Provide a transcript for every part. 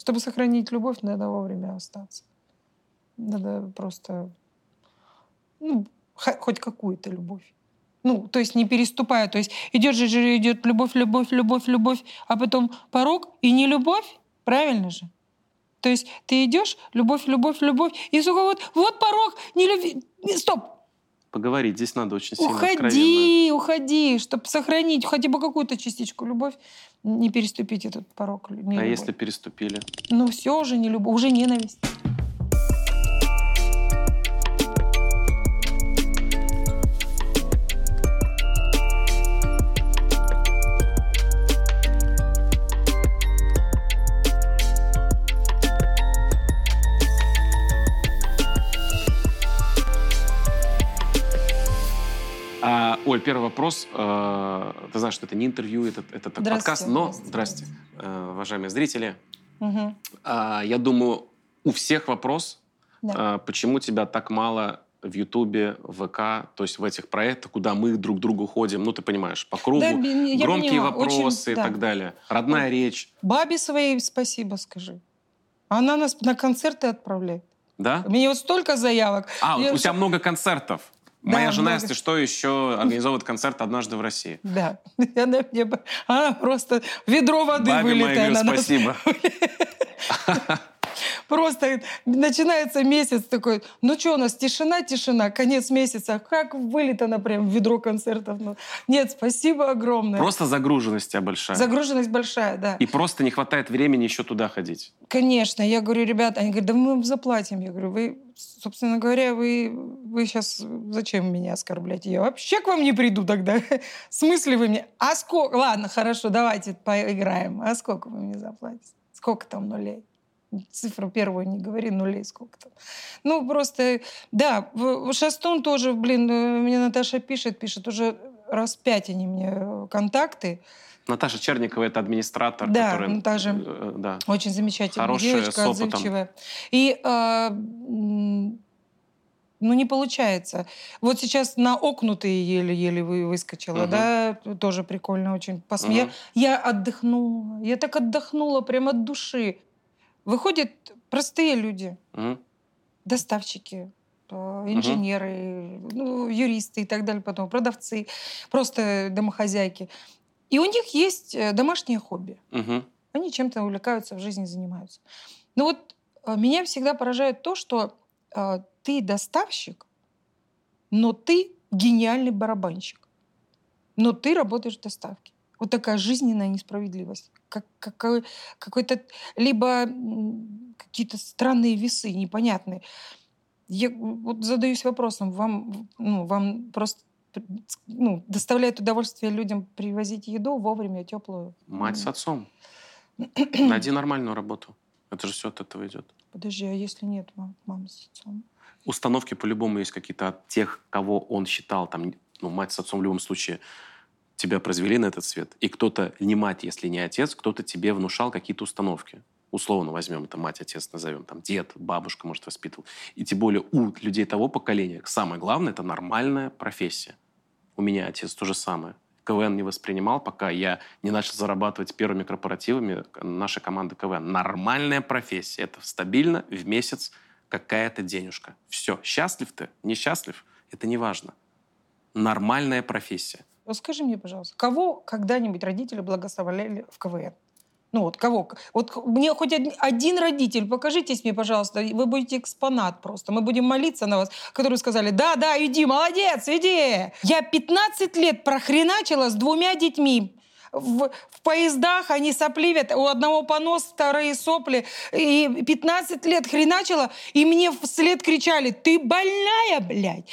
Чтобы сохранить любовь, надо вовремя остаться. Надо просто, хоть какую-то любовь. То есть не переступая. То есть идет любовь, любовь, любовь, любовь, а потом порог и не любовь. Правильно же? То есть ты идешь, любовь, любовь, любовь, и сука, вот порог, не любви. Стоп! Поговорить здесь надо очень сильно откровенно. Уходи, чтобы сохранить хотя бы какую-то частичку любовь, не переступить этот порог. А если переступили? Все уже не любовь, уже ненависть. Оль, первый вопрос. Ты знаешь, что это не интервью, это подкаст, но... Здрасте, уважаемые зрители. Угу. Я думаю, у всех вопрос, да. Почему тебя так мало в Ютубе, в ВК, то есть в этих проектах, куда мы друг к другу ходим, ты понимаешь, по кругу, громкие вопросы и так далее. Родная речь. Бабе своей спасибо скажи. Она нас на концерты отправляет. Да? У меня столько заявок. У тебя много концертов. Моя жена, если что, еще организовывает концерт «Однажды в России». Да. Она просто ведро воды Бабе вылетает на нас. Спасибо. Просто начинается месяц такой, что у нас, тишина, конец месяца. Как вылетано прям ведро концертов. Нет, спасибо огромное. Просто загруженность у тебя большая. Загруженность большая, да. И просто не хватает времени еще туда ходить. Конечно. Я говорю, ребята, они говорят, да мы вам заплатим. Я говорю, вы, собственно говоря, вы сейчас зачем меня оскорбляете? Я вообще к вам не приду тогда. В смысле вы мне? А сколько? Ладно, хорошо, давайте поиграем. А сколько вы мне заплатите? Сколько там нулей? Цифру первую не говори, нулей сколько там. Просто, да, Шастун тоже, мне Наташа пишет, уже раз 5 они мне контакты. Наташа Черникова — это администратор, да, который... Наташа очень замечательная хорошая, девочка, отзывчивая. И не получается. Вот сейчас на окнутые еле-еле выскочила, да, тоже прикольно очень. Я отдохнула, я так отдохнула прям от души. Выходят простые люди, доставщики, инженеры, юристы и так далее, потом продавцы, просто домохозяйки. И у них есть домашнее хобби. Они чем-то увлекаются, в жизни занимаются. Меня всегда поражает то, что ты доставщик, но ты гениальный барабанщик. Но ты работаешь в доставке. Вот такая жизненная несправедливость. Какой-то либо какие-то странные весы, непонятные. Я задаюсь вопросом, вам просто доставляет удовольствие людям привозить еду вовремя, теплую? Мать с отцом. Найди нормальную работу. Это же все от этого идет. Подожди, а если нет мамы с отцом? Установки по-любому есть какие-то от тех, кого он считал, мать с отцом в любом случае тебя произвели на этот свет, и кто-то, не мать, если не отец, кто-то тебе внушал какие-то установки. Условно возьмем, это мать, отец назовем, дед, бабушка, может, воспитывал. И тем более у людей того поколения самое главное – это нормальная профессия. У меня отец то же самое. КВН не воспринимал, пока я не начал зарабатывать первыми корпоративами нашей команды КВН. Нормальная профессия. Это стабильно в месяц какая-то денежка. Все. Счастлив ты, несчастлив – это не важно. Нормальная профессия. Скажи мне, пожалуйста, кого когда-нибудь родители благословляли в КВН? Кого? Мне хоть один родитель, покажитесь мне, пожалуйста, вы будете экспонат просто. Мы будем молиться на вас, которые сказали, да, иди, молодец, иди. Я 15 лет прохреначила с 2 детьми. В поездах они сопливят, у одного понос, вторые сопли. И 15 лет хреначила, и мне вслед кричали, ты больная, блядь,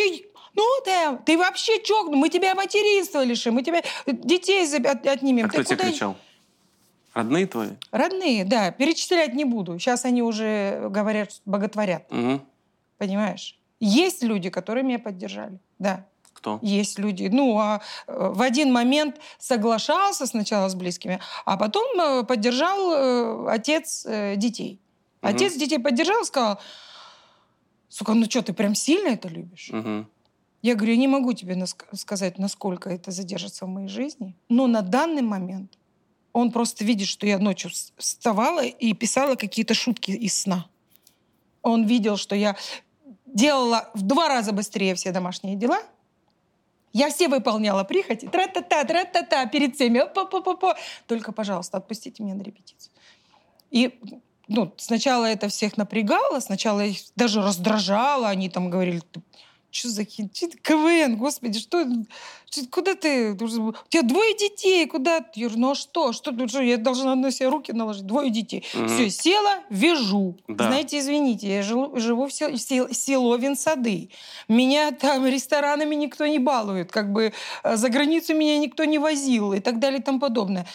ты вообще чокнул, мы тебя материнства лишим, мы тебя детей отнимем. А кто тебе кричал? Родные твои? Родные, да. Перечислять не буду. Сейчас они уже говорят, боготворят. Понимаешь? Есть люди, которые меня поддержали. Да. Кто? Есть люди. В один момент соглашался сначала с близкими, а потом поддержал отец детей. Отец детей поддержал и сказал, сука, ты прям сильно это любишь? Я говорю, я не могу тебе сказать, насколько это задержится в моей жизни, но на данный момент Он просто видит, что я ночью вставала и писала какие-то шутки из сна. Он видел, что я делала в 2 раза быстрее все домашние дела. Я все выполняла прихоти. Тра-та-та, перед всеми. По-по-по-по. Только, пожалуйста, отпустите меня на репетицию. И сначала это всех напрягало, сначала их даже раздражало. Они там говорили, что за КВН, господи, куда ты? У тебя 2 детей, куда ты? Я говорю, ну а что? Я должна на себе руки наложить? 2 детей. Все, села, вяжу. Да. Знаете, извините, я живу в село Винсады. Меня там ресторанами никто не балует, как бы за границу меня никто не возил и так далее и тому подобное.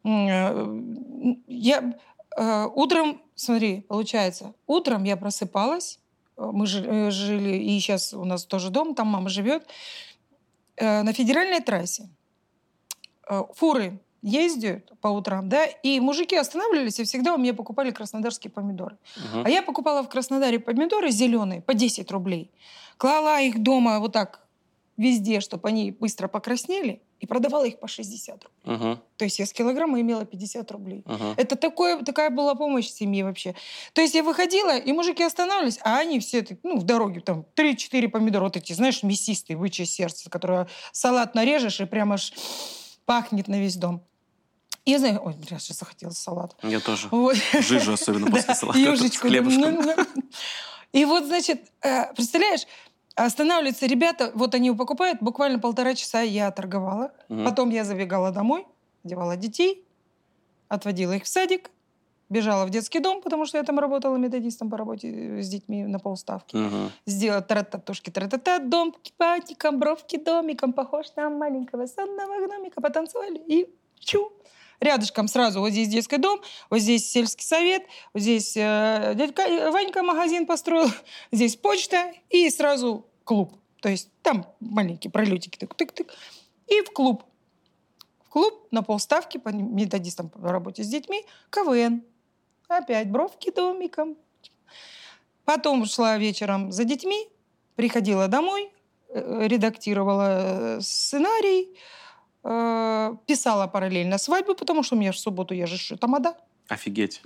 Утром, смотри, получается, утром я просыпалась, мы жили, и сейчас у нас тоже дом, там мама живет, на федеральной трассе. Фуры ездят по утрам, да, и мужики останавливались, и всегда у меня покупали краснодарские помидоры. А я покупала в Краснодаре помидоры зеленые по 10 рублей. Клала их дома вот так везде, чтобы они быстро покраснели, и продавала их по 60 рублей. То есть я с килограмма имела 50 рублей. Это такая была помощь семье вообще. То есть я выходила, и мужики останавливались, а они все в дороге, там, 3-4 помидора, вот эти, знаешь, мясистые, бычье сердце, которое салат нарежешь, и прямо аж пахнет на весь дом. И я знаю, сейчас захотелось салат. Я тоже. Вот. Жижу особенно после салата. Юшечку. С хлебушком. И вот, значит, представляешь, останавливаются ребята, вот они его покупают, буквально 1,5 часа я торговала. Потом я забегала домой, одевала детей, отводила их в садик, бежала в детский дом, потому что я там работала методистом по работе с детьми на полставки. Сделала тра-та-тушки, тра-та-та, домки, патиком, бровки домиком, похож на маленького сонного гномика. Потанцевали и чу. Рядышком сразу вот здесь детский дом, вот здесь сельский совет, вот здесь дядька Ванька магазин построил, здесь почта и сразу клуб. То есть там маленькие пролетики, тык-тык-тык. И в клуб. В клуб на полставки по методистам по работе с детьми КВН. Опять бровки домиком. Потом шла вечером за детьми, приходила домой, редактировала сценарий, писала параллельно свадьбу, потому что у меня в субботу, я же тамада. Офигеть.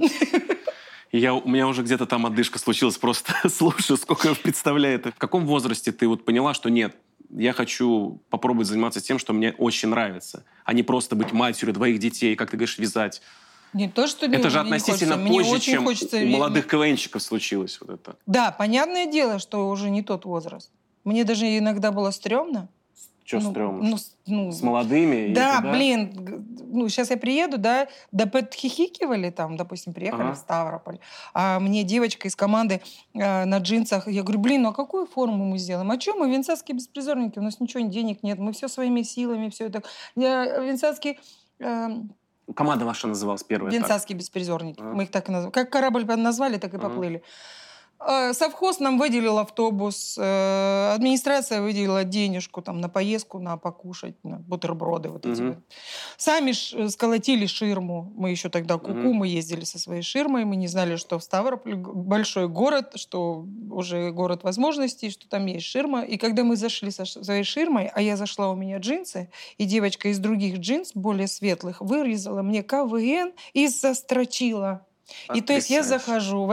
У меня уже где-то там отдышка случилась, просто слушаю, сколько я представляю это. В каком возрасте ты вот поняла, что нет, я хочу попробовать заниматься тем, что мне очень нравится, а не просто быть матерью 2 детей, как ты говоришь, вязать? Не то, что это же относительно позже, чем у молодых КВНщиков случилось вот это. Да, понятное дело, что уже не тот возраст. Мне даже иногда было стрёмно. Что стрёмно? С молодыми? Да, блин, сейчас я приеду, да подхихикивали там, допустим, приехали в Ставрополь, а мне девочка из команды на джинсах, я говорю, блин, ну а какую форму мы сделаем? А что мы, винсадские беспризорники, у нас ничего, денег нет, мы все своими силами, все это. Винсадские... Команда ваша называлась первая? Винсадские беспризорники, мы их так и назвали. Как корабль назвали, так и поплыли. Совхоз нам выделил автобус, администрация выделила денежку там, на поездку, на покушать, на бутерброды. Вот эти вот. Сами сколотили ширму. Мы еще тогда мы ездили со своей ширмой. Мы не знали, что в Ставрополе большой город, что уже город возможностей, что там есть ширма. И когда мы зашли со своей ширмой, а я зашла, у меня джинсы, и девочка из других джинс, более светлых, вырезала мне КВН и застрочила. И то есть я захожу...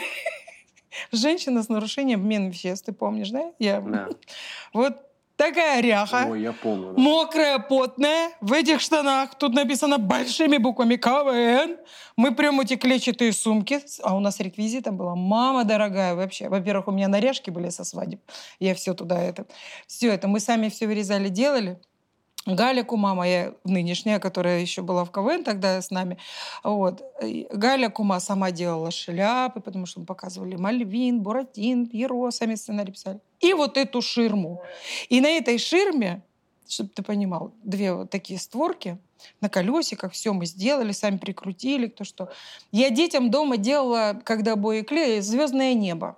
Женщина с нарушением обмена веществ, ты помнишь, да? Да. Вот такая ряха. Ой, я помню. Да. Мокрая, потная, в этих штанах. Тут написано большими буквами КВН. Мы прям эти клетчатые сумки. А у нас реквизита была. Мама дорогая вообще. Во-первых, у меня наряжки были со свадеб. Я все туда Все это мы сами все вырезали, делали. Галя Кума моя нынешняя, которая еще была в КВН тогда с нами. Вот. Галя Кума сама делала шляпы, потому что мы показывали Мальвин, Буратин, Пьеро, сами сценарий писали. И вот эту ширму. И на этой ширме, чтобы ты понимал, 2 вот такие створки на колесиках, все мы сделали, сами прикрутили, кто что. Я детям дома делала, когда обои клеили, звездное небо.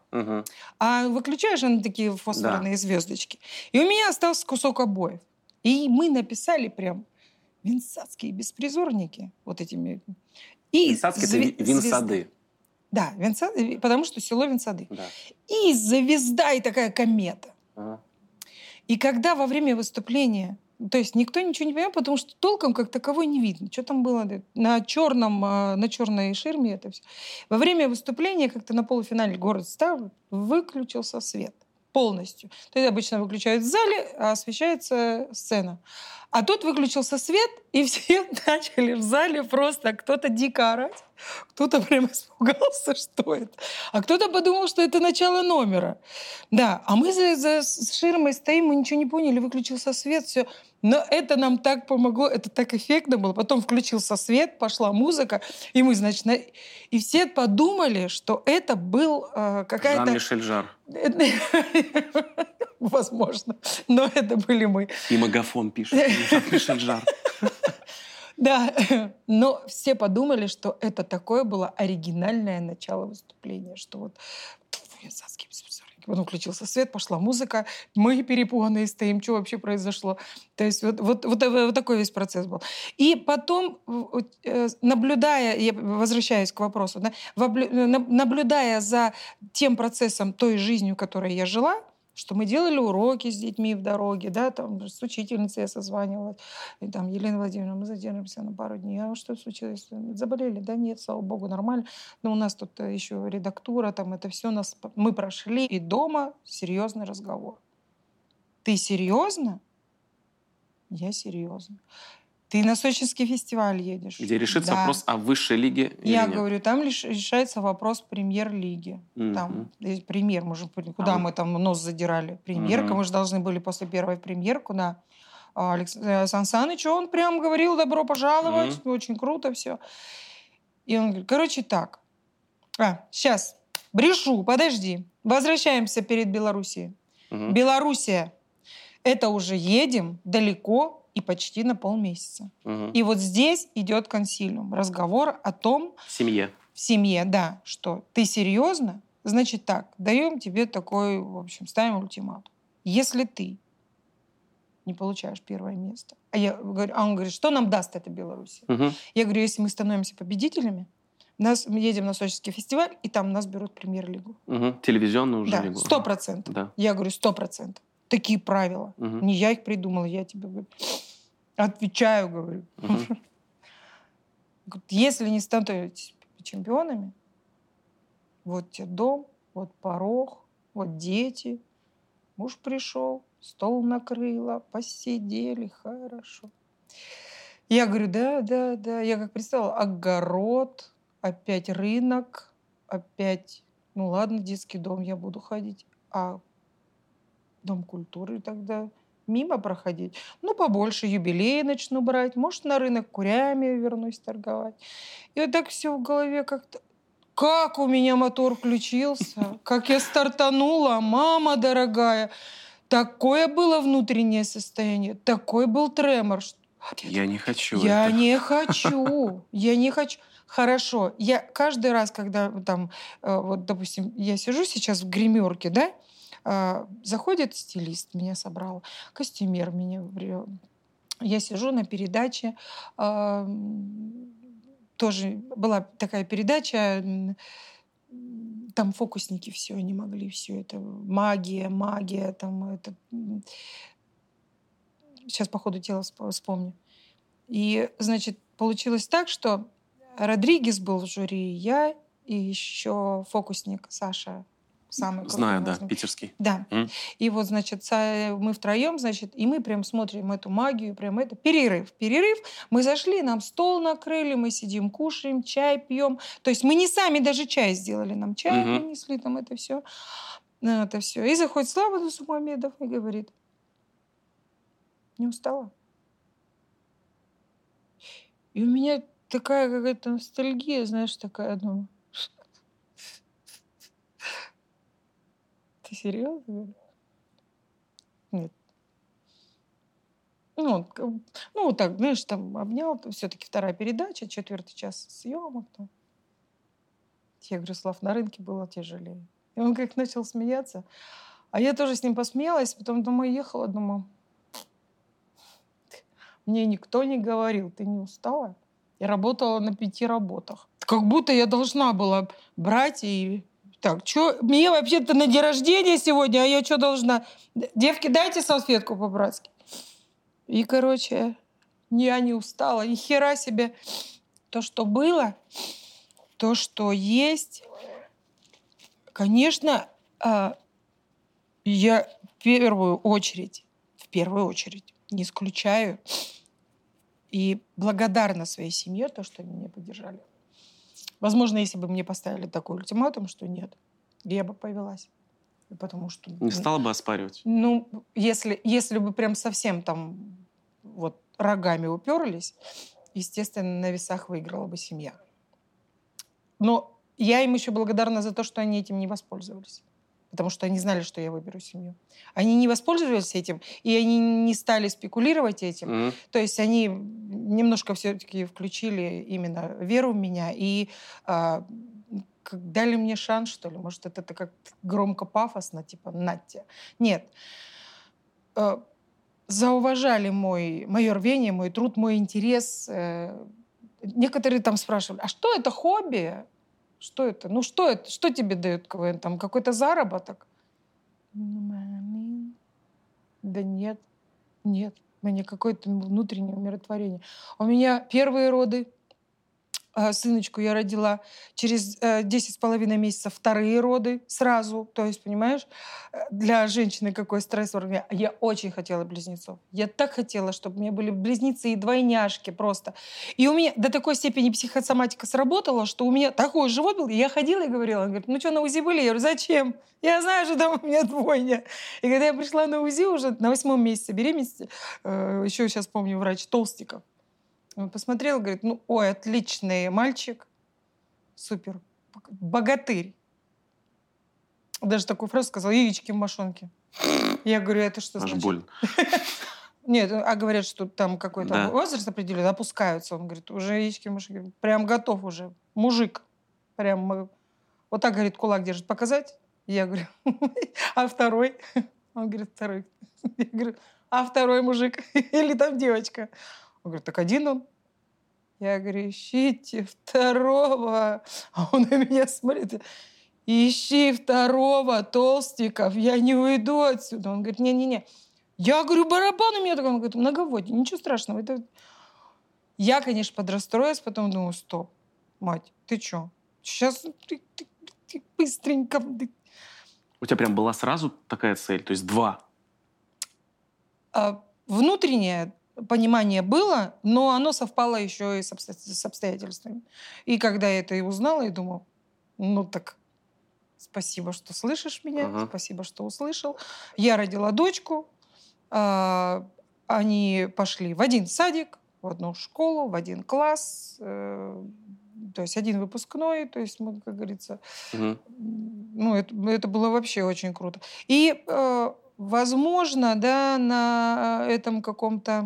А выключаешь, они такие фосфорные звездочки. И у меня остался кусок обоев. И мы написали прям винсадские беспризорники вот этими. Винсадские — это Винсады. Да, Винсады, потому что село Винсады. Да. И звезда, и такая комета. И когда во время выступления То есть никто ничего не понимал, потому что толком как таковой не видно. Что там было на черной ширме это все. Во время выступления как-то на полуфинале город стал, выключился свет полностью. То есть обычно выключают в зале, а освещается сцена. А тут выключился свет, и все начали в зале просто кто-то дико орать, кто-то прям испугался, что это. А кто-то подумал, что это начало номера. Да, а мы за ширмой стоим, мы ничего не поняли, выключился свет, все. Но это нам так помогло, это так эффектно было. Потом включился свет, пошла музыка, и мы, значит, и все подумали, что это был какая-то... Жан-Мишель Жар. Возможно. Но это были мы. И Магафон пишет. Жан-Мишель Жар. Да, но все подумали, что это такое было оригинальное начало выступления, что вот потом включился свет, пошла музыка, мы перепуганные стоим, что вообще произошло. То есть вот такой весь процесс был. И потом, наблюдая, я возвращаюсь к вопросу, да, наблюдая за тем процессом, той жизнью, которой я жила, что мы делали уроки с детьми в дороге, да, там с учительницей я созванивалась, и там Елена Владимировна, мы задержимся на пару дней. А что случилось? Заболели? Да нет, слава богу, нормально. Но у нас тут еще редактура, там это все мы прошли. И дома серьезный разговор. Ты серьезно? Я серьезно. Ты на Сочинский фестиваль едешь. Где решится вопрос о высшей лиге или Я нет? говорю, там решается вопрос премьер-лиги. Там премьер, куда мы там нос задирали? Премьерка, мы же должны были после первой премьерку на Сан Саныч, он прям говорил, добро пожаловать, очень круто все. И он говорит, короче, так. Сейчас, брешу, подожди. Возвращаемся перед Белоруссией. Белоруссия, это уже едем далеко, и почти на полмесяца. И вот здесь идет консилиум. Разговор о том... В семье. В семье, да. Что ты серьезно? Значит так, даем тебе такой, в общем, ставим ультиматум. Если ты не получаешь первое место, он говорит, что нам даст эта Беларусь? Я говорю, если мы становимся победителями, мы едем на Сочинский фестиваль, и там нас берут в премьер-лигу. Телевизионную уже да, лигу. 100%. Да. Я говорю, 100%. Такие правила. Не я их придумала, я тебе говорю. Отвечаю, говорю. Если не становитесь чемпионами, вот тебе дом, вот порог, вот дети. Муж пришел, стол накрыла, посидели, хорошо. Я говорю, да. Я как представила, огород, опять рынок, опять, ну ладно, детский дом я буду ходить, а Дом культуры тогда мимо проходить. Ну, побольше юбилеи начну брать. Может, на рынок курями вернусь торговать. И вот так все в голове как-то... Как у меня мотор включился, как я стартанула, мама дорогая. Такое было внутреннее состояние, такой был тремор. Я не хочу. Я не хочу. Хорошо. Я каждый раз, когда там, вот, допустим, я сижу сейчас в гримерке, да, заходит стилист, меня собрал, костюмер меня. Я сижу на передаче. Тоже была такая передача, там фокусники все, они могли все это. Магия, там это... Сейчас по ходу дела вспомню. И, значит, получилось так, что Родригес был в жюри, я и еще фокусник Саша. Самый знаю, да, питерский. Да. И вот, значит, мы втроем, значит, и мы прям смотрим эту магию, прям это. Перерыв. Мы зашли, нам стол накрыли, мы сидим, кушаем, чай пьем. То есть мы не сами даже чай сделали, нам чай принесли, там это все. Это все. И заходит Слава Дусмамедов и говорит, не устала? И у меня такая какая-то ностальгия, знаешь, такая, думаю, ты серьезно? Нет. Ну, вот так, знаешь, там обнял, все-таки вторая передача, 4-й час съемок. Там. Я говорю, Слав, на рынке было тяжелее. И он как начал смеяться. А я тоже с ним посмеялась, потом домой ехала, думаю, мне никто не говорил, ты не устала? Я работала на 5 работах. Как будто я должна была брать и... Так, что? Мне вообще-то на день рождения сегодня, а я что должна? Девки, дайте салфетку по-братски. И, короче, я не устала. Ни хера себе. То, что было, то, что есть. Конечно, я в первую очередь, не исключаю и благодарна своей семье, то, что они меня поддержали. Возможно, если бы мне поставили такой ультиматум, что нет, я бы повелась. Потому что... Не стала бы оспаривать? Ну, если бы прям совсем там вот рогами уперлись, естественно, на весах выиграла бы семья. Но я им еще благодарна за то, что они этим не воспользовались. Потому что они знали, что я выберу семью. Они не воспользовались этим, и они не стали спекулировать этим. То есть они немножко все-таки включили именно веру в меня и дали мне шанс, что ли. Может, это как громко пафосно, типа «Надя». Нет. Зауважали мое рвение, мой труд, мой интерес. Некоторые там спрашивали, а что это хобби? Что это? Ну что это? Что тебе дает КВН? Там какой-то заработок? Да нет. Нет. У меня какое-то внутреннее умиротворение. У меня первые роды. Сыночку я родила через 10,5 месяцев, вторые роды сразу. То есть, понимаешь, для женщины какой стресс. Я очень хотела близнецов. Я так хотела, чтобы у меня были близнецы и двойняшки просто. И у меня до такой степени психосоматика сработала, что у меня такой живот был. И я ходила и говорила, он говорит, ну что, на УЗИ были? Я говорю, зачем? Я знаю, что там у меня двойня. И когда я пришла на УЗИ уже на 8 месяце беременности, еще сейчас помню врач Толстиков, он посмотрел, говорит, ну, ой, отличный мальчик, супер, богатырь. Даже такую фразу сказал, яички в мошонке. Я говорю, это что Аж значит? больно. Нет, а говорят, что там какой-то возраст определенный, опускаются. Он говорит, уже яички в мошонке, прям готов уже, мужик. Прям вот так, говорит, кулак держит, показать? Я говорю, а второй? Он говорит, второй. Я говорю, а второй мужик? Или там девочка? Он говорит, так один он. Я говорю, ищите второго. А он на меня смотрит. Ищи второго, Толстиков, я не уйду отсюда. Он говорит, не-не-не. Я говорю, барабан у меня такой. Он говорит, многоводие, ничего страшного. Я, конечно, подрастроилась, потом думаю, стоп, мать, ты что? Сейчас ты быстренько... У тебя прям была сразу такая цель, то есть 2? Внутреннее понимание было, но оно совпало еще и с обстоятельствами. И когда я это и узнала, я думала, ну так спасибо, что слышишь меня, спасибо, что услышал. Я родила дочку, они пошли в один садик, в одну школу, в один класс, то есть один выпускной, то есть мы, как говорится, ну это было вообще очень круто. И возможно, да, на этом каком-то,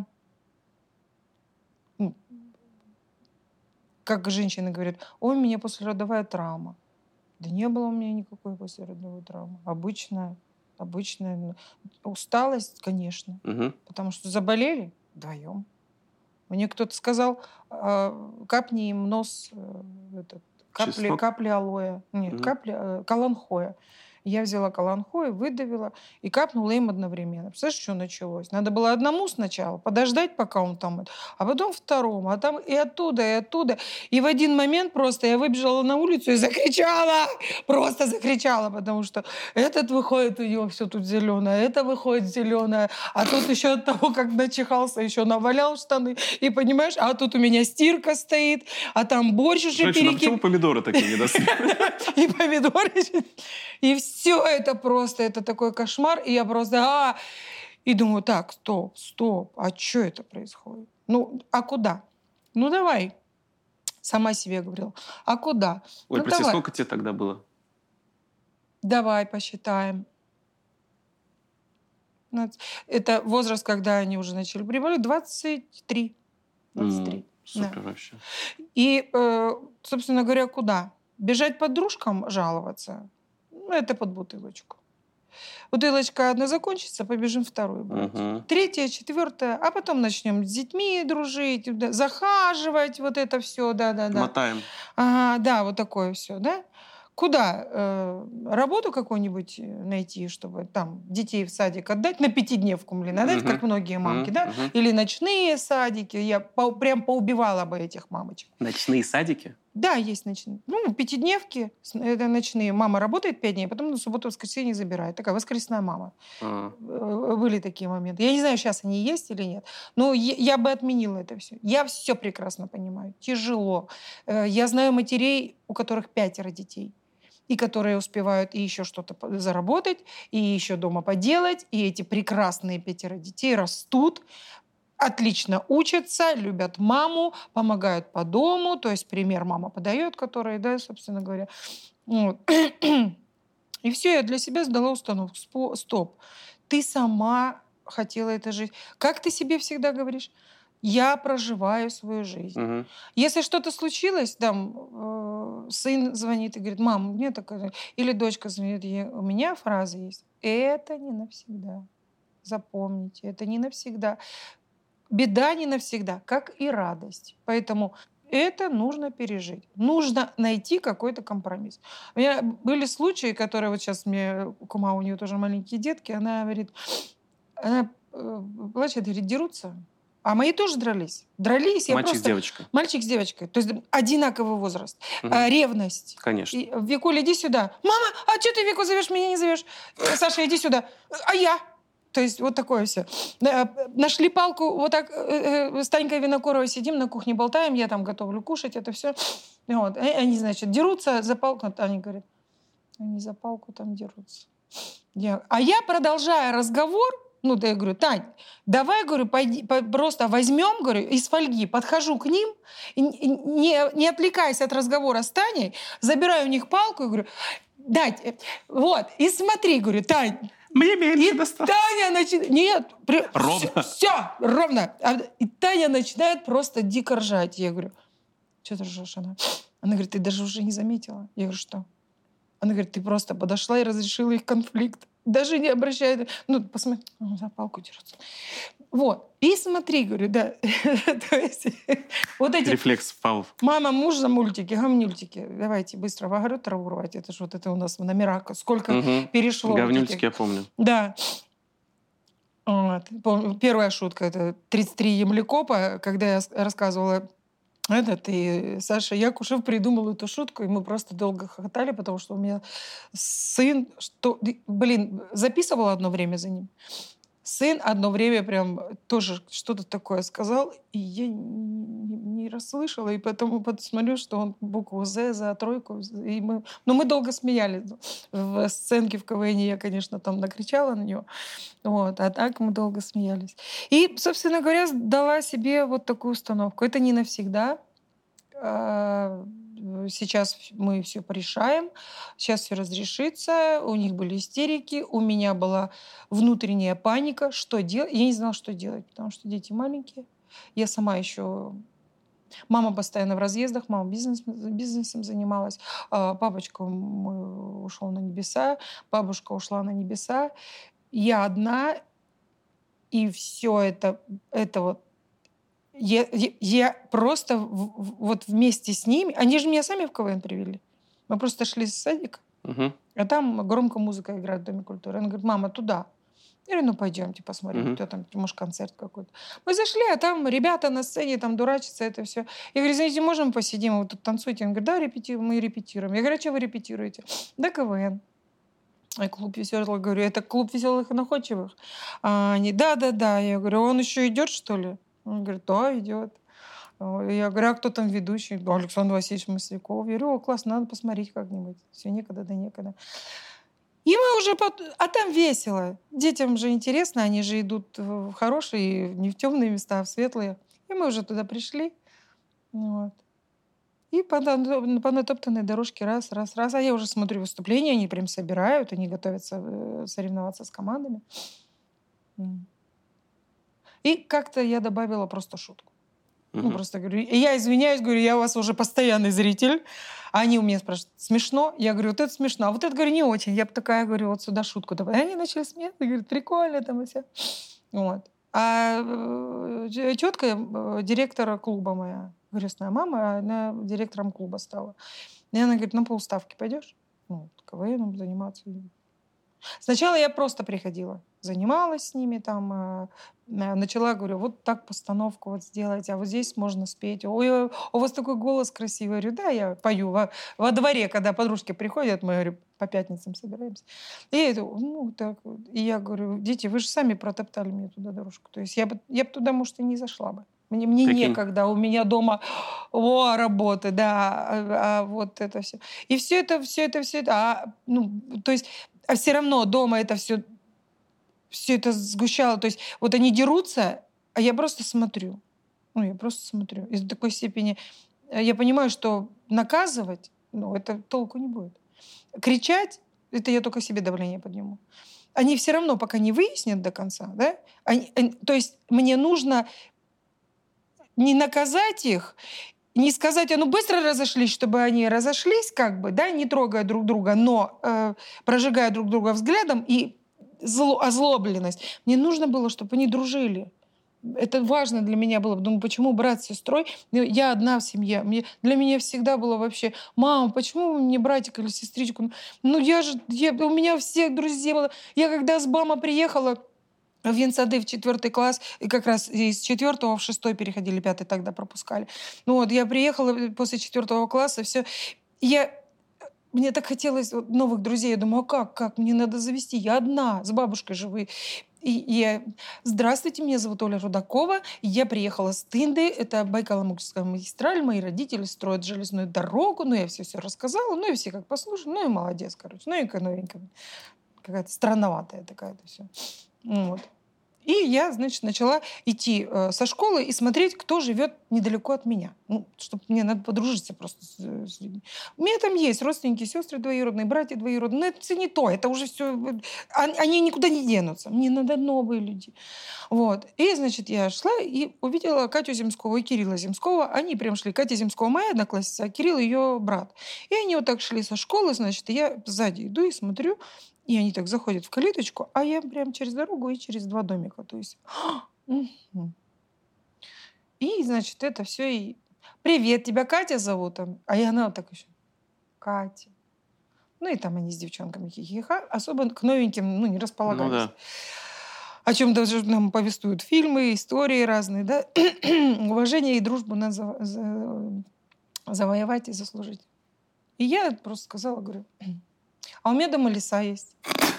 как женщины говорят, ой, у меня послеродовая травма. Да не было у меня никакой послеродовой травмы. Обычная. Усталость, конечно. Потому что заболели вдвоем. Мне кто-то сказал, капни им нос капли алоэ. Нет, капли каланхоя. Я взяла каланхой, выдавила и капнула им одновременно. Представляешь, что началось? Надо было одному сначала подождать, пока он там, а потом второму. А там и оттуда, и оттуда. И в один момент просто я выбежала на улицу и закричала. Просто закричала, потому что этот выходит, у него все тут зеленое, это выходит зеленое. А тут еще от того, как начихался, еще навалял штаны. И понимаешь, а тут у меня стирка стоит, а там борщ уже перекипел. Почему помидоры такие недоступны? И помидоры. И все это просто, это такой кошмар. И я просто, и думаю, так, стоп, а что это происходит? Ну, а куда? Ну, давай. Сама себе говорила, а куда? Ой, ну, прости, давай. Сколько тебе тогда было? Давай посчитаем. Это возраст, когда они уже начали прибывать, 23. 23. Супер вообще. И, собственно говоря, куда? Бежать подружкам жаловаться? Ну, это под бутылочку. Бутылочка одна закончится, побежим вторую брать. Третья, четвертая, а потом начнем с детьми дружить, захаживать, вот это все, да. Мотаем. Ага, да, вот такое все, да. куда? Работу какую-нибудь найти, чтобы там детей в садик отдать на пятидневку, отдать, как многие мамки, да? Или ночные садики. Я прям поубивала бы этих мамочек. Ночные садики? Да, есть ночные. Пятидневки, это ночные. Мама работает 5 дней, потом на субботу, воскресенье забирает. Такая воскресная мама. Были такие моменты. Я не знаю, сейчас они есть или нет, но я бы отменила это все. Я все прекрасно понимаю. Тяжело. Я знаю матерей, у которых 5 детей, и которые успевают и еще что-то заработать, и еще дома поделать, и эти прекрасные 5 детей растут, отлично учатся, любят маму, помогают по дому. То есть пример мама подает, который, да, собственно говоря. Вот. И все, я для себя сдала установку. Стоп. Ты сама хотела это жить. Как ты себе всегда говоришь? Я проживаю свою жизнь. Если что-то случилось, там, сын звонит и говорит, мам, мне такое... Или дочка звонит, у меня фраза есть. Это не навсегда. Запомните, это не навсегда. Беда не навсегда, как и радость. Поэтому это нужно пережить. Нужно найти какой-то компромисс. У меня были случаи, которые вот сейчас мне, кума, у нее тоже маленькие детки, она говорит, она плачет, говорит, дерутся. А мои тоже дрались. Мальчик с девочкой. Мальчик с девочкой. То есть одинаковый возраст. Ревность. Конечно. Викуля, иди сюда. Мама, а что ты Вику зовешь, меня не зовешь? Саша, иди сюда. А я? То есть вот такое все. Нашли палку, вот так с Танькой Винокуровой сидим на кухне, болтаем, я там готовлю кушать, это все. Вот. Они, значит, дерутся за палку. Таня говорит, они за палку там дерутся. А я, продолжая разговор, я говорю, Тань, давай, говорю, просто возьмем, говорю, из фольги, подхожу к ним, не отвлекаясь от разговора с Таней, забираю у них палку и говорю, дать, вот, и смотри, говорю, Тань, мне меньше досталось. Таня начинает... Нет, ровно. Все, ровно. И Таня начинает просто дико ржать. Я говорю, что ты ржешь? Она говорит, ты даже уже не заметила. Я говорю, что? Она говорит, ты просто подошла и разрешила их конфликт. Даже не обращая... Посмотри, за палку дерутся. Вот. И смотри, говорю, да. То есть вот эти... Рефлекс впал. Мама, муж за мультики, гамнюльтики. Давайте быстро в огород траву рвать. Это ж вот это у нас в номерах. Сколько перешло. Говнюльтики я помню. Да. Вот. Первая шутка. Это 33 землекопа. Когда я рассказывала и Саша Якушев придумал эту шутку, и мы просто долго хохотали, потому что у меня сын... записывала одно время за ним. Сын одно время прям тоже что-то такое сказал, и я не расслышала, и поэтому посмотрю, что он букву «З» за тройку. И мы долго смеялись. В сценке в КВН я, конечно, там накричала на него. Вот, а так мы долго смеялись. И, собственно говоря, дала себе вот такую установку. Это не навсегда. Сейчас мы все порешаем, сейчас все разрешится. У них были истерики, у меня была внутренняя паника. Что делать? Я не знала, что делать, потому что дети маленькие. Я сама еще... Мама постоянно в разъездах, мама бизнесом занималась. Папочка ушел на небеса, бабушка ушла на небеса. Я одна, и все это вот я просто вот вместе с ними... Они же меня сами в КВН привели. Мы просто шли с садика, а там громко музыка играет в Доме культуры. Она говорит, мама, туда. Я говорю, пойдемте посмотрим, кто там, может, концерт какой-то. Мы зашли, а там ребята на сцене там дурачатся, это все. Я говорю, знаете, можем посидим, вы тут танцуете? Он говорит, да, мы репетируем. Я говорю, а что вы репетируете? Да, КВН. Клуб веселых, говорю, это клуб веселых и находчивых? Они, да. Я говорю, он еще идет, что ли? Он говорит, да, идет. Я говорю, а кто там ведущий? Александр Васильевич Масляков. Я говорю, классно, надо посмотреть как-нибудь. Все некогда, да некогда. И мы уже... А там весело. Детям же интересно, они же идут в хорошие, не в темные места, а в светлые. И мы уже туда пришли. Вот. И по натоптанной дорожке раз. А я уже смотрю выступления, они прям собирают, они готовятся соревноваться с командами. И как-то я добавила просто шутку. Просто говорю, я извиняюсь, говорю, я у вас уже постоянный зритель. А они у меня спрашивают, смешно? Я говорю, вот это смешно. А вот это, говорю, не очень. Я бы такая, говорю, вот сюда шутку добавила. И они начали смеяться, говорят, прикольно там и все. Вот. А тетка, директора клуба моя, крестная мама, она директором клуба стала. И она говорит, на полставки пойдешь? Ну, КВНом заниматься. Сначала я просто приходила, занималась с ними, там, начала, говорю, вот так постановку вот сделать, а вот здесь можно спеть. Ой, у вас такой голос красивый. Я говорю, да, я пою во дворе, когда подружки приходят, мы, говорю, по пятницам собираемся. И я иду, ну, так вот. И я говорю, дети, вы же сами протоптали мне туда дорожку. То есть я бы туда, может, и не зашла бы. Мне Прикинь. некогда, у меня дома работы, да, вот это все. И все это, ну, то есть, а все равно дома это все это сгущало. То есть вот они дерутся, а я просто смотрю. Ну, я просто смотрю. И до такой степени я понимаю, что наказывать, ну, это толку не будет. Кричать, это я только себе давление подниму. Они все равно, пока не выяснят до конца, да, то есть мне нужно не наказать их, не сказать, а ну быстро разошлись, чтобы они разошлись, как бы, да, не трогая друг друга, но прожигая друг друга взглядом и озлобленность. Мне нужно было, чтобы они дружили. Это важно для меня было. Думаю, почему брат с сестрой? Я одна в семье. Для меня всегда было вообще, мама, почему вы мне братика или сестричку? Ну, у меня всех друзей было. Я когда с Бама приехала, в Венсады в 4 класс, и как раз из 4 в 6 переходили, 5 тогда пропускали. Ну вот, я приехала после 4 класса, все. Мне так хотелось новых друзей. Я думаю, а как? Мне надо завести. Я одна, с бабушкой живу. Здравствуйте, меня зовут Оля Рудакова. Я приехала с Тынды. Это Байкало-Амурская магистраль. Мои родители строят железную дорогу. Ну, я все рассказала. Ну, и все как послушали. Ну, и молодец, короче. Ну, и новенькая. Какая-то странноватая такая-то все. Вот. И я, значит, начала идти со школы и смотреть, кто живет недалеко от меня. Ну, чтобы мне надо подружиться просто с людьми. У меня там есть родственники, сестры двоюродные, братья двоюродные. Но это все не то, это уже все... Они никуда не денутся. Мне надо новые люди. Вот. И, значит, я шла и увидела Катю Земского и Кирилла Земского. Они прям шли. Катя Земского моя одноклассница, а Кирилл ее брат. И они вот так шли со школы, значит, и я сзади иду и смотрю. И они так заходят в калиточку, а я прям через дорогу и через 2 домика. То есть... И, значит, это все и... Привет, тебя Катя зовут? А я она вот так еще. Катя. Ну и там они с девчонками хихиха. Особо к новеньким, ну, не располагались. Ну да. О чем даже нам повествуют фильмы, истории разные, да. Уважение и дружбу надо завоевать и заслужить. И я просто сказала, говорю, а у меня дома леса есть.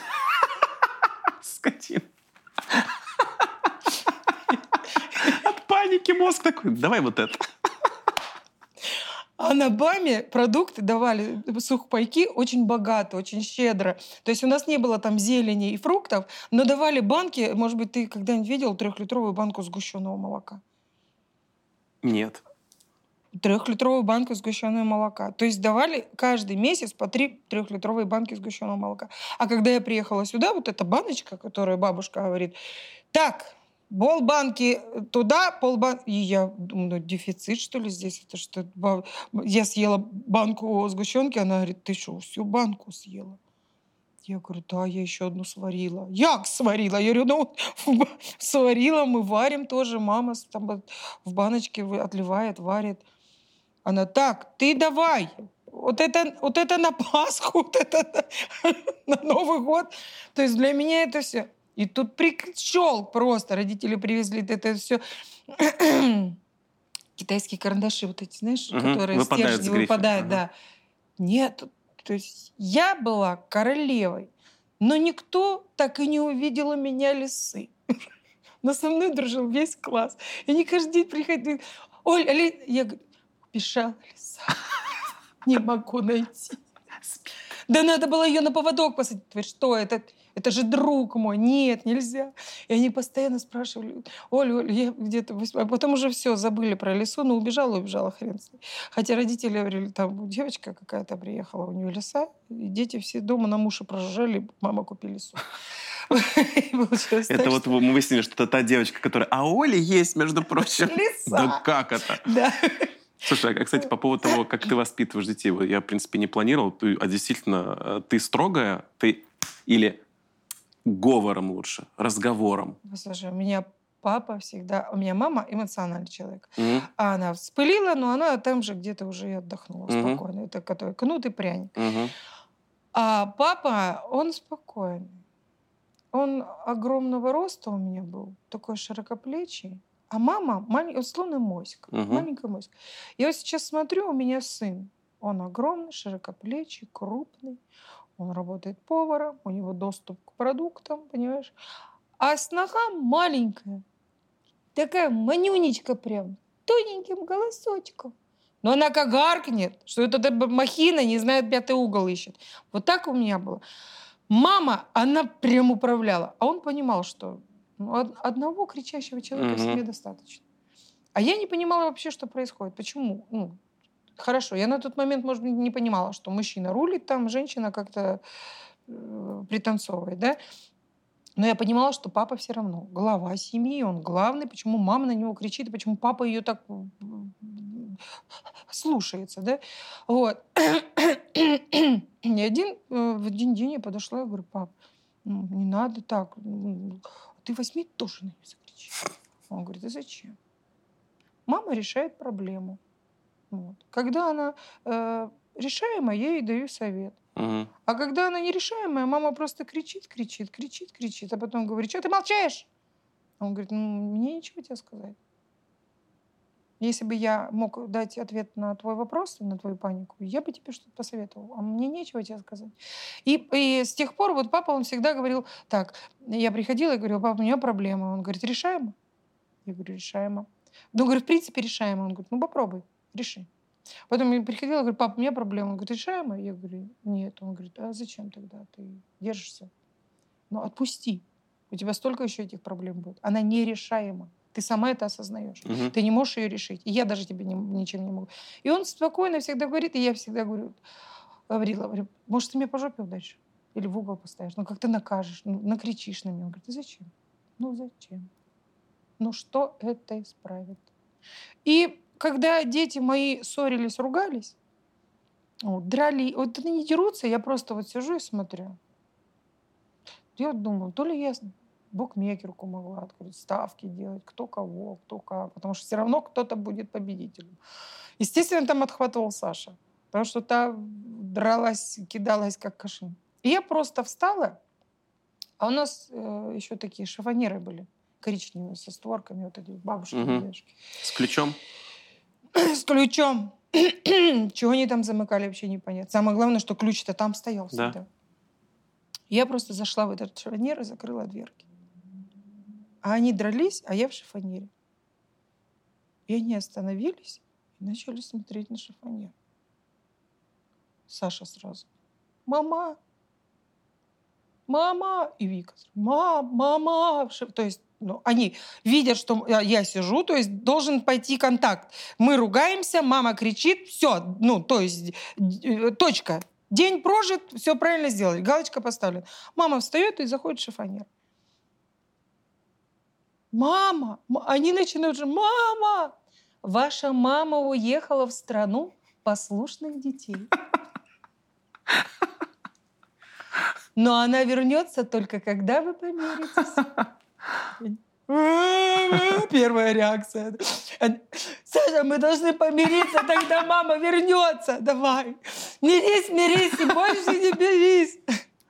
Скотина. От паники мозг такой, давай вот это. А на Баме продукты давали, сухпайки, очень богато, очень щедро. То есть у нас не было там зелени и фруктов, но давали банки, может быть, ты когда-нибудь видел 3-литровую банку сгущенного молока? Нет. 3-литровую банку сгущенного молока. То есть давали каждый месяц по 3 3-литровые банки сгущенного молока. А когда я приехала сюда, вот эта баночка, которую бабушка говорит, так, полбанки туда, полбанки... И я думаю, ну, дефицит, что ли, здесь? Это что? Я съела банку сгущенки, она говорит, ты что, всю банку съела? Я говорю, да, я еще одну сварила. Як сварила? Я говорю, ну, сварила, мы варим тоже. Мама там в баночке отливает, варит. Она, так, ты давай. Вот это на Пасху, вот это на Новый год. То есть для меня это все. И тут прищел просто. Родители привезли это все. Китайские карандаши вот эти, знаешь, которые стержни выпадают. Да. Нет, то есть я была королевой, но никто так и не увидел у меня лисы. Но со мной дружил весь класс. И они каждый день приходили. Оль, я говорю, бежала лиса. Не могу найти. Да надо было ее на поводок посадить. Вы что, это же друг мой. Нет, нельзя. И они постоянно спрашивали, Оль, я где-то... А потом уже все, забыли про лису, но убежала, хрен с ней. Хотя родители говорили, там девочка какая-то приехала, у нее лиса, и дети все дома на муши прожужжали, мама купи лису. Это вот мы выяснили, что это та девочка, которая... А у Оли есть, между прочим. Лиса. Да как это? Да. Слушай, а, кстати, по поводу того, как ты воспитываешь детей, я, в принципе, не планировал, а действительно, ты строгая, ты или говором лучше, разговором? Слушай, у меня папа всегда... У меня мама эмоциональный человек. А она вспылила, но она там же где-то уже и отдохнула спокойно. Это который кнут и пряник. А папа, он спокойный. Он огромного роста у меня был, такой широкоплечий. А мама, словно моська, маленькая моська. Я вот сейчас смотрю, у меня сын. Он огромный, широкоплечий, крупный. Он работает поваром, у него доступ к продуктам, понимаешь? А сноха маленькая, такая манюнечка прям, тоненьким голосочком. Но она как гаркнет, что эта махина не знает, пятый угол ищет. Вот так у меня было. Мама, она прям управляла. А он понимал, что одного кричащего человека в семье достаточно. А я не понимала вообще, что происходит. Почему? Хорошо, я на тот момент, может быть, не понимала, что мужчина рулит там, женщина как-то пританцовывает, да? Но я понимала, что папа все равно глава семьи, он главный, почему мама на него кричит, и почему папа ее так слушается, да? Вот. И в один день я подошла и говорю: пап, не надо так, ты возьми тоже на нее закричи. Он говорит: а зачем? Мама решает проблему. Вот. Когда она решаемая, я ей даю совет. А когда она нерешаемая, мама просто кричит, а потом говорит: что ты молчишь? Он говорит: мне нечего тебе сказать. Если бы я мог дать ответ на твой вопрос, на твою панику, я бы тебе что-то посоветовал. А мне нечего тебе сказать. И с тех пор вот папа, он всегда говорил так. Я приходила и говорила: папа, у меня проблема. Он говорит: решаемо? Я говорю: решаемо. Ну, говорю, в принципе, решаемо. Он говорит: попробуй, реши. Потом я приходила и говорю: папа, у меня проблема. Он говорит: решаемо? Я говорю: нет. Он говорит: а зачем тогда ты держишься? Ну, отпусти. У тебя столько еще этих проблем будет. Она нерешаема. Ты сама это осознаешь. Ты не можешь ее решить. И я даже тебе ничем не могу. И он спокойно всегда говорит, и я всегда говорила, может, ты меня по жопе ударишь? Или в угол поставишь? Как ты накажешь? Накричишь на меня? Он говорит: зачем? Зачем? Что это исправит? И когда дети мои ссорились, ругались, драли, вот они не дерутся, я просто сижу и смотрю. Я думаю, то ли я букмекерку могла открыть, ставки делать, кто кого, кто как, потому что все равно кто-то будет победителем. Естественно, там отхватывал Саша, потому что та дралась, кидалась как кашин. И я просто встала, а у нас еще такие шифонеры были, коричневые, со створками, вот эти бабушки, дедушки. С ключом? С ключом. Чего они там замыкали, вообще непонятно. Самое главное, что ключ-то там стоял всегда. Да. Я просто зашла в этот шифонер и закрыла дверки. А они дрались, а я в шифонере. И они остановились и начали смотреть на шифонер. Саша сразу: мама, мама. И Вика: мама. То есть они видят, что я сижу, то есть должен пойти контакт. Мы ругаемся, мама кричит, все, то есть точка. День прожит, все правильно сделали, галочка поставлена. Мама встает и заходит в шифонер. Мама! Они начинают же: мама! Ваша мама уехала в страну послушных детей. Но она вернется только когда вы помиритесь. Первая реакция. Саша, мы должны помириться, тогда мама вернется. Давай. Мирись, и больше не мирись.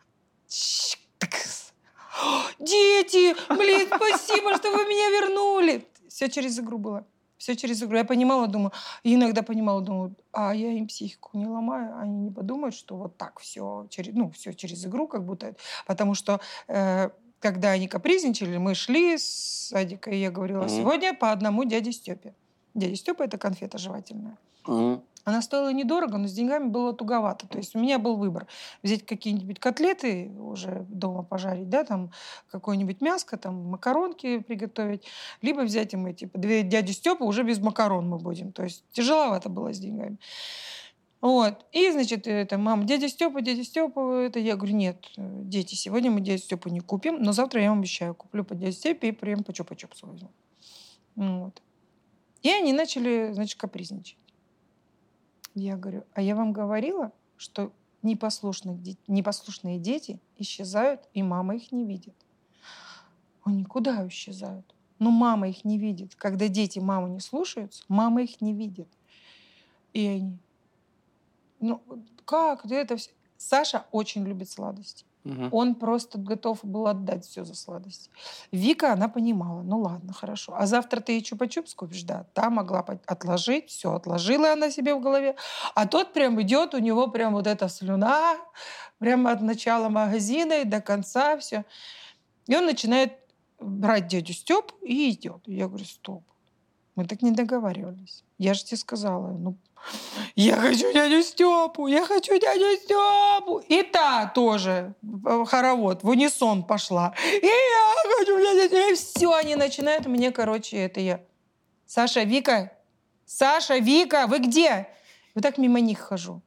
Дети, спасибо, что вы меня вернули. Все через игру было. Все через игру. Я иногда понимала, думаю, а я им психику не ломаю, они не подумают, что вот так все через игру, как будто. Потому что когда они капризничали, мы шли с садика, и я говорила: сегодня по одному дяде Степе. Дядя Степа — это конфета жевательная. Она стоила недорого, но с деньгами было туговато. То есть у меня был выбор: взять какие-нибудь котлеты уже дома пожарить, да, там какое-нибудь мяско, там макаронки приготовить, либо взять мы дядю Степу, уже без макарон мы будем. То есть тяжеловато было с деньгами. Вот. И, значит, мама: дядя Степа, это я говорю: нет, дети, сегодня мы дядю Степу не купим, но завтра я вам обещаю, куплю по дяде Степе и прям по чупа-чупсу возьму. Вот. И они начали, значит, капризничать. Я говорю: а я вам говорила, что непослушные дети исчезают, и мама их не видит. Они куда исчезают? Мама их не видит. Когда дети маму не слушаются, мама их не видит. И они: как это все? Саша очень любит сладости. Мгм. Он просто готов был отдать все за сладости. Вика, она понимала, ну ладно, хорошо. А завтра ты ей чупа-чупс купишь? Да, та могла отложить, все, отложила она себе в голове. А тот прям идет, у него прям вот эта слюна, прямо от начала магазина и до конца все. И он начинает брать дядю Степу и идет. И я говорю, стоп, мы так не договаривались. Я же тебе сказала, ну, я хочу дядю Степу, я хочу дядю Степу. И та тоже хоровод в унисон пошла. И я хочу дядю Степу. И все, они начинают мне, короче, это я. Саша, Вика, вы где? Вот так мимо них хожу.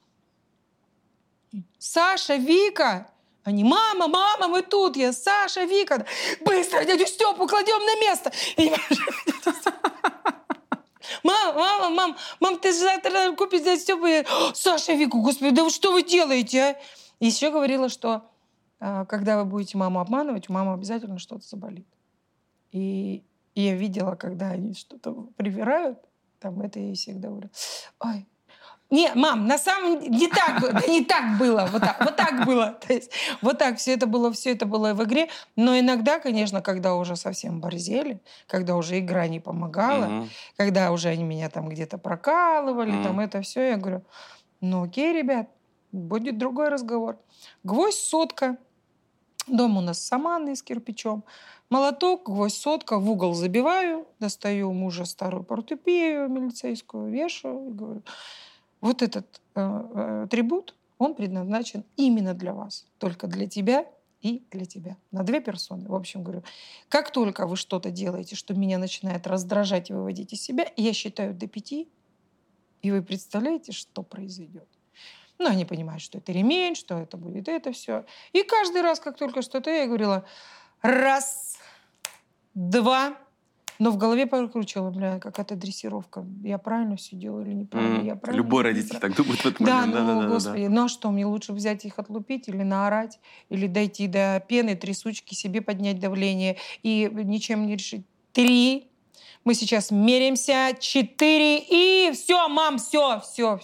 Саша, Вика. Они, мама, мы тут. Я, Саша, Вика. Быстро дядю Степу кладем на место. И мам, ты же завтра купишь дядю Степу. Саша, Вику, господи, да что вы делаете, а? И еще говорила, что когда вы будете маму обманывать, у мамы обязательно что-то заболит. И я видела, когда они что-то привирают, там это я ей всегда говорю. Ой, не, мам, на самом деле не так, не так было, вот так было. То есть вот так все это было в игре. Но иногда, конечно, когда уже совсем борзели, когда уже игра не помогала, когда уже они меня там где-то прокалывали, там это все, я говорю, ну окей, ребят, будет другой разговор. Гвоздь, сотка. Дом у нас саманный с кирпичом. Молоток, гвоздь, сотка. В угол забиваю, достаю у мужа старую портупею милицейскую, вешаю и говорю... Вот этот атрибут, он предназначен именно для вас. Только для тебя и для тебя. На 2 персоны. В общем, говорю, как только вы что-то делаете, что меня начинает раздражать и выводить из себя, я считаю до 5, и вы представляете, что произойдет. Ну, они понимают, что это ремень, что это будет это все. И каждый раз, как только что-то, я говорила, 1, 2... Но в голове прокручивала, бля, какая-то дрессировка. Я правильно все делаю или неправильно? Я правильно, Любой родитель так думает в этот момент. Да, господи. Ну а что, мне лучше взять их отлупить или наорать, или дойти до пены, трясучки, себе поднять давление и ничем не решить. 3. Мы сейчас меряемся. 4. И все, мам, все.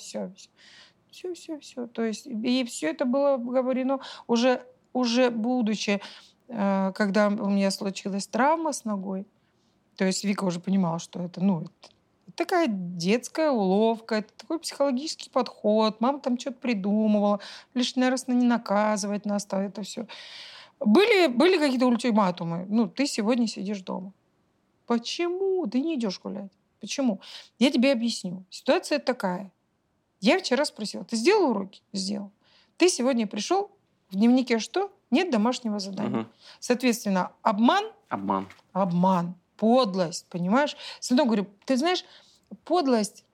Все. То есть и все это было говорено уже будучи, когда у меня случилась травма с ногой. То есть Вика уже понимала, что это, это такая детская уловка, это такой психологический подход. Мама там что-то придумывала, лишний раз не наказывать нас, это все. Были какие-то ультиматумы. Ты сегодня сидишь дома. Почему ты не идешь гулять? Почему? Я тебе объясню. Ситуация такая. Я вчера спросила, ты сделал уроки? Сделал. Ты сегодня пришел, в дневнике что? Нет домашнего задания. Соответственно, обман. Подлость, понимаешь? Сынок, говорю, ты знаешь, подлость,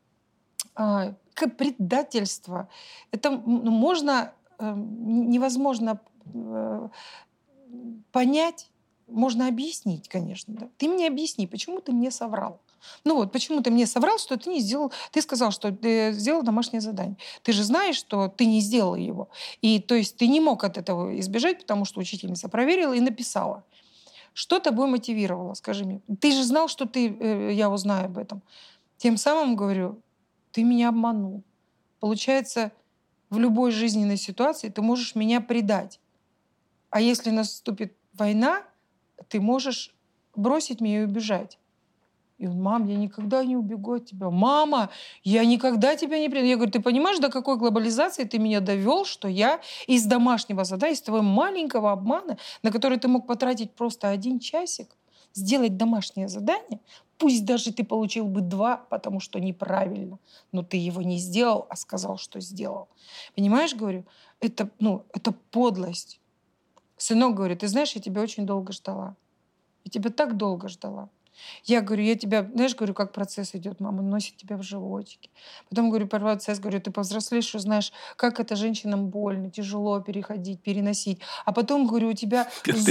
предательство, это невозможно понять, можно объяснить, конечно. Да? Ты мне объясни, почему ты мне соврал? Почему ты мне соврал, что ты не сделал... Ты сказал, что ты сделал домашнее задание. Ты же знаешь, что ты не сделал его. И то есть ты не мог от этого избежать, потому что учительница проверила и написала. Что тобой мотивировало, скажи мне? Ты же знал, что я узнаю об этом. Тем самым, говорю, ты меня обманул. Получается, в любой жизненной ситуации ты можешь меня предать. А если наступит война, ты можешь бросить меня и убежать. И он, мам, я никогда не убегу от тебя. Мама, я никогда тебя не преду. Я говорю, ты понимаешь, до какой глобализации ты меня довел, что я из домашнего задания, из твоего маленького обмана, на который ты мог потратить просто 1 часик, сделать домашнее задание, пусть даже ты получил бы 2, потому что неправильно, но ты его не сделал, а сказал, что сделал. Понимаешь, говорю, это подлость. Сынок, говорю, ты знаешь, я тебя очень долго ждала. Я тебя так долго ждала. Я говорю, я тебя, знаешь, говорю, как процесс идет, мама носит тебя в животике. Потом говорю, процесс, говорю, ты повзрослеешь, узнаешь, как это женщинам больно, тяжело переносить. А потом, говорю, у тебя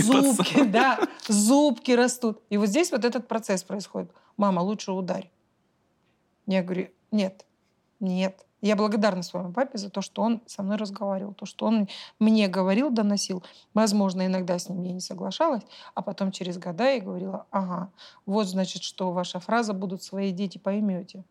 зубки растут. И вот здесь вот этот процесс происходит. Мама, лучше ударь. Я говорю, нет. Я благодарна своему папе за то, что он со мной разговаривал, то, что он мне говорил, доносил. Возможно, иногда с ним я не соглашалась, а потом через года я говорила, ага, вот значит, что ваша фраза «будут свои дети, поймете».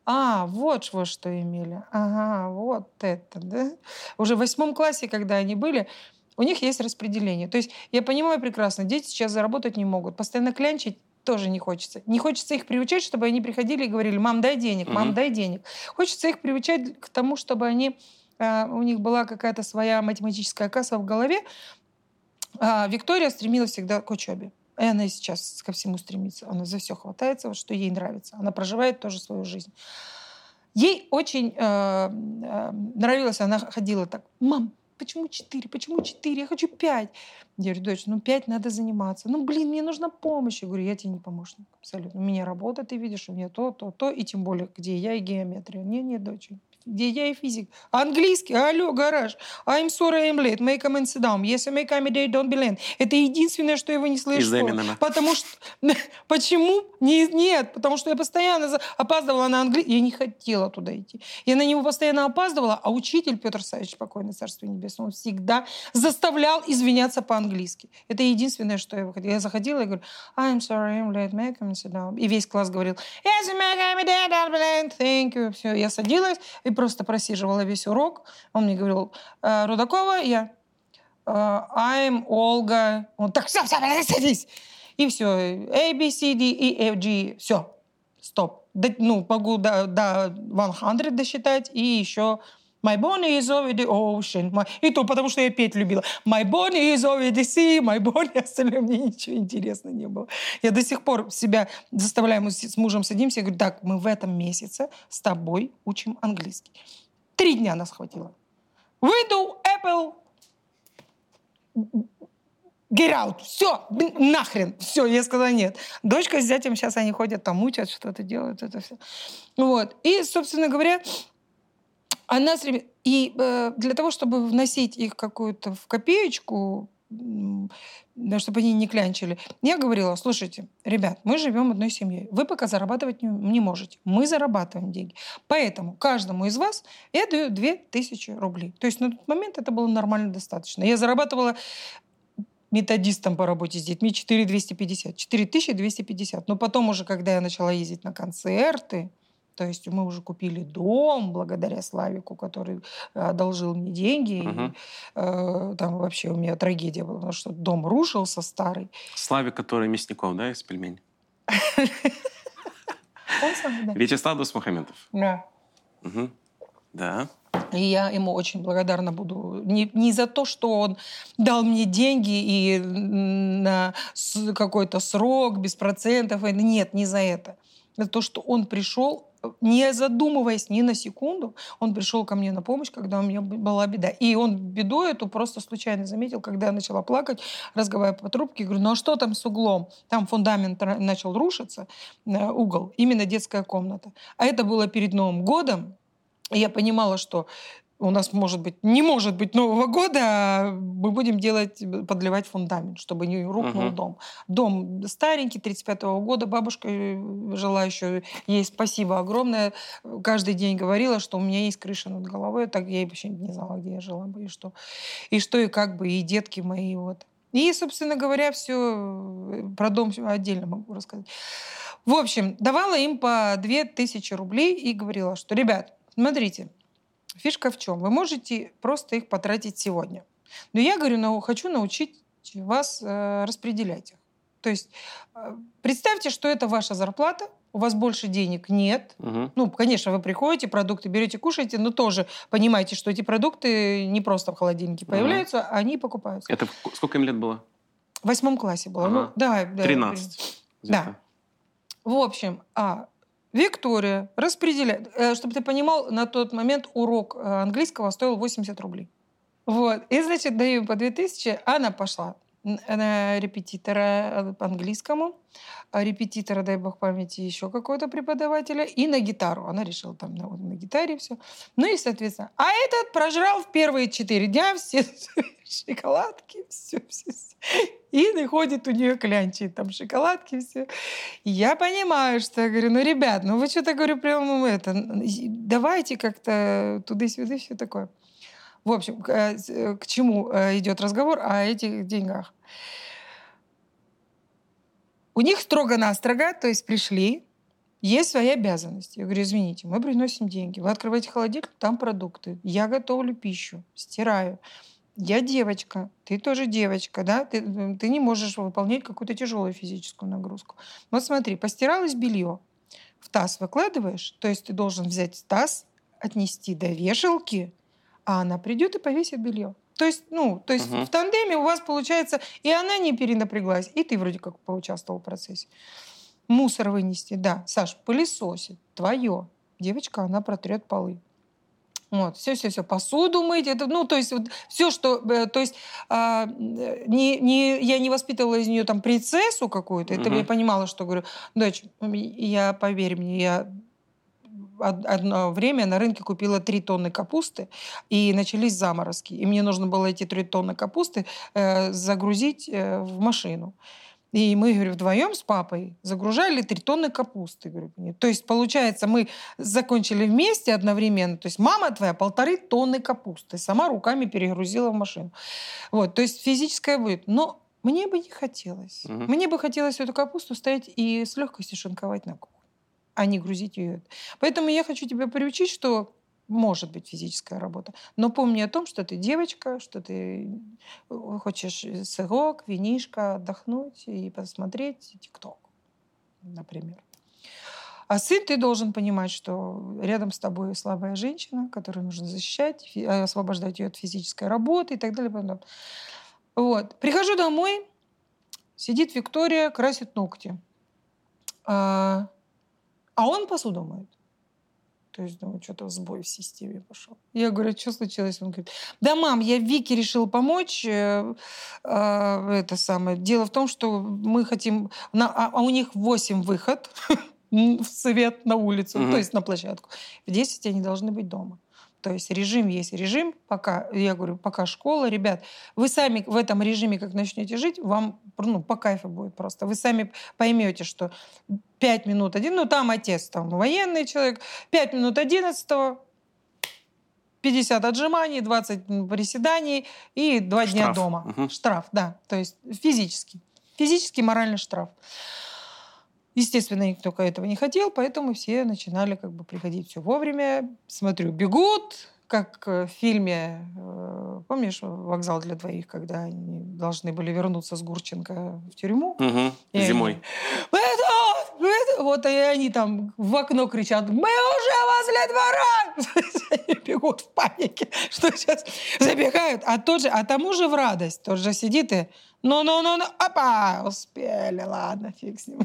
вот вы что имели. Ага, вот это, да? Уже в 8 классе, когда они были, у них есть распределение. То есть я понимаю прекрасно, дети сейчас заработать не могут. Постоянно клянчить тоже не хочется. Не хочется их приучать, чтобы они приходили и говорили: мам, дай денег, мам, дай денег. Хочется их приучать к тому, чтобы они, у них была какая-то своя математическая касса в голове. Виктория стремилась всегда к учебе. И она и сейчас ко всему стремится. Она за все хватается, вот, что ей нравится. Она проживает тоже свою жизнь. Ей очень нравилось, она ходила так: мам, почему 4? Почему 4? Я хочу 5. Я говорю: дочь, 5 надо заниматься. Мне нужна помощь. Я говорю: я тебе не помощник. Абсолютно. У меня работа, ты видишь, у меня то, и тем более, где я и геометрия. Не, дочь. Где я и физик. Английский, алло, гараж. I'm sorry, I'm late. Make a man sit down. Yes, I make a day, don't be late. Это единственное, что я его не слышу. Потому что... Почему? Нет, потому что я постоянно опаздывала на английский. Я не хотела туда идти. Я на него постоянно опаздывала, а учитель Петр Савич, покойный, царствие небесное, он всегда заставлял извиняться по-английски. Это единственное, что я хотела. Я заходила и говорю: I'm sorry, I'm late. Make a man sit down. И весь класс говорил: Yes, I make a day, don't be late. Thank you. Все, я садилась и просто просиживала весь урок. Он мне говорил: Рудакова, я I'm Ольга. Он так: все, садись. И все. A, B, C, D, E, F, G. Все. Стоп. Могу до 100 досчитать. И еще My body is over the ocean. И то потому, что я петь любила. My body is over the sea. My body... Остальное мне ничего интересного не было. Я до сих пор себя заставляю, мы с мужем садимся, я говорю: так, мы в этом месяце с тобой учим английский. 3 дня нас хватило. Выйду, Apple, get out. Все, нахрен. Все, я сказала: нет. Дочка с зятем сейчас они ходят, там учат, что-то делают, это все. Вот. И, собственно говоря, она... И для того, чтобы вносить их какую-то в копеечку, чтобы они не клянчили, я говорила: слушайте, ребят, мы живем одной семьей. Вы пока зарабатывать не можете. Мы зарабатываем деньги. Поэтому каждому из вас я даю 2000 рублей. То есть на тот момент это было нормально достаточно. Я зарабатывала методистом по работе с детьми 4250. Но потом уже, когда я начала ездить на концерты, то есть мы уже купили дом благодаря Славику, который одолжил мне деньги. И, там вообще у меня трагедия была, потому что дом рушился старый. Славик, который Мясников, да, из «Пельменей»? Он самый, да. Вячеслав Дусмухаметов. Да. Да. И я ему очень благодарна буду. Не за то, что он дал мне деньги и на какой-то срок, без процентов. Нет, не за это. За то, что он пришел, не задумываясь ни на секунду, он пришел ко мне на помощь, когда у меня была беда. И он беду эту просто случайно заметил, когда я начала плакать, разговаривая по трубке. Говорю: а что там с углом? Там фундамент начал рушиться, угол, именно детская комната. А это было перед Новым годом. И я понимала, что у нас не может быть Нового года, а мы будем подливать фундамент, чтобы не рухнул дом. Дом старенький, 35-го года, бабушка жила еще, ей спасибо огромное. Каждый день говорила, что у меня есть крыша над головой. Так я вообще не знала, где я жила бы, и как бы, и детки мои. Вот. И, собственно говоря, все про дом отдельно могу рассказать. В общем, давала им по 2000 рублей и говорила, что: ребят, смотрите, фишка в чем? Вы можете просто их потратить сегодня. Но я говорю: хочу научить вас распределять их. То есть представьте, что это ваша зарплата, у вас больше денег нет. Конечно, вы приходите, продукты берете, кушаете, но тоже понимаете, что эти продукты не просто в холодильнике появляются, они покупаются. Это сколько им лет было? В 8 классе было. 13. Да. В общем, Виктория распределяет. Чтобы ты понимал, на тот момент урок английского стоил 80 рублей. Вот. И, значит, даю по 2000, она пошла на репетитора по английскому, репетитора, дай бог памяти, еще какого-то преподавателя, и на гитару. Она решила там на гитаре все. Ну и, соответственно, этот прожрал в первые 4 дня все шоколадки, все. И находит у нее клянчит там шоколадки, все. И я понимаю, что я говорю: ребят, вы что-то, говорю, прям давайте как-то туда-сюда, все такое. В общем, к чему идет разговор о этих деньгах? У них строго-настрого, то есть пришли, Есть свои обязанности. Я говорю, извините, мы приносим деньги. Вы открываете холодильник, там продукты. Я готовлю пищу, стираю. Я девочка, ты тоже девочка, да? Ты не можешь выполнять какую-то тяжелую физическую нагрузку. Вот смотри, постиралось белье, в таз выкладываешь, то есть ты должен взять таз, отнести до вешалки, а она придет и повесит белье. То есть в тандеме у вас получается, и она не перенапряглась, и ты вроде как поучаствовал в процессе. Мусор вынести, да. Саш, пылесосит, твое. Девочка, она протрет полы. Вот, все, посуду мыть, это, то есть вот все, что, то есть я не воспитывала из нее там принцессу какую-то, это я понимала, что говорю, дочь, поверь мне, я одно время на рынке купила 3 тонны капусты, и начались заморозки, и мне нужно было эти 3 тонны капусты загрузить в машину. И мы, говорю, вдвоем с папой загружали 3 тонны капусты. Говорю, то есть, получается, мы закончили вместе одновременно. То есть мама твоя 1,5 тонны капусты сама руками перегрузила в машину. Вот, то есть физическое будет. Но мне бы не хотелось. Мне бы хотелось эту капусту стоять и с легкостью шинковать на кухне, а не грузить ее. Поэтому я хочу тебя приучить, что может быть физическая работа. Но помни о том, что ты девочка, что ты хочешь сырок, винишко, отдохнуть и посмотреть ТикТок, например. А сын, ты должен понимать, что рядом с тобой слабая женщина, которую нужно защищать, освобождать ее от физической работы и так далее. Вот. Прихожу домой, сидит Виктория, красит ногти. А он посуду моет. То есть, думаю, что-то сбой в системе пошел. Я говорю, что случилось? Он говорит, да, мам, я Вике решил помочь. Дело в том, что мы хотим... А у них 8 выход в свет на улицу, то есть на площадку. В 10 они должны быть дома. То есть режим есть режим. Пока, я говорю, пока школа. Ребят, вы сами в этом режиме, как начнете жить, вам по кайфу будет просто. Вы сами поймете, что 5 минут один, там отец, там военный человек, 5 минут 11-го, 50 отжиманий, 20 приседаний и 2 дня дома. Штраф, да. То есть физически. Физический, моральный штраф. Естественно, никто этого не хотел, поэтому все начинали приходить все вовремя. Смотрю, бегут, как в фильме, помнишь, «Вокзал для двоих», когда они должны были вернуться с Гурченко в тюрьму. Зимой. Вот и они там в окно кричат, мы уже возле двора! Они бегут в панике, что сейчас забегают. А тому же в радость. Тот же сидит и ну, опа, успели, ладно, фиг с ним.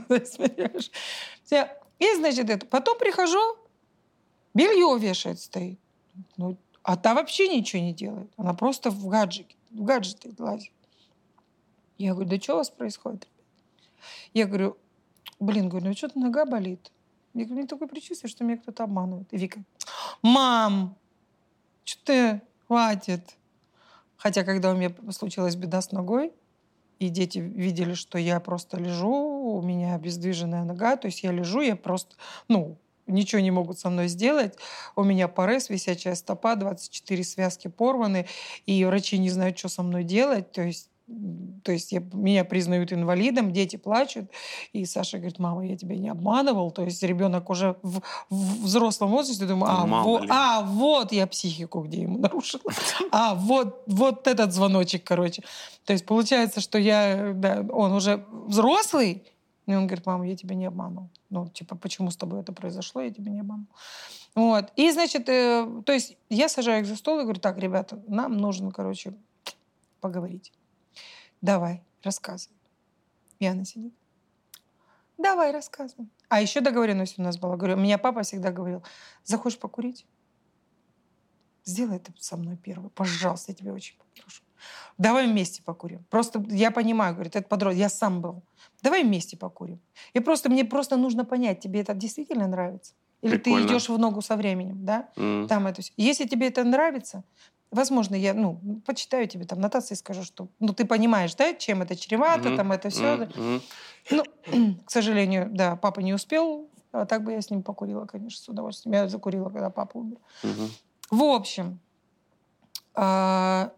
И, значит, потом прихожу, белье вешает стоит. А та вообще ничего не делает. Она просто в гаджеты лазит. Я говорю, да что у вас происходит? Я говорю, что-то нога болит. Я говорю, мне такое предчувствие, что меня кто-то обманывает. И Вика, мам, что ты, хватит. Хотя, когда у меня случилась беда с ногой, и дети видели, что я просто лежу, у меня обездвиженная нога, то есть я лежу, я просто, ничего не могут со мной сделать. У меня парез, висячая стопа, 24 связки порваны, и врачи не знают, что со мной делать. То есть меня признают инвалидом, дети плачут. И Саша говорит, мама, я тебя не обманывал. То есть ребенок уже в взрослом возрасте, думаю, вот я психику где ему нарушила. Вот этот звоночек, короче. То есть получается, что он уже взрослый, и он говорит, мама, я тебя не обманул. Почему с тобой это произошло, я тебя не обманул. Вот. И, значит, то есть я сажаю их за стол и говорю, так, ребята, нам нужно, поговорить. Давай, рассказывай. И она сидит. Давай, рассказывай. А еще договоренность у нас была. Говорю, меня папа всегда говорил, захочешь покурить? Сделай это со мной первый. Пожалуйста, я тебя очень попрошу. Давай вместе покурим. Просто я понимаю, говорит, это подросток, я сам был. Давай вместе покурим. Мне просто нужно понять, тебе это действительно нравится? Или Прикольно. Ты идешь в ногу со временем, да? Там это все. Если тебе это нравится, возможно, я, почитаю тебе там нотации, скажу, что, ты понимаешь, да, чем это чревато, там это все. К сожалению, да, папа не успел, а так бы я с ним покурила, конечно, с удовольствием. Я закурила, когда папа умер. В общем,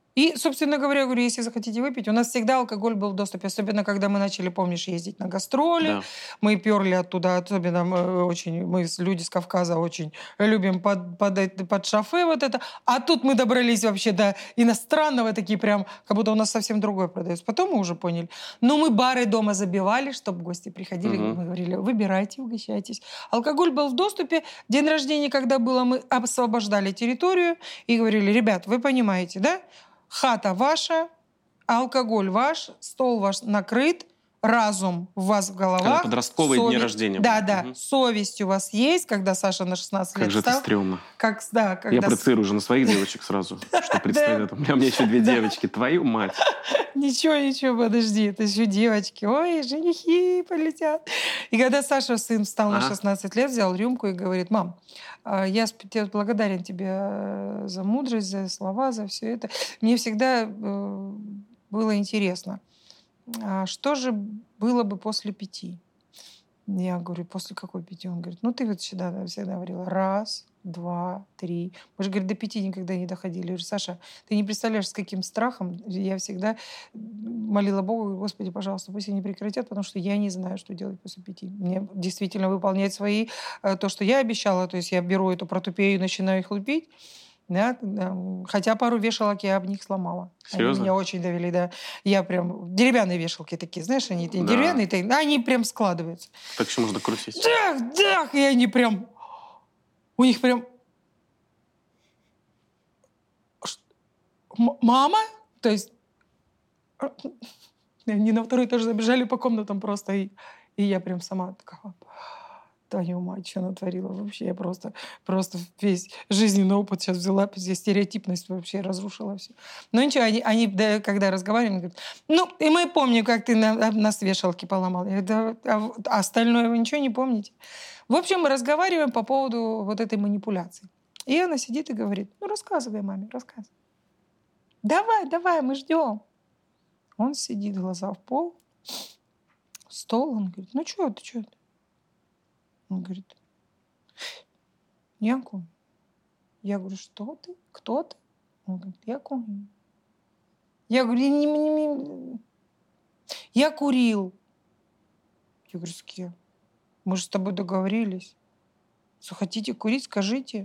И, собственно говоря, говорю, если захотите выпить, у нас всегда алкоголь был в доступе, особенно когда мы начали, помнишь, ездить на гастроли, Да. мы перли оттуда, особенно мы люди с Кавказа очень любим под шофе вот это, а тут мы добрались вообще до иностранного, такие прям, как будто у нас совсем другое продается. Потом мы уже поняли. Но мы бары дома забивали, чтобы гости приходили, мы говорили, выбирайте, угощайтесь. Алкоголь был в доступе, день рождения, когда было, мы освобождали территорию и говорили, ребят, вы понимаете, да? Хата ваша, алкоголь ваш, стол ваш накрыт, разум у вас в головах. Когда подростковые дни рождения. Да. Совесть у вас есть, когда Саша на 16 лет Как же стал. это стрёмно. Когда... Я проецирую уже на своих девочек сразу, что представляю. У меня еще 2 девочки. Твою мать. Ничего, подожди, это еще девочки. Ой, женихи полетят. И когда Саша, сын, встал на 16 лет, взял рюмку и говорит, мам, я благодарен тебе за мудрость, за слова, за все это. Мне всегда было интересно, что же было бы после 5? Я говорю, после какой 5? Он говорит, ты вот всегда говорила, 1, 2, 3. Мы же, говорит, до 5 никогда не доходили. Я говорю, Саша, ты не представляешь, с каким страхом я всегда молила Бога, говорю, Господи, пожалуйста, пусть они прекратят, потому что я не знаю, что делать после 5. Мне действительно выполнять то, что я обещала. То есть я беру эту протупею и начинаю их лупить. Да. Хотя пару вешалок я об них сломала. Серьезно? Они меня очень довели, да. Я прям... Деревянные вешалки такие, знаешь, они деревянные, они прям складываются. Так еще можно крутить. Да, и они прям... У них прям... Мама? То есть... Они на второй этаж забежали по комнатам просто, и я прям сама такая... Твою мать, что натворила вообще. Я просто весь жизненный опыт сейчас взяла, здесь стереотипность вообще разрушила все. Но ничего, они когда разговаривали, говорят, и мы помним, как ты нас вешалки поломал. Я говорю, а остальное вы ничего не помните? В общем, мы разговариваем по поводу вот этой манипуляции. И она сидит и говорит, рассказывай маме, рассказывай. Давай, мы ждем. Он сидит, глаза в пол, стол, он говорит, что это? Он говорит, я курю. Я говорю, что ты? Кто ты? Он говорит, я курю. Я говорю, я курил. Я говорю, с кем? Мы же с тобой договорились. Если хотите курить, скажите.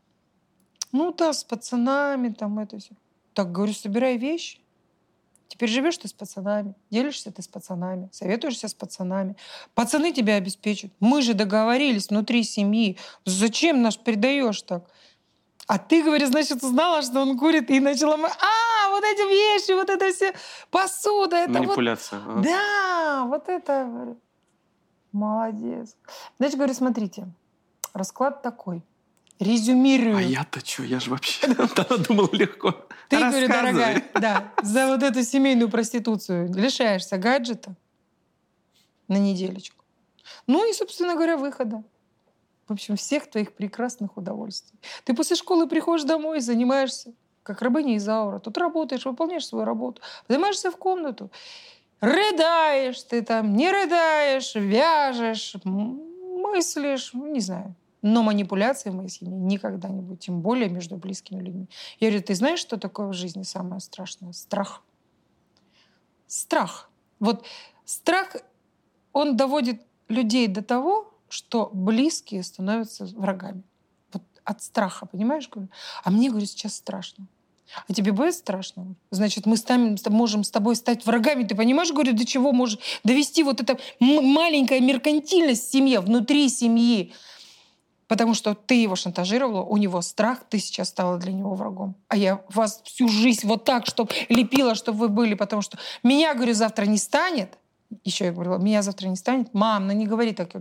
С пацанами там это все. Так, говорю, собирай вещи. Теперь живешь ты с пацанами, делишься ты с пацанами, советуешься с пацанами. Пацаны тебя обеспечат. Мы же договорились внутри семьи. Зачем нас предаешь так? А ты, говоришь, значит, узнала, что он курит, и начала... вот эти вещи, вот это все посуда. Это манипуляция. Вот... Да, вот это... Говорю, молодец. Значит, говорю, смотрите, расклад такой. Резюмирую. А я-то что? Я же вообще думал легко. Ты, говорю, дорогая, за вот эту семейную проституцию лишаешься гаджета на неделечку. И, собственно говоря, выхода. В общем, всех твоих прекрасных удовольствий. Ты после школы приходишь домой, занимаешься, как рабыня Изаура. Тут работаешь, выполняешь свою работу, поднимаешься в комнату, рыдаешь ты там, не рыдаешь, вяжешь, мыслишь, не знаю. Но манипуляции в моей семье никогда не будет, тем более между близкими людьми. Я говорю, ты знаешь, что такое в жизни самое страшное? Страх. Страх. Вот страх, он доводит людей до того, что близкие становятся врагами. Вот от страха, понимаешь? А мне, говорю, сейчас страшно. А тебе будет страшно? Значит, мы можем с тобой стать врагами. Ты понимаешь, говорю, до чего может довести вот эта маленькая меркантильность в семье, внутри семьи? Потому что ты его шантажировала, у него страх, ты сейчас стала для него врагом. А я вас всю жизнь вот так, чтобы лепила, чтобы вы были, потому что меня, говорю, завтра не станет. Еще я говорила, меня завтра не станет. Мам, не говори так.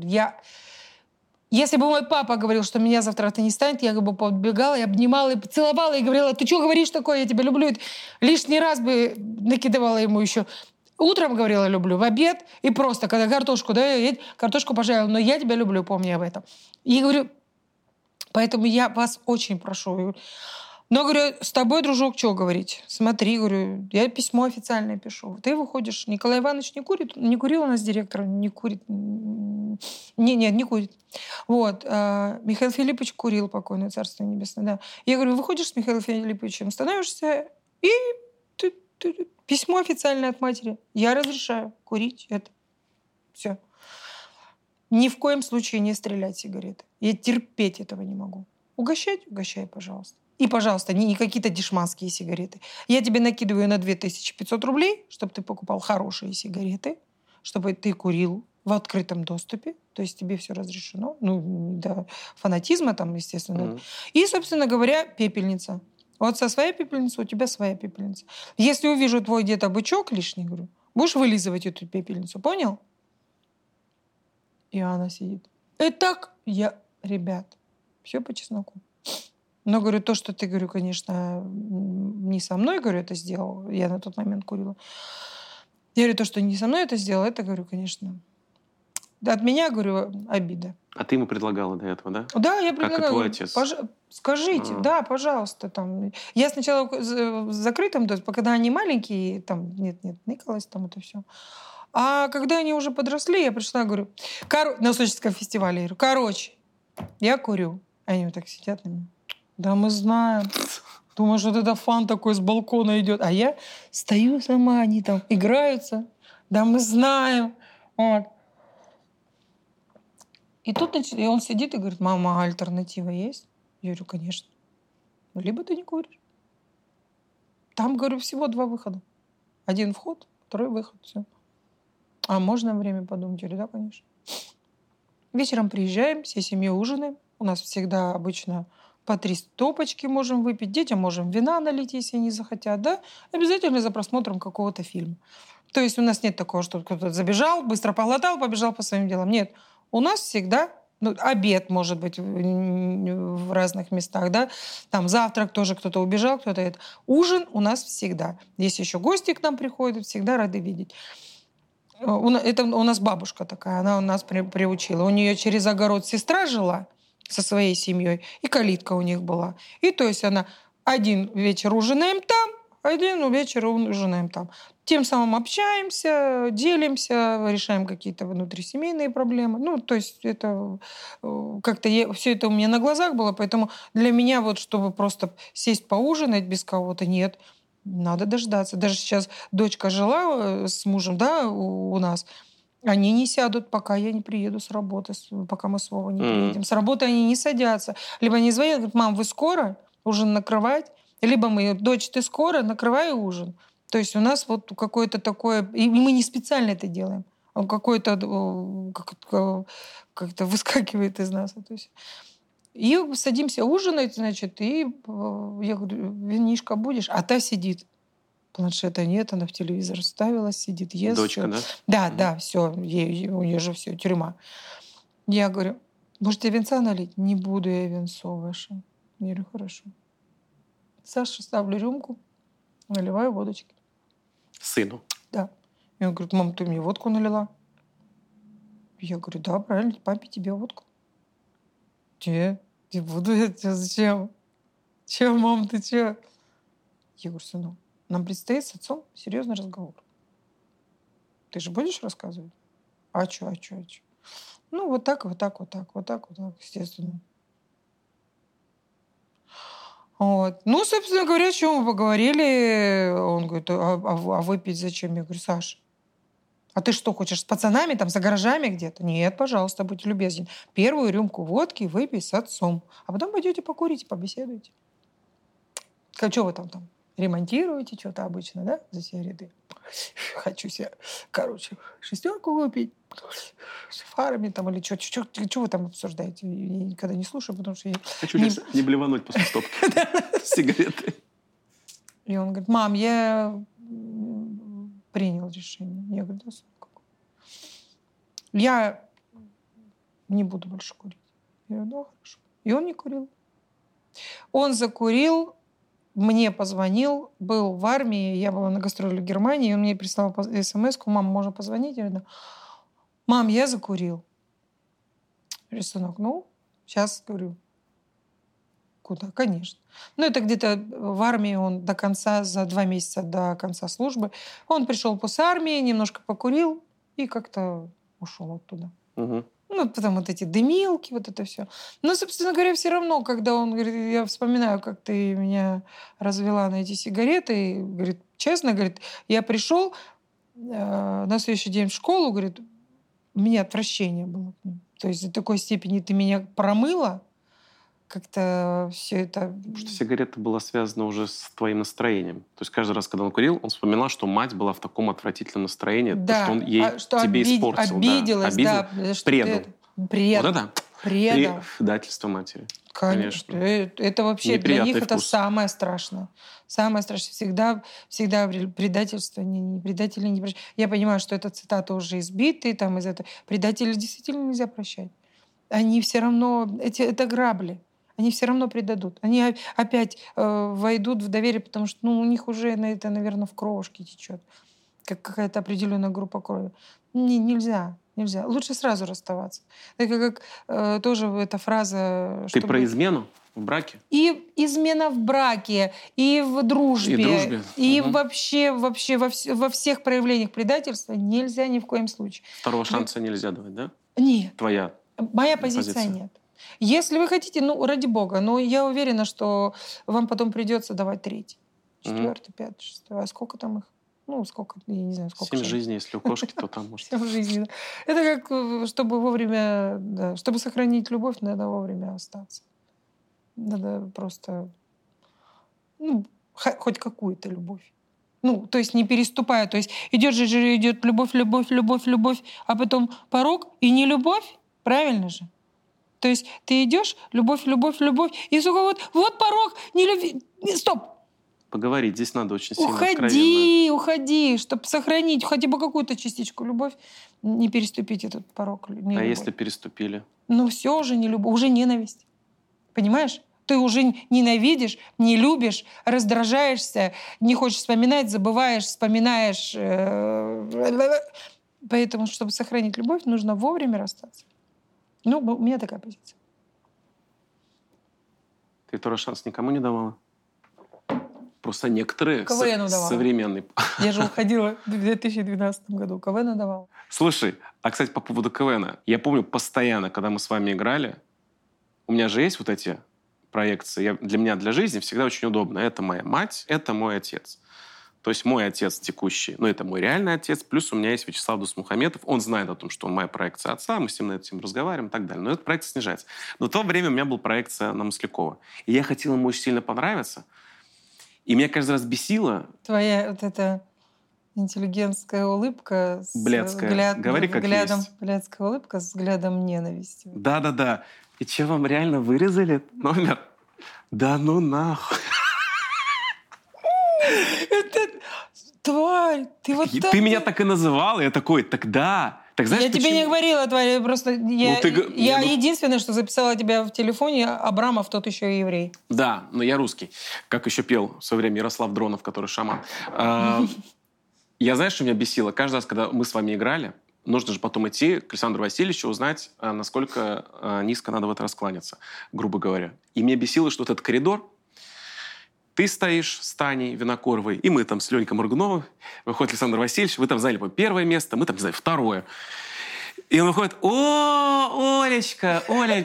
Если бы мой папа говорил, что меня завтра это не станет, я бы подбегала и обнимала, и поцеловала, и говорила, ты что говоришь такое, я тебя люблю. И лишний раз бы накидывала ему еще. Утром говорила люблю, в обед, и просто, когда картошку пожарила, но я тебя люблю, помни об этом. И говорю, поэтому я вас очень прошу. Но, говорю, с тобой, дружок, что говорить? Смотри, говорю, я письмо официальное пишу. Ты выходишь, Николай Иванович не курит, не курил у нас директор, не курит. Нет, не курит. Вот. Михаил Филиппович курил, покойное царство небесное, да. Я говорю, выходишь с Михаилом Филипповичем, становишься и Письмо официальное от матери. Я разрешаю курить это. Все. Ни в коем случае не стрелять сигареты. Я терпеть этого не могу. Угощать? Угощай, пожалуйста. И, пожалуйста, не какие-то дешманские сигареты. Я тебе накидываю на 2500 рублей, чтобы ты покупал хорошие сигареты, чтобы ты курил в открытом доступе. То есть тебе все разрешено. Ну, до фанатизма там, естественно. И, собственно говоря, пепельница. У отца своя пепельница, у тебя своя пепельница. Если увижу твой где-то бычок лишний, говорю, будешь вылизывать эту пепельницу, понял? И она сидит. И так ребят, все по чесноку. Но, говорю, то, что ты, говорю, конечно, не со мной, говорю, это сделал. Я на тот момент курила. Я говорю, то, что не со мной это сделал, это, говорю, конечно, от меня, говорю, обида. А ты ему предлагала до этого, да? Да, я предлагала. Как и твой отец. Скажите, да, пожалуйста. Там. Я сначала в закрытом, то есть, когда они маленькие, там, нет, ныкалась, там это все. А когда они уже подросли, я пришла, говорю, на Сочинском фестивале, я говорю, короче, я курю. Они вот так сидят на меня. Да мы знаем. Думаешь, вот это фан такой с балкона идет. А я стою сама, они там играются. Да мы знаем. Вот. И тут и он сидит и говорит, мама, а альтернатива есть? Я говорю, конечно. Либо ты не куришь. Там, говорю, всего 2 выхода. 1 вход, 2 выход. Все. А можно время подумать? Я говорю, да, конечно. Вечером приезжаем, всей семьей ужинаем. У нас всегда обычно по 3 стопочки можем выпить. Детям можем вина налить, если они захотят. Да? Обязательно за просмотром какого-то фильма. То есть у нас нет такого, что кто-то забежал, быстро поглотал, побежал по своим делам. Нет. У нас всегда обед, может быть, в разных местах, да, там завтрак тоже кто-то убежал, кто-то это. Ужин у нас всегда. Если еще гости к нам приходят, всегда рады видеть. Это у нас бабушка такая, она у нас приучила. У нее через огород сестра жила со своей семьей, и калитка у них была. И то есть она один вечер ужинаем там, один вечер ужинаем там. Тем самым общаемся, делимся, решаем какие-то внутрисемейные проблемы. Ну, то есть это как-то все это у меня на глазах было, поэтому для меня вот, чтобы просто сесть поужинать без кого-то, нет. Надо дождаться. Даже сейчас дочка жила с мужем, да, у нас. Они не сядут, пока я не приеду с работы, пока мы с Вовой не приедем. С работы они не садятся. Либо они звонят, говорят, мам, вы скоро? Ужин накрывать? Либо мы, дочь, ты скоро? Накрывай ужин. То есть у нас вот какое-то такое... И мы не специально это делаем. Он какой-то как-то выскакивает из нас. То есть... И садимся ужинать, значит, и я говорю, винишко будешь? А та сидит. Планшета нет, она в телевизор вставилась, сидит, ест. Дочка, всё. Да, все, у нее же все, тюрьма. Я говорю, можете венца налить? Не буду я венцо ваше. Я говорю, хорошо. Саша, ставлю рюмку, наливаю водочки. Сыну? Да. И он говорит, мам, ты мне водку налила? Я говорю, да, правильно, папе тебе водку. Не буду я тебя, зачем? Че, мам, ты че? Я говорю, сынок, нам предстоит с отцом серьезный разговор. Ты же будешь рассказывать? А что? Ну, вот так, естественно. Вот. Ну, собственно говоря, о чем мы поговорили. Он говорит, а выпить зачем? Я говорю, Саша, а ты что, хочешь с пацанами там за гаражами где-то? Нет, пожалуйста, будь любезен. Первую рюмку водки выпей с отцом. А потом пойдете покурите, побеседуйте. Что вы там ремонтируете что-то обычно, да, за сигареты? Хочу себе, шестерку выпить с фарами там или что вы там обсуждаете? Я никогда не слушаю, потому что... Хочу не блевануть после стопки сигареты. И он говорит, мам, я принял решение. Я говорю, да, сынок. Я не буду больше курить. Я говорю, да, хорошо. И он не курил. Он закурил, мне позвонил, был в армии, я была на гастроле в Германии, и он мне прислал смс-ку, мам, можно позвонить? Я говорю, мам, я закурил. Я говорю, сынок, сейчас, говорю, куда? Конечно. Это где-то в армии он до конца, за 2 месяца до конца службы. Он пришел после армии, немножко покурил и как-то ушел оттуда. Угу. Ну, потом вот эти дымилки, вот это все. Но, собственно говоря, все равно, когда он говорит, я вспоминаю, как ты меня развела на эти сигареты, и, говорит, честно, говорит, я пришел на следующий день в школу, говорит, у меня отвращение было к ним. То есть до такой степени ты меня промыла, как-то все это... Потому что сигарета была связана уже с твоим настроением. То есть каждый раз, когда он курил, он вспоминал, что мать была в таком отвратительном настроении, Да, что он ей что тебе испортил. обиделась, да, что предал. Предал. Вот это Предал. предательство матери. Конечно. Это вообще для Неприятный них это вкус. самое страшное. Самое страшное. Всегда предательство, не предатели не прощают. Я понимаю, что эта цитата уже избитая, там из этого. Предателей действительно нельзя прощать. Они все равно, это грабли. Они все равно предадут. Они опять войдут в доверие, потому что у них уже это, наверное, в кровушке течет. Как какая-то определенная группа крови. Нельзя. Лучше сразу расставаться. Это как тоже эта фраза... Ты про измену в браке? И измена в браке, и в дружбе. И дружбе. И вообще во всех проявлениях предательства нельзя ни в коем случае. Второго шанса нельзя давать, да? Нет. Твоя Моя позиция нет. Если вы хотите, ради бога, но я уверена, что вам потом придется давать третий, четвертый, пятый, шестой. А сколько там их? Сколько, я не знаю, сколько. 7 жизней, если у кошки, то там может... 7 жизней, да. Это как, чтобы вовремя, да, чтобы сохранить любовь, надо вовремя остаться. Надо просто, хоть какую-то любовь. То есть не переступая. То есть идет любовь, а потом порог и не любовь. Правильно же? То есть ты идешь, любовь, и сука, вот порог, не любви. Стоп! Поговорить здесь надо очень сильно откровенно. Уходи, чтобы сохранить хотя бы какую-то частичку любовь, не переступить этот порог. Если переступили? Все уже не любовь, уже ненависть. Понимаешь? Ты уже ненавидишь, не любишь, раздражаешься, не хочешь вспоминать, забываешь, вспоминаешь. Поэтому, чтобы сохранить любовь, нужно вовремя расстаться. У меня такая позиция. Ты второй шанс никому не давала? Просто некоторые современные. Я же уходила в 2012 году. КВН давала. Слушай, кстати, по поводу КВН. Я помню постоянно, когда мы с вами играли, у меня же есть вот эти проекции. Для меня, для жизни всегда очень удобно. Это моя мать, это мой отец. То есть мой отец текущий, это мой реальный отец, плюс у меня есть Вячеслав Дусмухаметов. Он знает о том, что он моя проекция отца, мы с ним на эту тему разговариваем и так далее. Но эта проекция снижается. Но в то время у меня была проекция на Маслякова. И я хотел ему очень сильно понравиться. И меня каждый раз бесило... Твоя вот эта интеллигентская улыбка с блядская. Говори как взглядом, есть. Блядская улыбка с взглядом ненависти. Да. И что, вам реально вырезали номер? Да ну нахуй. Тварь, ты вот так... Ты меня так и называла, я такой, тогда... Так знаешь, я тебе не говорила, тварь, просто я единственное, что записала тебя в телефоне, Абрамов тот еще и еврей. Да, но я русский. Как еще пел в свое время Ярослав Дронов, который шаман. Я, знаешь, что меня бесило? Каждый раз, когда мы с вами играли, нужно же потом идти к Александру Васильевичу, узнать, насколько низко надо в это раскланяться, грубо говоря. И меня бесило, что вот этот коридор, ты стоишь с Таней Винокуровой, и мы там с Ленькой Моргуновым, выходит Александр Васильевич, вы там заняли первое место, мы там, не знаю, второе. И он выходит, Олечка, Оля,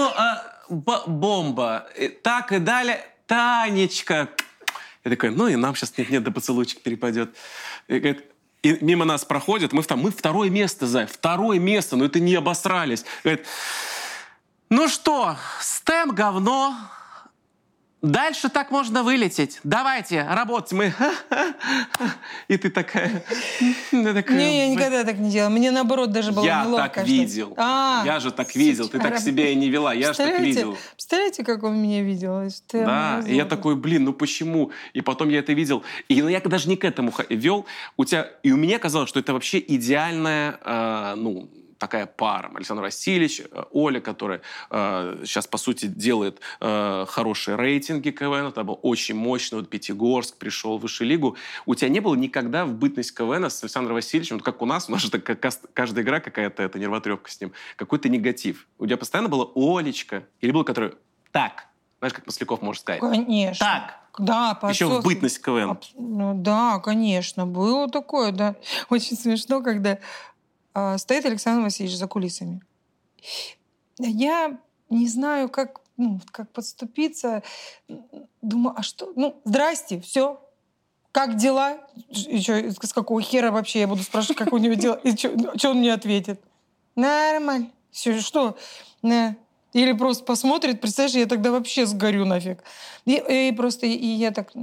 бомба, так и далее, Танечка. Я такой, и нам сейчас нет-нет, да поцелуйчик перепадет. И говорит, и мимо нас проходят, мы второе место, второе место, это не обосрались. Говорит, что, Стэн говно, дальше так можно вылететь. Давайте, работать мы. И ты такая... Не, я никогда так не делала. Мне наоборот даже было неловко. Я так видел. Я же так видел. Ты так себя и не вела. Я же так видел. Представляете, как он меня видел? Да, и я такой, почему? И потом я это видел. И я даже не к этому вел. И у меня казалось, что это вообще идеальная, такая пара. Александр Васильевич, Оля, которая сейчас, по сути, делает хорошие рейтинги КВН. Это был очень мощный. Пятигорск пришел в высшую лигу. У тебя не было никогда в бытность КВН с Александром Васильевичем, как у нас же каждая игра какая-то, это нервотрепка с ним, какой-то негатив. У тебя постоянно была Олечка, или была, которая так, знаешь, как Масляков может сказать? Конечно. Так. Да, еще в бытность КВН. Да, конечно, было такое, да. Очень смешно, когда стоит Александр Васильевич за кулисами. Я не знаю, как подступиться. Думаю, а что? Здрасте, все. Как дела? И чё, с какого хера вообще я буду спрашивать, как у него дела? И что он мне ответит? Нормально. Все, что? Или просто посмотрит, представляешь, я тогда вообще сгорю нафиг. И я так...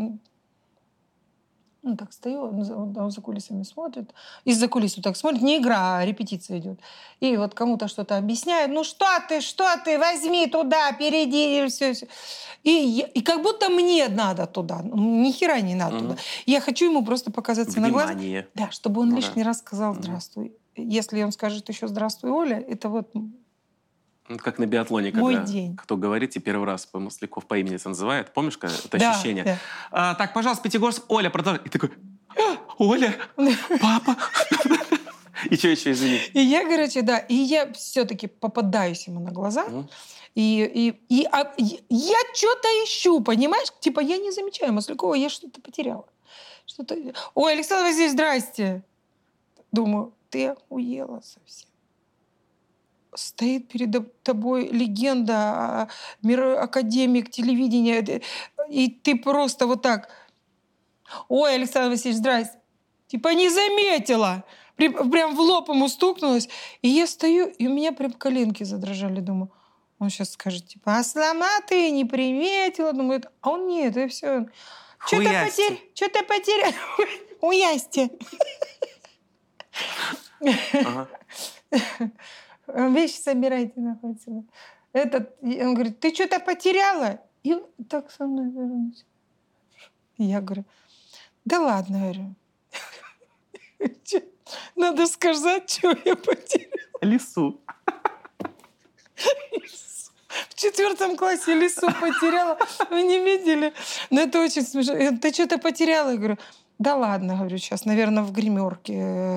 так стою, он за кулисами смотрит. Из-за кулис вот так смотрит. Не игра, а репетиция идет. И вот кому-то что-то объясняет. Что ты, возьми туда, перейди. И все. И как будто мне надо туда. Ни хера не надо туда. Я хочу ему просто показаться на глаз. Да, чтобы он лишний раз сказал «здравствуй». Если он скажет еще «здравствуй, Оля», это вот... Как на биатлоне, когда кто говорит, и первый раз Масляков по имени называет. Помнишь, это ощущение? Да. Так, пожалуйста, Пятигорск, Оля, продолжай. И такой, Оля, папа. И что еще, извини? И я, и я все-таки попадаюсь ему на глаза. И я что-то ищу, понимаешь? Типа я не замечаю Маслякова, я что-то потеряла. Ой, Александр Васильевич, здрасте. Думаю, ты охуела совсем. Стоит перед тобой легенда, академик телевидения, и ты просто вот так. Ой, Александр Васильевич, здрасте. Типа не заметила. Прям в лоб ему стукнулась. И я стою, и у меня прям коленки задрожали. Думаю, он сейчас скажет, типа, Аслама, ты не приметила. Думаю, а он нет, и все. Что-то потерял. Уясти. Вещи собирайте, находится. Он говорит, ты что-то потеряла? И так со мной вернулся. Я говорю, да ладно, говорю. Надо сказать, что я потеряла. Лису. В 4 классе лису потеряла. Вы не видели? Но это очень смешно. Ты что-то потеряла? Я говорю, да ладно, говорю, сейчас, наверное, в гримерке.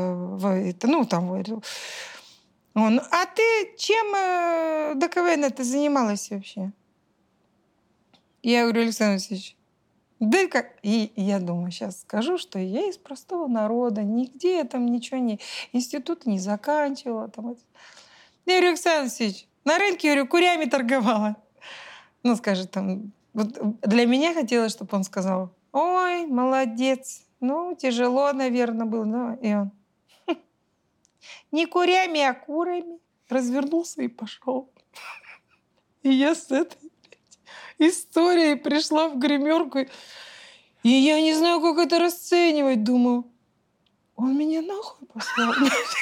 Он, а ты чем до КВН-то занималась вообще? Я говорю, Александр Васильевич, да как... И я думаю, сейчас скажу, что я из простого народа, нигде я там ничего не... Институт не заканчивала. Я говорю, Александр Васильевич, на рынке, говорю, курями торговала. Скажет там... Вот для меня хотелось, чтобы он сказал, ой, молодец, тяжело, наверное, было. И он... Не курями, а курами. Развернулся и пошел. И я с этой историей пришла в гримерку. И я не знаю, как это расценивать. Думаю, он меня нахуй послал.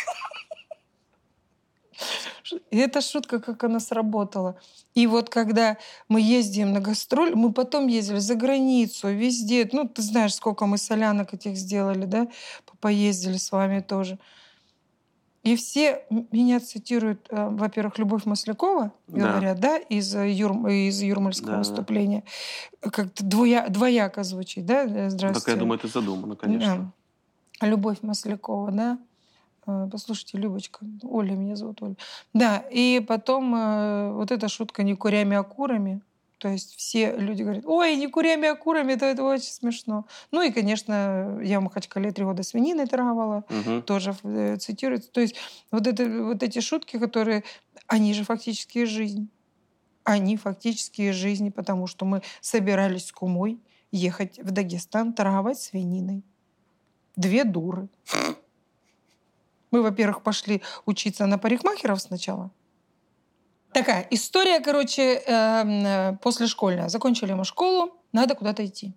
И эта шутка, как она сработала. И вот когда мы ездим на гастроль, мы потом ездили за границу, везде. Ты знаешь, сколько мы солянок этих сделали, да? Поездили с вами тоже. И все меня цитируют, во-первых, Любовь Маслякова, говорят, да, из юрмальского выступления. Как-то двояко звучит, да? Здравствуйте. Так, я думаю, это задумано, конечно. Да. Любовь Маслякова, да. Послушайте, Любочка, Оля меня зовут, Оля. Да, и потом вот эта шутка «не курями, а курами». То есть все люди говорят, ой, не курями, а курами, это очень смешно. И, конечно, я в Махачкале 3 года свининой торговала, тоже цитируется. То есть вот эти шутки, которые, они же фактически жизнь. Они фактически жизнь, потому что мы собирались с кумой ехать в Дагестан торговать свининой. 2 дуры. Мы, во-первых, пошли учиться на парикмахеров сначала. Такая история, послешкольная. Закончили мы школу, надо куда-то идти.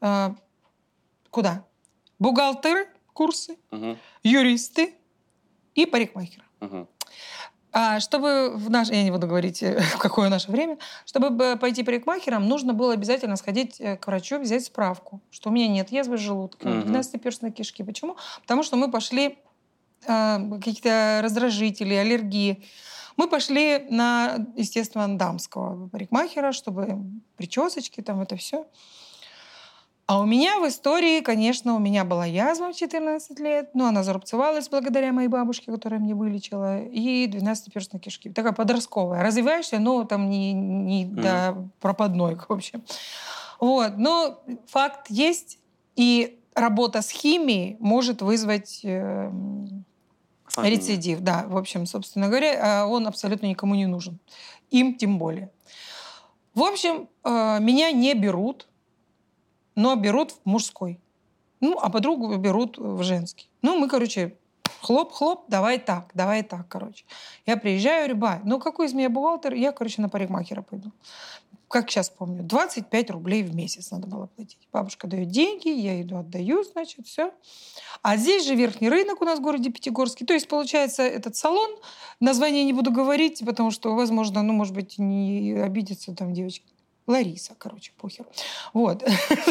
Куда? Бухгалтеры, курсы, юристы и парикмахеры. Чтобы я не буду говорить, в какое наше время, чтобы пойти парикмахером, нужно было обязательно сходить к врачу, взять справку, что у меня нет язвы желудка, 12-перстной кишки. Почему? Потому что мы пошли какие-то раздражители, аллергии. Мы пошли на, естественно, дамского парикмахера, чтобы причесочки, там это все. А у меня в истории, конечно, у меня была язва в 14 лет, но она зарубцевалась благодаря моей бабушке, которая мне вылечила, и 12-перстной кишки. Такая подростковая. Развиваешься, но там не до пропадной, в общем. Вот. Но факт есть, и работа с химией может вызвать Рецидив, да. В общем, собственно говоря, он абсолютно никому не нужен. Им тем более. В общем, меня не берут, но берут в мужской. Ну, а подругу берут в женский. Ну, мы, короче, хлоп-хлоп, давай так, короче. Я приезжаю, говорю, ну какой из меня бухгалтер? Я, короче, на парикмахера пойду. Как сейчас помню, 25 рублей в месяц надо было платить. Бабушка дает деньги, я иду, отдаю, значит, все. А здесь же верхний рынок у нас в городе Пятигорске. То есть, получается, этот салон, название не буду говорить, потому что, возможно, ну, может быть, не обидятся там девочки. Лариса, короче, похер. Вот.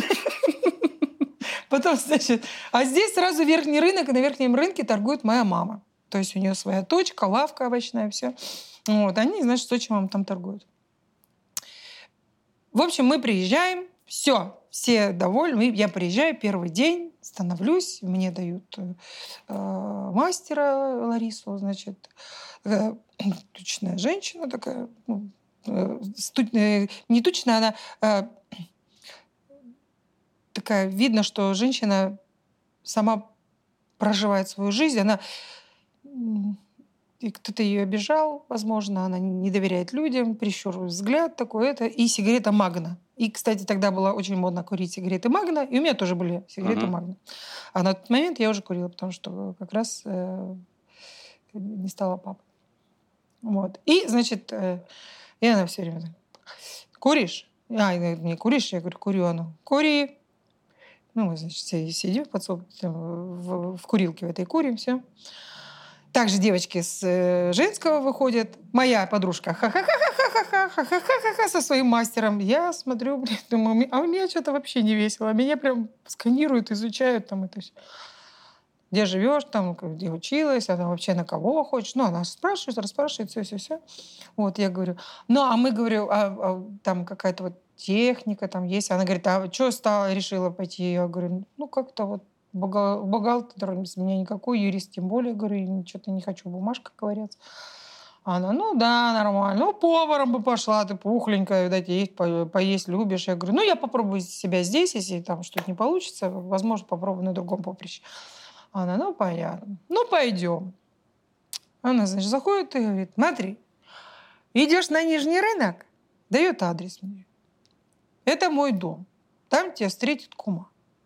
Потом, значит, а здесь сразу верхний рынок, и на верхнем рынке торгует моя мама. То есть у нее своя точка, лавка овощная, все. Вот, они, значит, с отчимом там торгуют. В общем, мы приезжаем, все довольны. Я приезжаю первый день, становлюсь, мне дают мастера Ларису, значит, тучная женщина такая, ну, не тучная, она такая, видно, что женщина сама проживает свою жизнь, она и кто-то ее обижал, возможно, она не доверяет людям, прищур взгляд такой, это, и сигарета Магна. И, кстати, тогда было очень модно курить сигареты Магна, и у меня тоже были сигареты Магна. А на тот момент я уже курила, потому что как раз не стала папой. Вот. И, значит, и она все время так, куришь? Не куришь? Я говорю, курю. Она, кури. Ну, мы, значит, все сидим в курилке в этой, курим, все. Также девочки с женского выходят. Моя подружка ха-ха-ха-ха-ха-ха-ха-ха-ха-ха со своим мастером. Я смотрю, блин, думаю, а у меня что-то вообще не весело. Меня прям сканируют, изучают там это все. Где живешь, там, где училась, она вообще на кого хочешь. Ну, она спрашивает, расспрашивает, все. Вот, я говорю, ну, а мы, говорю, там какая-то вот техника там есть. Она говорит, а что решила пойти? Я говорю, ну, как-то вот бухгалтер из меня никакой, юрист тем более, говорю, что-то не хочу в бумажках ковыряться. Она, ну да, нормально. Ну, поваром бы пошла, ты пухленькая, видать, есть, поесть любишь. Я говорю, ну, я попробую себя здесь, если там что-то не получится, возможно, попробую на другом поприще. Она, ну, понятно. Ну, пойдем. Она, значит, заходит и говорит, смотри, идешь на Нижний рынок, дает адрес мне. Это мой дом. Там тебя встретит кума.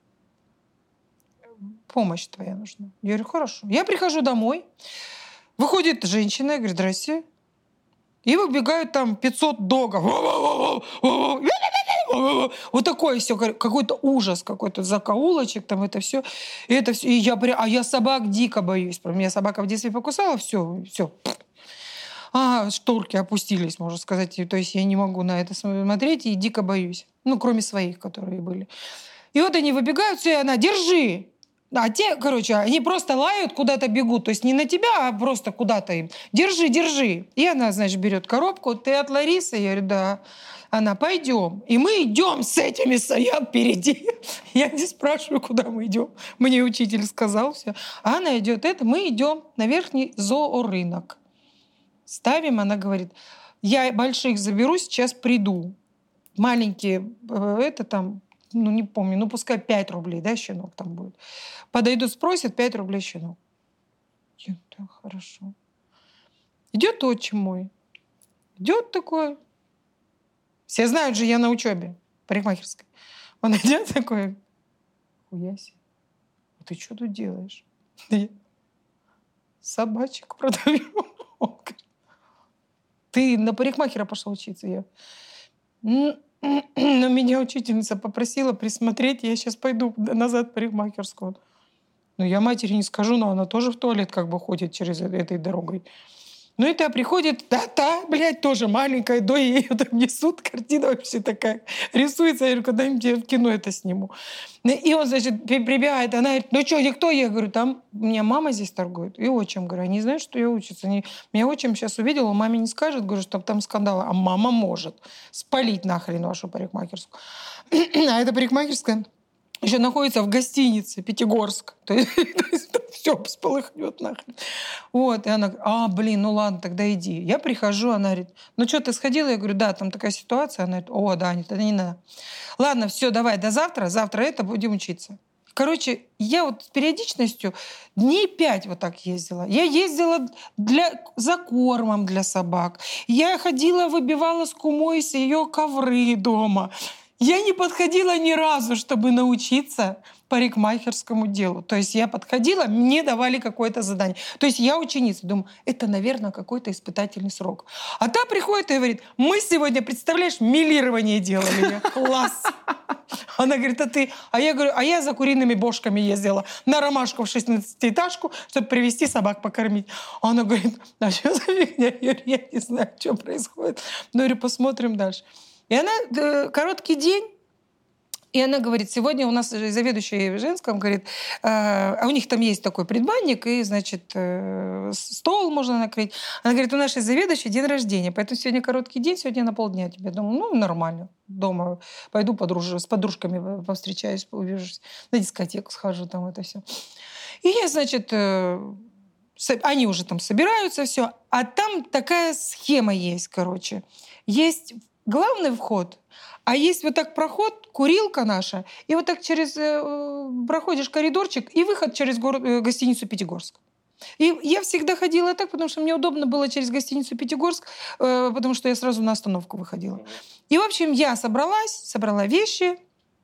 Помощь твоя нужна. Я говорю, хорошо. Я прихожу домой, выходит женщина, я говорю, здрасте. И выбегают там 500 догов. Вот такое все, какой-то ужас, какой-то закоулочек, там это все. И я собак дико боюсь. Меня собака в детстве покусала, все. Шторки опустились, можно сказать. То есть я не могу на это смотреть и дико боюсь. Ну, кроме своих, которые были. И вот они выбегают, все, и она, держи. А те, короче, они просто лают, куда-то бегут. То есть не на тебя, а просто куда-то им. Держи. И она, значит, берет коробку. Ты от Ларисы? Я говорю, да. Она, пойдем. И мы идем с этими, стоят впереди. Я не спрашиваю, куда мы идем. Мне учитель сказал все. А она идет, мы идем на верхний зоорынок. Ставим, она говорит, я больших заберу, сейчас приду. Маленькие, ну, не помню, ну, пускай 5 рублей, да, щенок там будет. Подойдут, спросят, 5 рублей щенок. Я, да, хорошо. Идет отчим мой. Идет такой. Все знают же, я на учебе парикмахерской. Он идет такой, хуя себе. А ты что тут делаешь? Я собачек продаю. Он говорит, ты на парикмахера пошла учиться? Я, но меня учительница попросила присмотреть, я сейчас пойду назад в парикмахерскую. Ну, я матери не скажу, но она тоже в туалет как бы ходит через этой дорогой. Ну, это приходит, блядь, тоже маленькая, до ее там несут, картина вообще такая рисуется. Я говорю, когда-нибудь я в кино это сниму. И он, значит, прибегает, она говорит, ну что, никто? Я говорю, там у меня мама здесь торгует. И отчим, говорю, они знают, что я учится. Меня отчим сейчас увидел, он маме не скажет, говорю, что там скандал. А мама может спалить нахрен вашу парикмахерскую. А эта парикмахерская еще находится в гостинице Пятигорск. То есть все всполыхнет нахрен. Вот. И она говорит, блин, ну ладно, тогда иди. Я прихожу, она говорит, ну что, ты сходила? Я говорю, да, там такая ситуация. Она говорит, да, нет, это не надо. Ладно, все, давай, до завтра. Завтра будем учиться. Короче, я вот с периодичностью дней 5 вот так ездила. Я ездила за кормом для собак. Я ходила, выбивала с кумой с ее ковры дома. Я не подходила ни разу, чтобы научиться парикмахерскому делу. То есть я подходила, мне давали какое-то задание. То есть я ученица. Думаю, это, наверное, какой-то испытательный срок. А та приходит и говорит, мы сегодня, представляешь, милирование делали. Я, класс. Она говорит, а ты? А я говорю, а я за куриными бошками ездила на Ромашку в 16-этажку, чтобы привезти собак покормить. Она говорит, а что за фигня? Я говорю, я не знаю, что происходит. Но говорю, посмотрим дальше. И она, короткий день, и она говорит, сегодня у нас заведующая в женском, говорит, а у них там есть такой предбанник, и, значит, стол можно накрыть. Она говорит, у нашей заведующей день рождения, поэтому сегодня короткий день, сегодня на полдня тебе. Думаю, ну, нормально, дома пойду с подружками повстречаюсь, увижусь, на дискотеку схожу, там это все. И я, значит, они уже там собираются, все, а там такая схема есть, короче. Есть главный вход, а есть вот так проход, курилка наша, и вот так проходишь коридорчик, и выход через гостиницу «Пятигорск». И я всегда ходила так, потому что мне удобно было через гостиницу «Пятигорск», потому что я сразу на остановку выходила. И, в общем, я собрала вещи,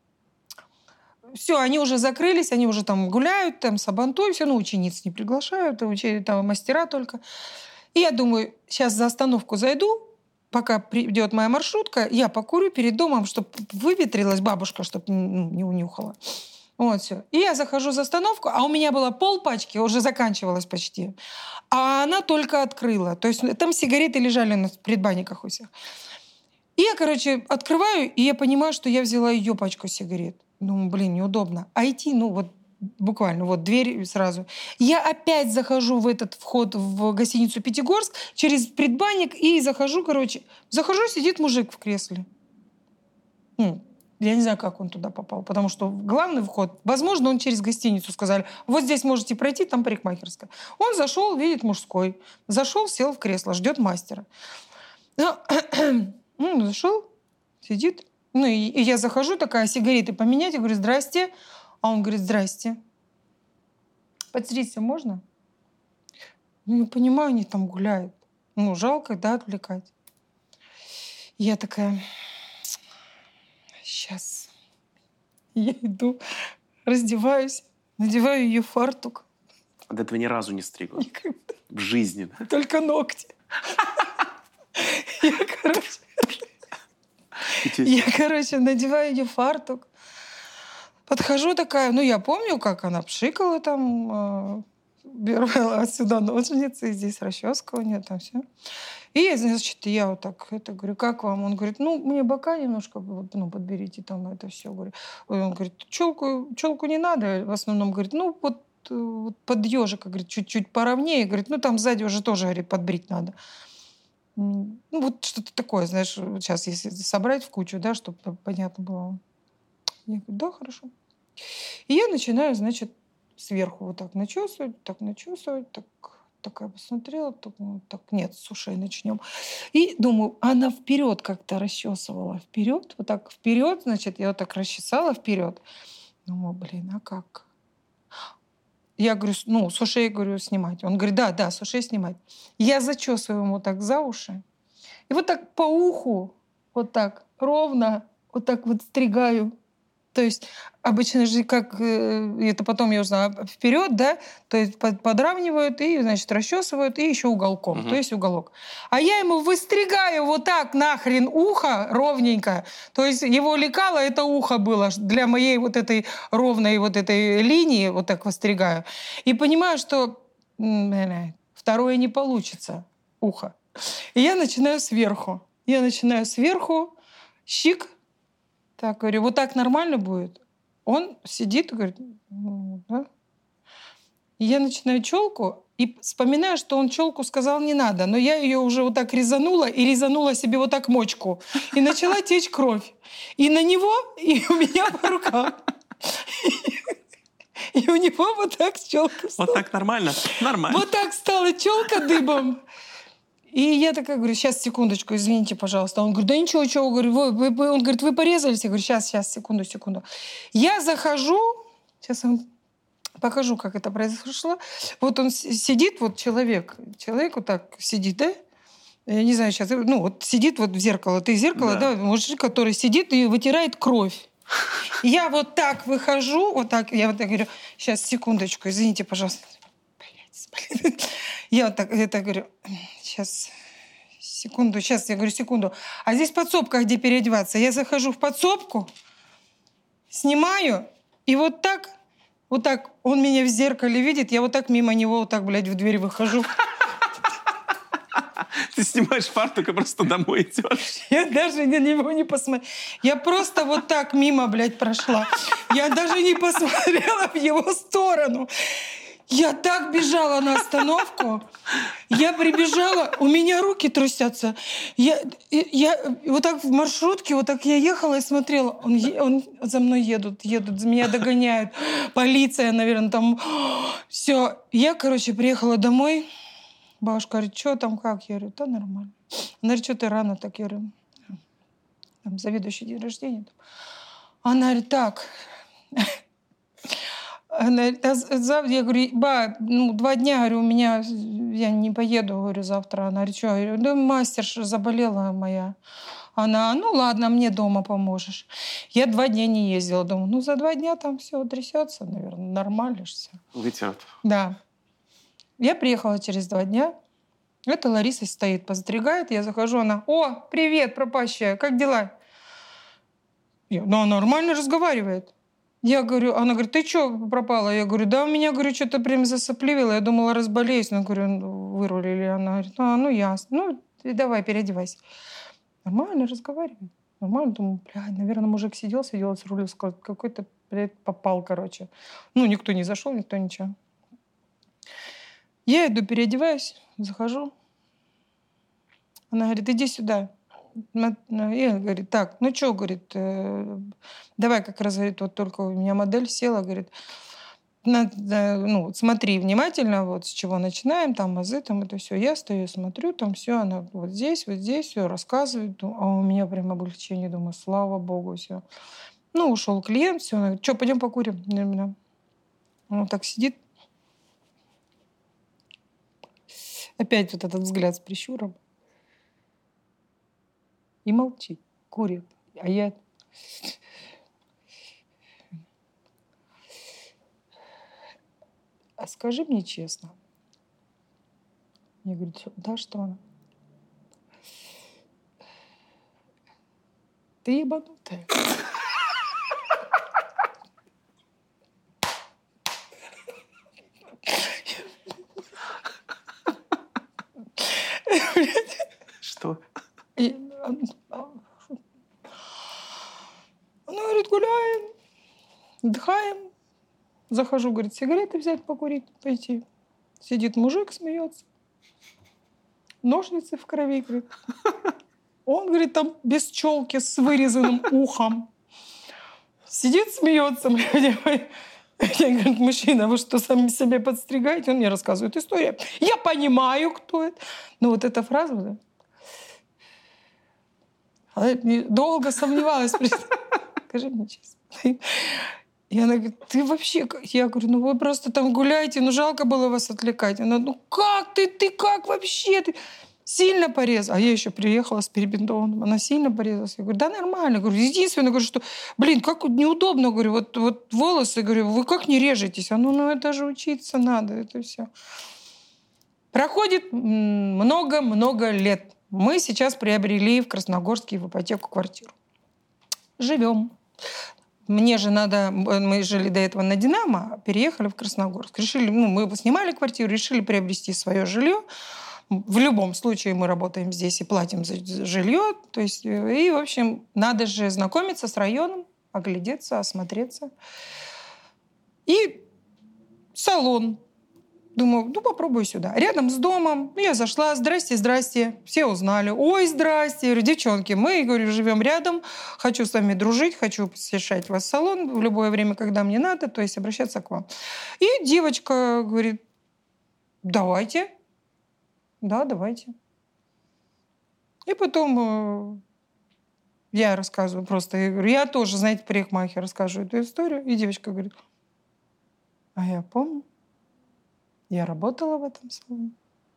все, они уже закрылись, они уже там гуляют, там сабантуй, все, учениц не приглашают, там мастера только. И я думаю, сейчас за остановку зайду, пока придет моя маршрутка, я покурю перед домом, чтобы выветрилась бабушка, чтобы не унюхала. Вот все. И я захожу за остановку, а у меня было полпачки, уже заканчивалась почти. А она только открыла. То есть там сигареты лежали на предбанниках у всех. И я, короче, открываю, и я понимаю, что я взяла ее пачку сигарет. Думаю, блин, неудобно. А идти, буквально, дверь сразу. Я опять захожу в этот вход в гостиницу «Пятигорск» через предбанник и захожу, сидит мужик в кресле. Я не знаю, как он туда попал, потому что главный вход, возможно, он через гостиницу сказали, вот здесь можете пройти, там парикмахерская. Он зашел, видит мужской. Зашел, сел в кресло, ждет мастера. Зашел, сидит. И я захожу, такая, сигареты поменять, я говорю, здрасте. А он говорит, здрасте. Подстричься можно? Я понимаю, они там гуляют. Жалко, да, отвлекать. Я такая, сейчас. Я иду, раздеваюсь, надеваю ее фартук. До этого ни разу не стригла? Никогда. В жизни? Только ногти. Я, надеваю ее фартук. Подхожу такая, я помню, как она пшикала там, беру отсюда ножницы, здесь расческа у нее, там все. И, значит, я вот так говорю, как вам? Он говорит, мне бока немножко подберите, там это все. Он говорит, челку не надо, в основном, говорит, под ежика, говорит, чуть-чуть поровнее, говорит, там сзади уже тоже, говорит, подбрить надо. Что-то такое, знаешь, сейчас если собрать в кучу, да, чтобы понятно было. Я говорю, да, хорошо. И я начинаю, значит, сверху вот так начесывать, такая посмотрела, так, нет, с ушей начнем. И думаю, она вперед как-то расчесывала, вперед, вот так вперед, значит, я вот так расчесала вперед. Думаю, блин, а как? Я говорю, с ушей, говорю, снимать. Он говорит, да, с ушей снимать. Я зачесываю ему так за уши. И вот так по уху, вот так ровно, вот так вот стригаю. То есть обычно же, как это потом я узнала, вперед, да, то есть подравнивают и, значит, расчесывают, и еще уголком, то есть уголок. А я ему выстригаю вот так нахрен ухо ровненько. То есть его лекало, это ухо было для моей вот этой ровной вот этой линии, вот так выстригаю. И понимаю, что второе не получится, ухо. И я начинаю сверху. Щик. Так, говорю, вот так нормально будет? Он сидит и говорит, да. И я начинаю челку и вспоминаю, что он челку сказал не надо, но я ее уже вот так резанула и резанула себе вот так мочку. И начала течь кровь. И на него, и у меня по рукам. И у него вот так челка стала. Вот так нормально? Нормально. Вот так стала челка дыбом. И я такая говорю, сейчас, секундочку, извините, пожалуйста. Он говорит, да ничего, говорю, он говорит, вы порезались? Я говорю, сейчас, секунду. Я захожу, Сейчас я вам покажу, как это произошло. Вот он сидит, вот человек вот так сидит, да? Я не знаю сейчас, ну вот сидит вот в зеркало. Ты зеркало, да, мужик, который сидит и вытирает кровь. Я вот так выхожу, вот так, я вот так говорю, сейчас, секундочку, извините, пожалуйста. Я вот так это говорю, сейчас, секунду, сейчас, я говорю, секунду. А здесь подсобка, где переодеваться. Я захожу в подсобку, снимаю, и вот так, он меня в зеркале видит, я вот так мимо него, вот так, блядь, в дверь выхожу. Ты снимаешь фартук и просто домой идешь. Я даже на него не посмотрела. Я просто вот так мимо, блядь, прошла. Я даже не посмотрела в его сторону. Я так бежала на остановку. Я прибежала, у меня руки трусятся. Я вот так в маршрутке, вот так я ехала и смотрела. Он за мной едут, меня догоняют. Полиция, наверное, там. Все. Я, короче, приехала домой. Бабушка говорит, что там, как? Я говорю, да нормально. Она говорит, что ты рано так? Я говорю, там заведующий день рождения. Она говорит, так. Она говорит, я говорю, 2 дня, говорю, у меня, я не поеду, говорю, завтра. Она говорит, что? Я говорю, да мастер заболела моя. Она, ну ладно, мне дома поможешь. Я 2 дня не ездила. Думаю, ну за 2 дня там все трясется, наверное, нормально же все. Уйдет. Да. Я приехала через 2 дня. Это Лариса стоит, подстригает. Я захожу, она, о, привет, пропащая, как дела? Она нормально разговаривает. Я говорю, она говорит, ты что пропала? Я говорю, да у меня, говорю, что-то прям засопливило. Я думала, разболеюсь. Я говорю, вырулили. Она говорит, ну ясно. Ну, ты давай, переодевайся. Нормально разговаривает. Нормально. Думаю, наверное, мужик сидел, с рулем, какой-то, блядь, попал, короче. Ну, никто не зашел, никто ничего. Я иду, переодеваюсь, захожу. Она говорит, иди сюда. Я говорит, так, ну что, говорит, давай как раз, говорит, вот только у меня модель села, говорит, ну, смотри внимательно, вот с чего начинаем, там азы, там это все. Я стою, смотрю, там все, она вот здесь, все рассказывает. А у меня прям облегчение, думаю, слава богу, все. Ну, ушел клиент, все, она говорит, что, пойдем покурим? Он так сидит. Опять вот этот взгляд с прищуром. И молчит, курит. А я... А скажи мне честно. Я говорю, да, что она? Ты ебанутая. Что? Она говорит, гуляем, отдыхаем. Захожу, говорит, сигареты взять, покурить, пойти. Сидит мужик, смеется. Ножницы в крови, говорит. Он, говорит, там без челки, с вырезанным ухом. Сидит, смеется. Я говорю, мужчина, вы что, сами себе подстригаете? Он мне рассказывает историю. Я понимаю, кто это. Но вот эта фраза, да, она долго сомневалась. Скажи мне честно. И она говорит, ты вообще... Я говорю, ну вы просто там гуляете, ну жалко было вас отвлекать. Она, ну как ты как вообще? Ты сильно порезала. А я еще приехала с перебинтованным. Она сильно порезалась. Я говорю, да нормально. Я говорю, единственное, говорю, что, блин, как неудобно, говорю, вот волосы, говорю, вы как не режетесь? А ну это же учиться надо, это все. Проходит много-много лет. Мы сейчас приобрели в Красногорске в ипотеку квартиру. Живем. Мне же надо... Мы жили до этого на Динамо, переехали в Красногорск. Решили, мы снимали квартиру, решили приобрести свое жилье. В любом случае мы работаем здесь и платим за жилье. То есть, и, в общем, надо же знакомиться с районом, оглядеться, осмотреться. И салон. Думаю, ну, попробую сюда. Рядом с домом. Я зашла. Здрасте. Все узнали. Ой, здрасте. Я говорю, девчонки, мы, говорю, живем рядом. Хочу с вами дружить. Хочу посещать вас в салон в любое время, когда мне надо. То есть обращаться к вам. И девочка говорит, давайте. Да, давайте. И потом я рассказываю просто. Я говорю, я тоже, знаете, парикмахер, рассказываю эту историю. И девочка говорит, А я помню. Я работала в этом салоне.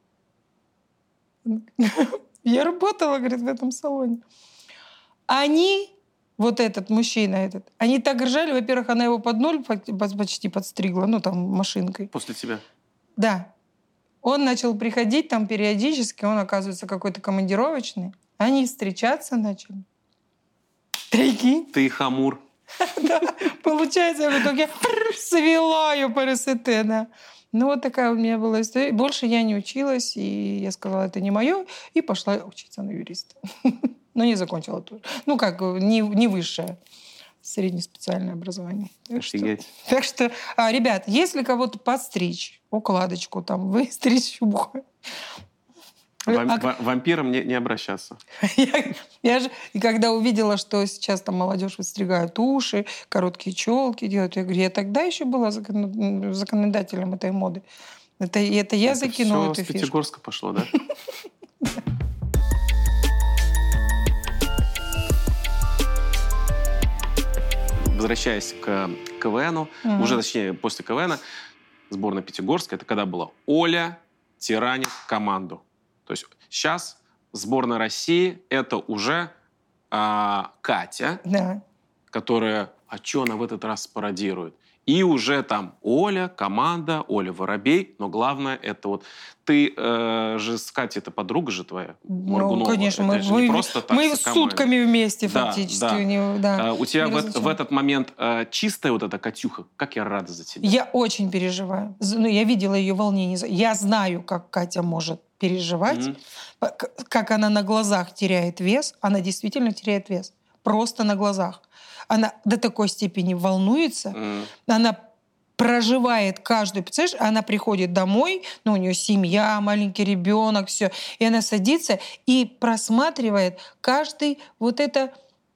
Я работала, говорит, в этом салоне. Они, вот этот мужчина они так ржали. Во-первых, она его под ноль почти подстригла, ну, там, машинкой. После тебя? Да. Он начал приходить там периодически, он, оказывается, какой-то командировочный. Они встречаться начали. Прикинь. Ты хамур. Да, получается, в итоге свела ее по РСТ, да. Ну, вот такая у меня была история. Больше я не училась, и я сказала, это не мое, и пошла учиться на юриста. Но не закончила тоже. Ну, как, не высшее, среднеспециальное образование. Так что, ребят, если кого-то подстричь, укладочку, там, выстричь ухо, вампирам не обращаться. Я же, и когда увидела, что сейчас там молодежь выстригают уши, короткие челки делают, я говорю, я тогда еще была законодателем этой моды. Это я закинула эту фишку. С Пятигорска пошло, да? Возвращаясь к КВНу, уже, точнее, после КВНа, сборная Пятигорска, это когда была Оля тиранит команду. То есть сейчас сборная России — это уже Катя, да, которая... А что она в этот раз пародирует? И уже там Оля, команда, Оля Воробей. Но главное, это вот... Ты же с Катей, это подруга же твоя, Моргунова. Ну, конечно, мы сутками вместе фактически. Да. У тебя в этот момент чистая вот эта Катюха. Как я рада за тебя. Я очень переживаю. Ну, я видела ее волнение. Я знаю, как Катя может переживать, как она на глазах теряет вес. Она действительно теряет вес. Просто на глазах. Она до такой степени волнуется. Она проживает каждую... Представляешь, она приходит домой, ну, у нее семья, маленький ребенок, все. И она садится и просматривает каждый вот это...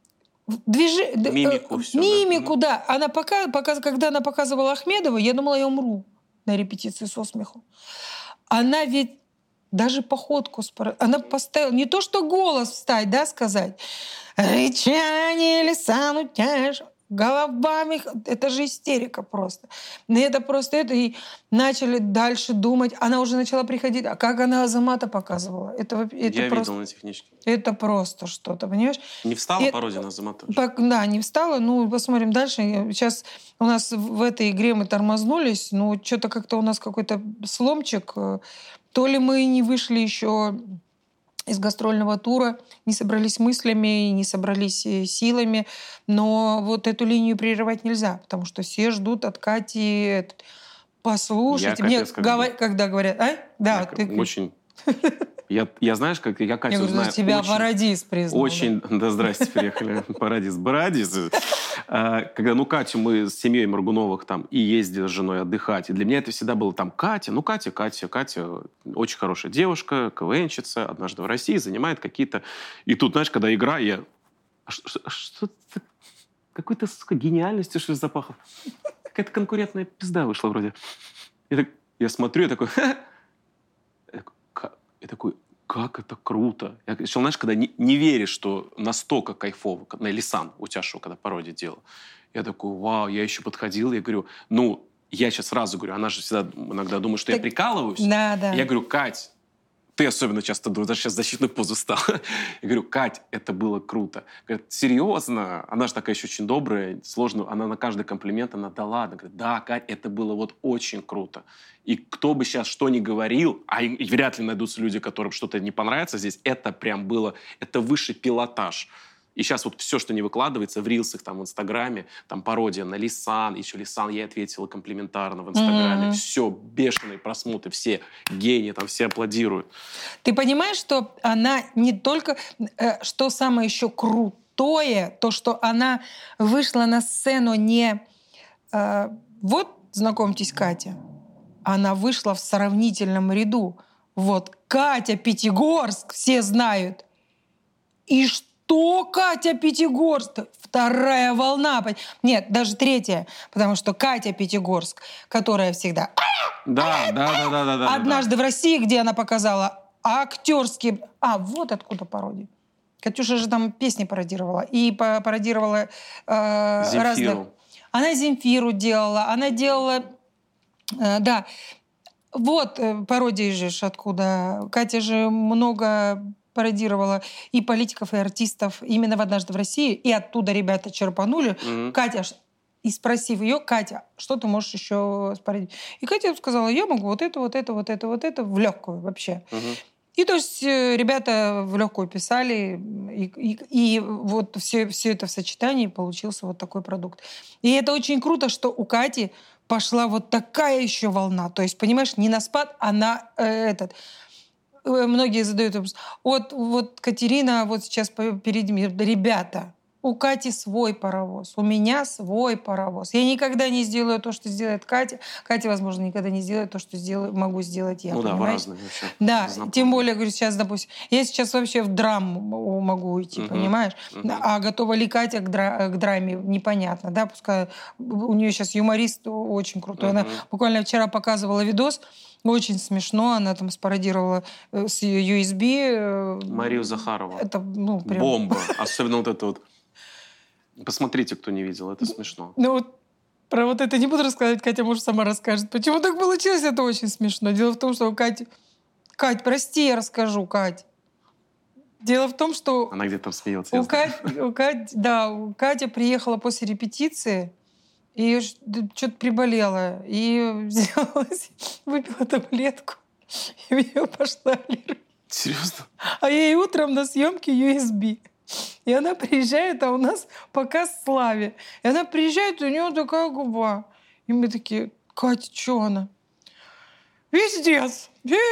Мимику все. Мимику, да. Она когда она показывала Ахмедова, я думала, я умру на репетиции со смеху. Она ведь даже походку... Она поставила... Не то, что голос встать, да, сказать. Рычание лисан утяж... Головами, это же истерика просто. Это просто это. И начали дальше думать. Она уже начала приходить. А как она Азамата показывала? Это я просто, видел на техничке. Это просто что-то, понимаешь? Не встала пародия на Азамата? Да, не встала. Ну, посмотрим дальше. Сейчас у нас в этой игре мы тормознулись. Ну, что-то как-то у нас какой-то сломчик. То ли мы не вышли еще из гастрольного тура, не собрались мыслями, не собрались силами. Но вот эту линию прерывать нельзя, потому что все ждут от Кати... Послушайте, мне когда говорят... А? Да, ты... Очень... Я знаешь, как я Катю знаю... Я говорю, тебя Парадис признал. Очень... Да, здрасте, приехали. Парадис. Когда, Катю мы с семьей Моргуновых там и ездили с женой отдыхать. И для меня это всегда было там Катя. Катя очень хорошая девушка, КВНщица, однажды в России, занимает какие-то... И тут, знаешь, когда игра, я... Что-то... Какой-то, гениальности, что ли, Запахов? Какая-то конкурентная пизда вышла вроде. Я смотрю, я такой... Я такой, как это круто. Я начал, знаешь, когда не веришь, что настолько кайфово, на Лисан Утяшева, когда пародию делал. Я такой, вау, я еще подходил, я говорю, я сейчас сразу говорю, она же всегда иногда думает, что я прикалываюсь. Да. Я говорю, Кать, ты особенно часто думаешь, даже сейчас защитную позу стал. Я говорю, Кать, это было круто. Говорит, серьезно? Она же такая еще очень добрая, сложная. Она на каждый комплимент, она, да ладно. Говорит, да, Кать, это было вот очень круто. И кто бы сейчас что ни говорил, а вряд ли найдутся люди, которым что-то не понравится здесь, это прям было, это высший пилотаж. И сейчас вот все, что не выкладывается в рилсах, там, в Инстаграме, там пародия на Лисан, еще Лисан, я ответила комплиментарно в Инстаграме. Все, бешеные просмотры, все гении, там все аплодируют. Ты понимаешь, что она не только... Что самое еще крутое, то, что она вышла на сцену не... Вот, знакомьтесь, Катя. Она вышла в сравнительном ряду. Вот, Катя Пятигорск, все знают. И что Катя Пятигорск? Вторая волна. Нет, даже третья. Потому что Катя Пятигорск, которая всегда... Да. Однажды в России, где она показала актерские... вот откуда пародия. Катюша же там песни пародировала. И пародировала разных... Она Земфиру делала. Она делала Да. Вот пародия же ж откуда. Катя же много пародировала и политиков, и артистов именно в «Однажды в России», и оттуда ребята черпанули. Катя, и спросив ее: Катя, что ты можешь еще спародировать? И Катя сказала: я могу вот это, вот это, вот это, вот это, в легкую вообще. И то есть ребята в легкую писали, и вот все это в сочетании получился вот такой продукт. И это очень круто, что у Кати пошла вот такая еще волна. То есть, понимаешь, не на спад, а на этот. Многие задают вопрос. Вот Катерина вот сейчас перед ними. Ребята, у Кати свой паровоз, у меня свой паровоз. Я никогда не сделаю то, что сделает Катя. Катя, возможно, никогда не сделает то, что могу сделать я. Ну да, понимаете? по-разному вообще. Да, Знакомые. тем более, говорю, сейчас, допустим, я сейчас вообще в драму могу уйти, понимаешь? А готова ли Катя к драме, непонятно, да, пускай у нее сейчас юморист очень крутой. Она буквально вчера показывала видос, очень смешно, она там спародировала с USB. Марию Захарову. Это, ну, прям... Бомба. Особенно вот это вот. Посмотрите, кто не видел, это смешно. Ну вот про вот это не буду рассказывать, Катя, может, сама расскажет. Почему так получилось, это очень смешно. Дело в том, что у Кати... Кать, прости, я расскажу, Кать. Дело в том, что... Она где-то смеется. Катя приехала после репетиции и что-то приболела. И выпила таблетку, и у нее пошла аллергия. Серьезно? А ей утром на съемке USB. И она приезжает, а у нас показ Славе. И она приезжает, и у нее такая губа. И мы такие: Катя, что она? Пиздец.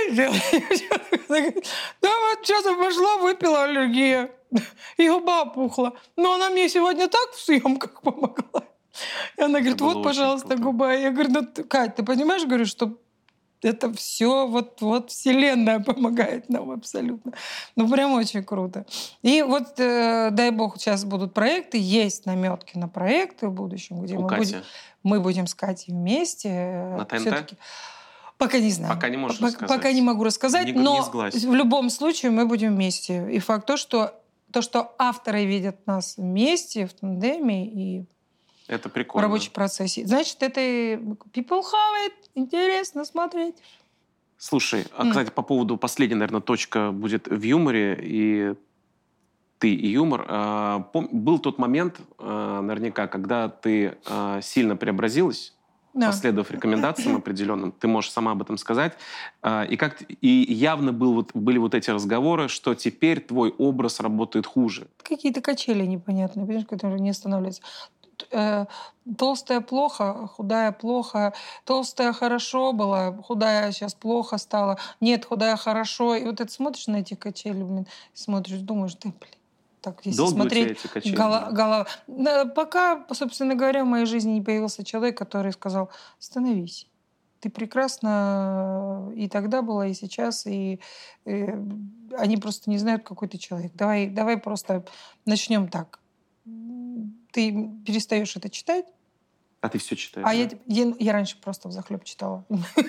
Да вот что-то пошло, выпила аллергия. И губа опухла. Но она мне сегодня так в съемках помогла. И она говорит: вот, пожалуйста, губа. Я говорю: ну, Кать, ты понимаешь, говорю, что это все вот Вселенная помогает нам абсолютно. Ну, прям очень круто. И вот, дай бог, сейчас будут проекты, есть намётки на проекты в будущем, где мы будем с Катей вместе. На ТНТ? Всё-таки... Пока не знаю. Пока не можешь рассказать. Пока не могу рассказать, но сглазь. в любом случае мы будем вместе. И факт то, что авторы видят нас вместе в тандеме и это в прикольно. рабочем процессе. Значит, это people have it. Интересно смотреть. Слушай, кстати, по поводу последней, наверное, точка будет в юморе, и ты, и юмор. Был тот момент, наверняка, когда ты сильно преобразилась, последовав рекомендациям определенным, ты можешь сама об этом сказать. И явно были вот эти разговоры, что теперь твой образ работает хуже. Какие-то качели непонятные, понимаешь, которые не останавливаются. Толстая плохо, худая плохо. Толстая хорошо была, худая сейчас плохо стала. Нет, худая хорошо. И вот это смотришь на эти качели, смотришь, думаешь, да, блин. Так, если долго смотреть, у тебя эти качели? голова. Пока, собственно говоря, в моей жизни не появился человек, который сказал: остановись. Ты прекрасна и тогда была, и сейчас, и они просто не знают, какой ты человек. Давай просто начнем так. Ты перестаешь это читать. А ты все читаешь? Я раньше просто взахлеб читала.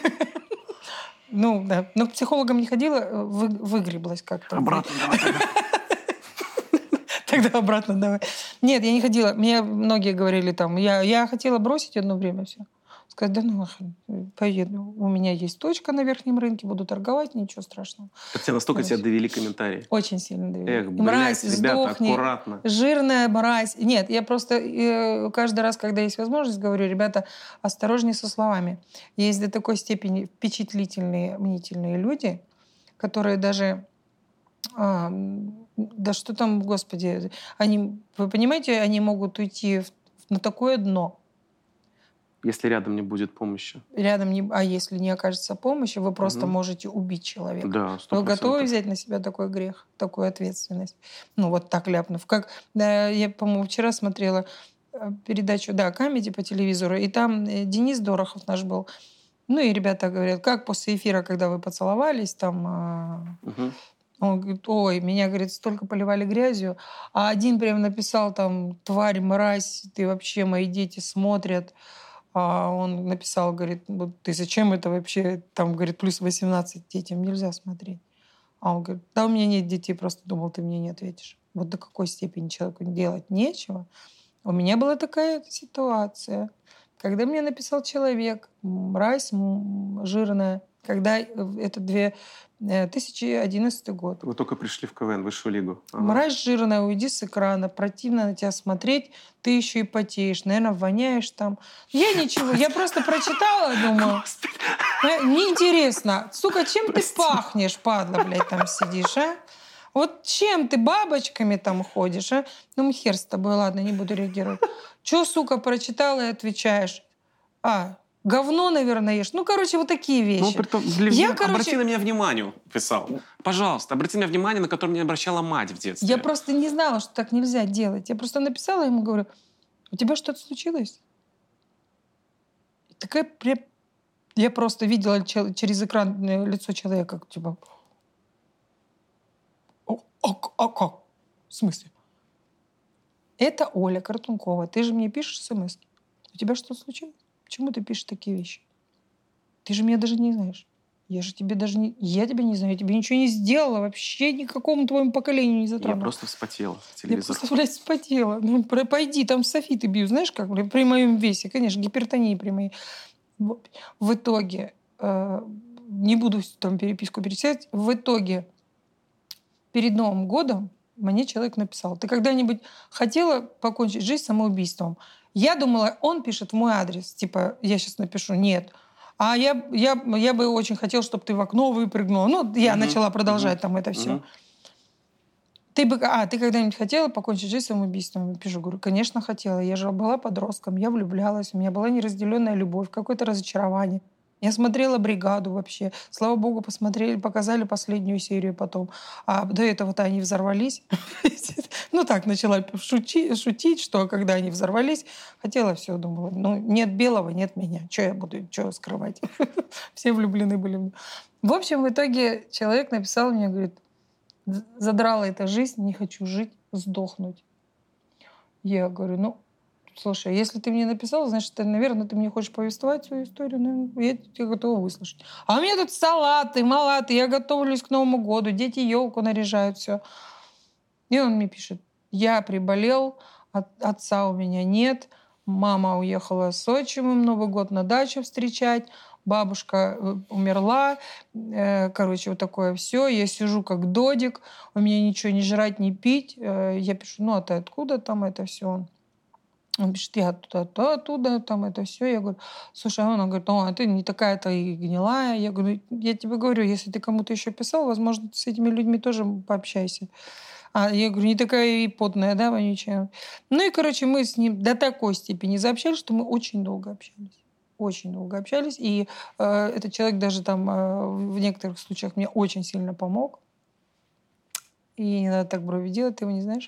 Ну, да. Но к психологам не ходила, выгреблась как-то. Обратно давай тогда. Тогда обратно давай. Нет, я не ходила. Мне многие говорили там, я хотела бросить одно время все. Сказать: да ну нахрен, поеду. У меня есть точка на верхнем рынке, буду торговать, ничего страшного. Настолько тебя довели комментарии? Очень сильно довели. Эх, мразь, ребята, сдохни, аккуратно. Жирная мразь. Нет, я просто каждый раз, когда есть возможность, говорю: ребята, осторожнее со словами. Есть до такой степени впечатлительные, мнительные люди, которые даже... да что там, Господи, вы понимаете, они могут уйти на такое дно. Если рядом не будет помощи. А если не окажется помощи, вы просто можете убить человека. Да, 100%. Вы готовы взять на себя такой грех, такую ответственность? Ну, вот так ляпнув. Я, по-моему, вчера смотрела передачу, «Камеди» по телевизору, и там Денис Дорохов наш был. Ну, и ребята говорят: как после эфира, когда вы поцеловались, там... Он говорит: ой, меня, говорит, столько поливали грязью. А один прям написал там: тварь, мразь, ты вообще, мои дети смотрят. А он написал, говорит: ты зачем это вообще? Там, говорит, плюс 18 детям нельзя смотреть. А он говорит: да у меня нет детей, просто думал, ты мне не ответишь. Вот до какой степени человеку делать нечего. У меня была такая ситуация, Когда мне написал человек, мразь жирная, когда это 2011 год. Вы только пришли в КВН, высшую лигу. Ага. Мразь жирная, уйди с экрана, противно на тебя смотреть, ты еще и потеешь, наверное, воняешь там. Я ничего, я просто прочитала, думаю, неинтересно. Сука, чем ты пахнешь, падла, блядь, там сидишь, а? Вот чем ты бабочками там ходишь, а? Ну, хер с тобой, ладно, не буду реагировать. Чё, сука, прочитала и отвечаешь? Говно, наверное, ешь. Ну, короче, вот такие вещи. Ну, притом, обрати на меня внимание, писал. Пожалуйста, обрати на меня внимание, на которое мне обращала мать в детстве. Я просто не знала, что так нельзя делать. Я просто написала ему, говорю, у тебя что-то случилось? Такая Я просто видела через экран лицо человека, типа... А как? В смысле? Это Оля Картункова. Ты же мне пишешь смс. У тебя что-то случилось? Почему ты пишешь такие вещи? Ты же меня даже не знаешь. Я же тебе даже не... Я тебя не знаю. Я тебе ничего не сделала. Вообще никакому твоему поколению не затронула. Я просто вспотела в телевизор. Я просто, блядь, вспотела. Ну, пойди, там софиты бью. Знаешь, как, блядь, при моем весе. Конечно, гипертонии при моей. В итоге... не буду там переписку перечислять. В итоге перед Новым годом мне человек написал: ты когда-нибудь хотела покончить жизнь самоубийством? Я думала, он пишет в мой адрес. Типа, я сейчас напишу «нет». А я бы очень хотела, чтобы ты в окно выпрыгнула. Ну, я начала продолжать там это все. Ты когда-нибудь хотела покончить жизнь самоубийством? Я пишу, говорю, конечно, хотела. Я же была подростком, я влюблялась, у меня была неразделенная любовь, какое-то разочарование. Я смотрела «Бригаду» вообще. Слава богу, показали последнюю серию потом. А до этого-то они взорвались. Ну так, начала шутить, что когда они взорвались, хотела все, думала, ну нет белого, нет меня. Что я буду, скрывать? Все влюблены были. В общем, в итоге человек написал мне, говорит, задрала эта жизнь, не хочу жить, сдохнуть. Я говорю, ну, слушай, если ты мне написал, значит, наверное, ты мне хочешь повествовать свою историю, ну, я тебя готова выслушать. А у меня тут салаты, малаты, я готовлюсь к Новому году, дети елку наряжают, все. И он мне пишет, я приболел, отца у меня нет, мама уехала с отчимом Новый год на дачу встречать, бабушка умерла, короче, вот такое все. Я сижу как додик, у меня ничего не жрать, не пить. Я пишу, ну, а ты откуда там это все? Он пишет, я оттуда, там это все. Я говорю, слушай, он говорит, а ты не такая-то и гнилая. Я говорю, я тебе говорю, если ты кому-то еще писал, возможно, ты с этими людьми тоже пообщайся. Я говорю, не такая и потная, да, вонючая. Ну и, короче, мы с ним до такой степени заобщались, что мы очень долго общались. Очень долго общались. И этот человек даже там в некоторых случаях мне очень сильно помог. И не надо так брови делать, ты его не знаешь.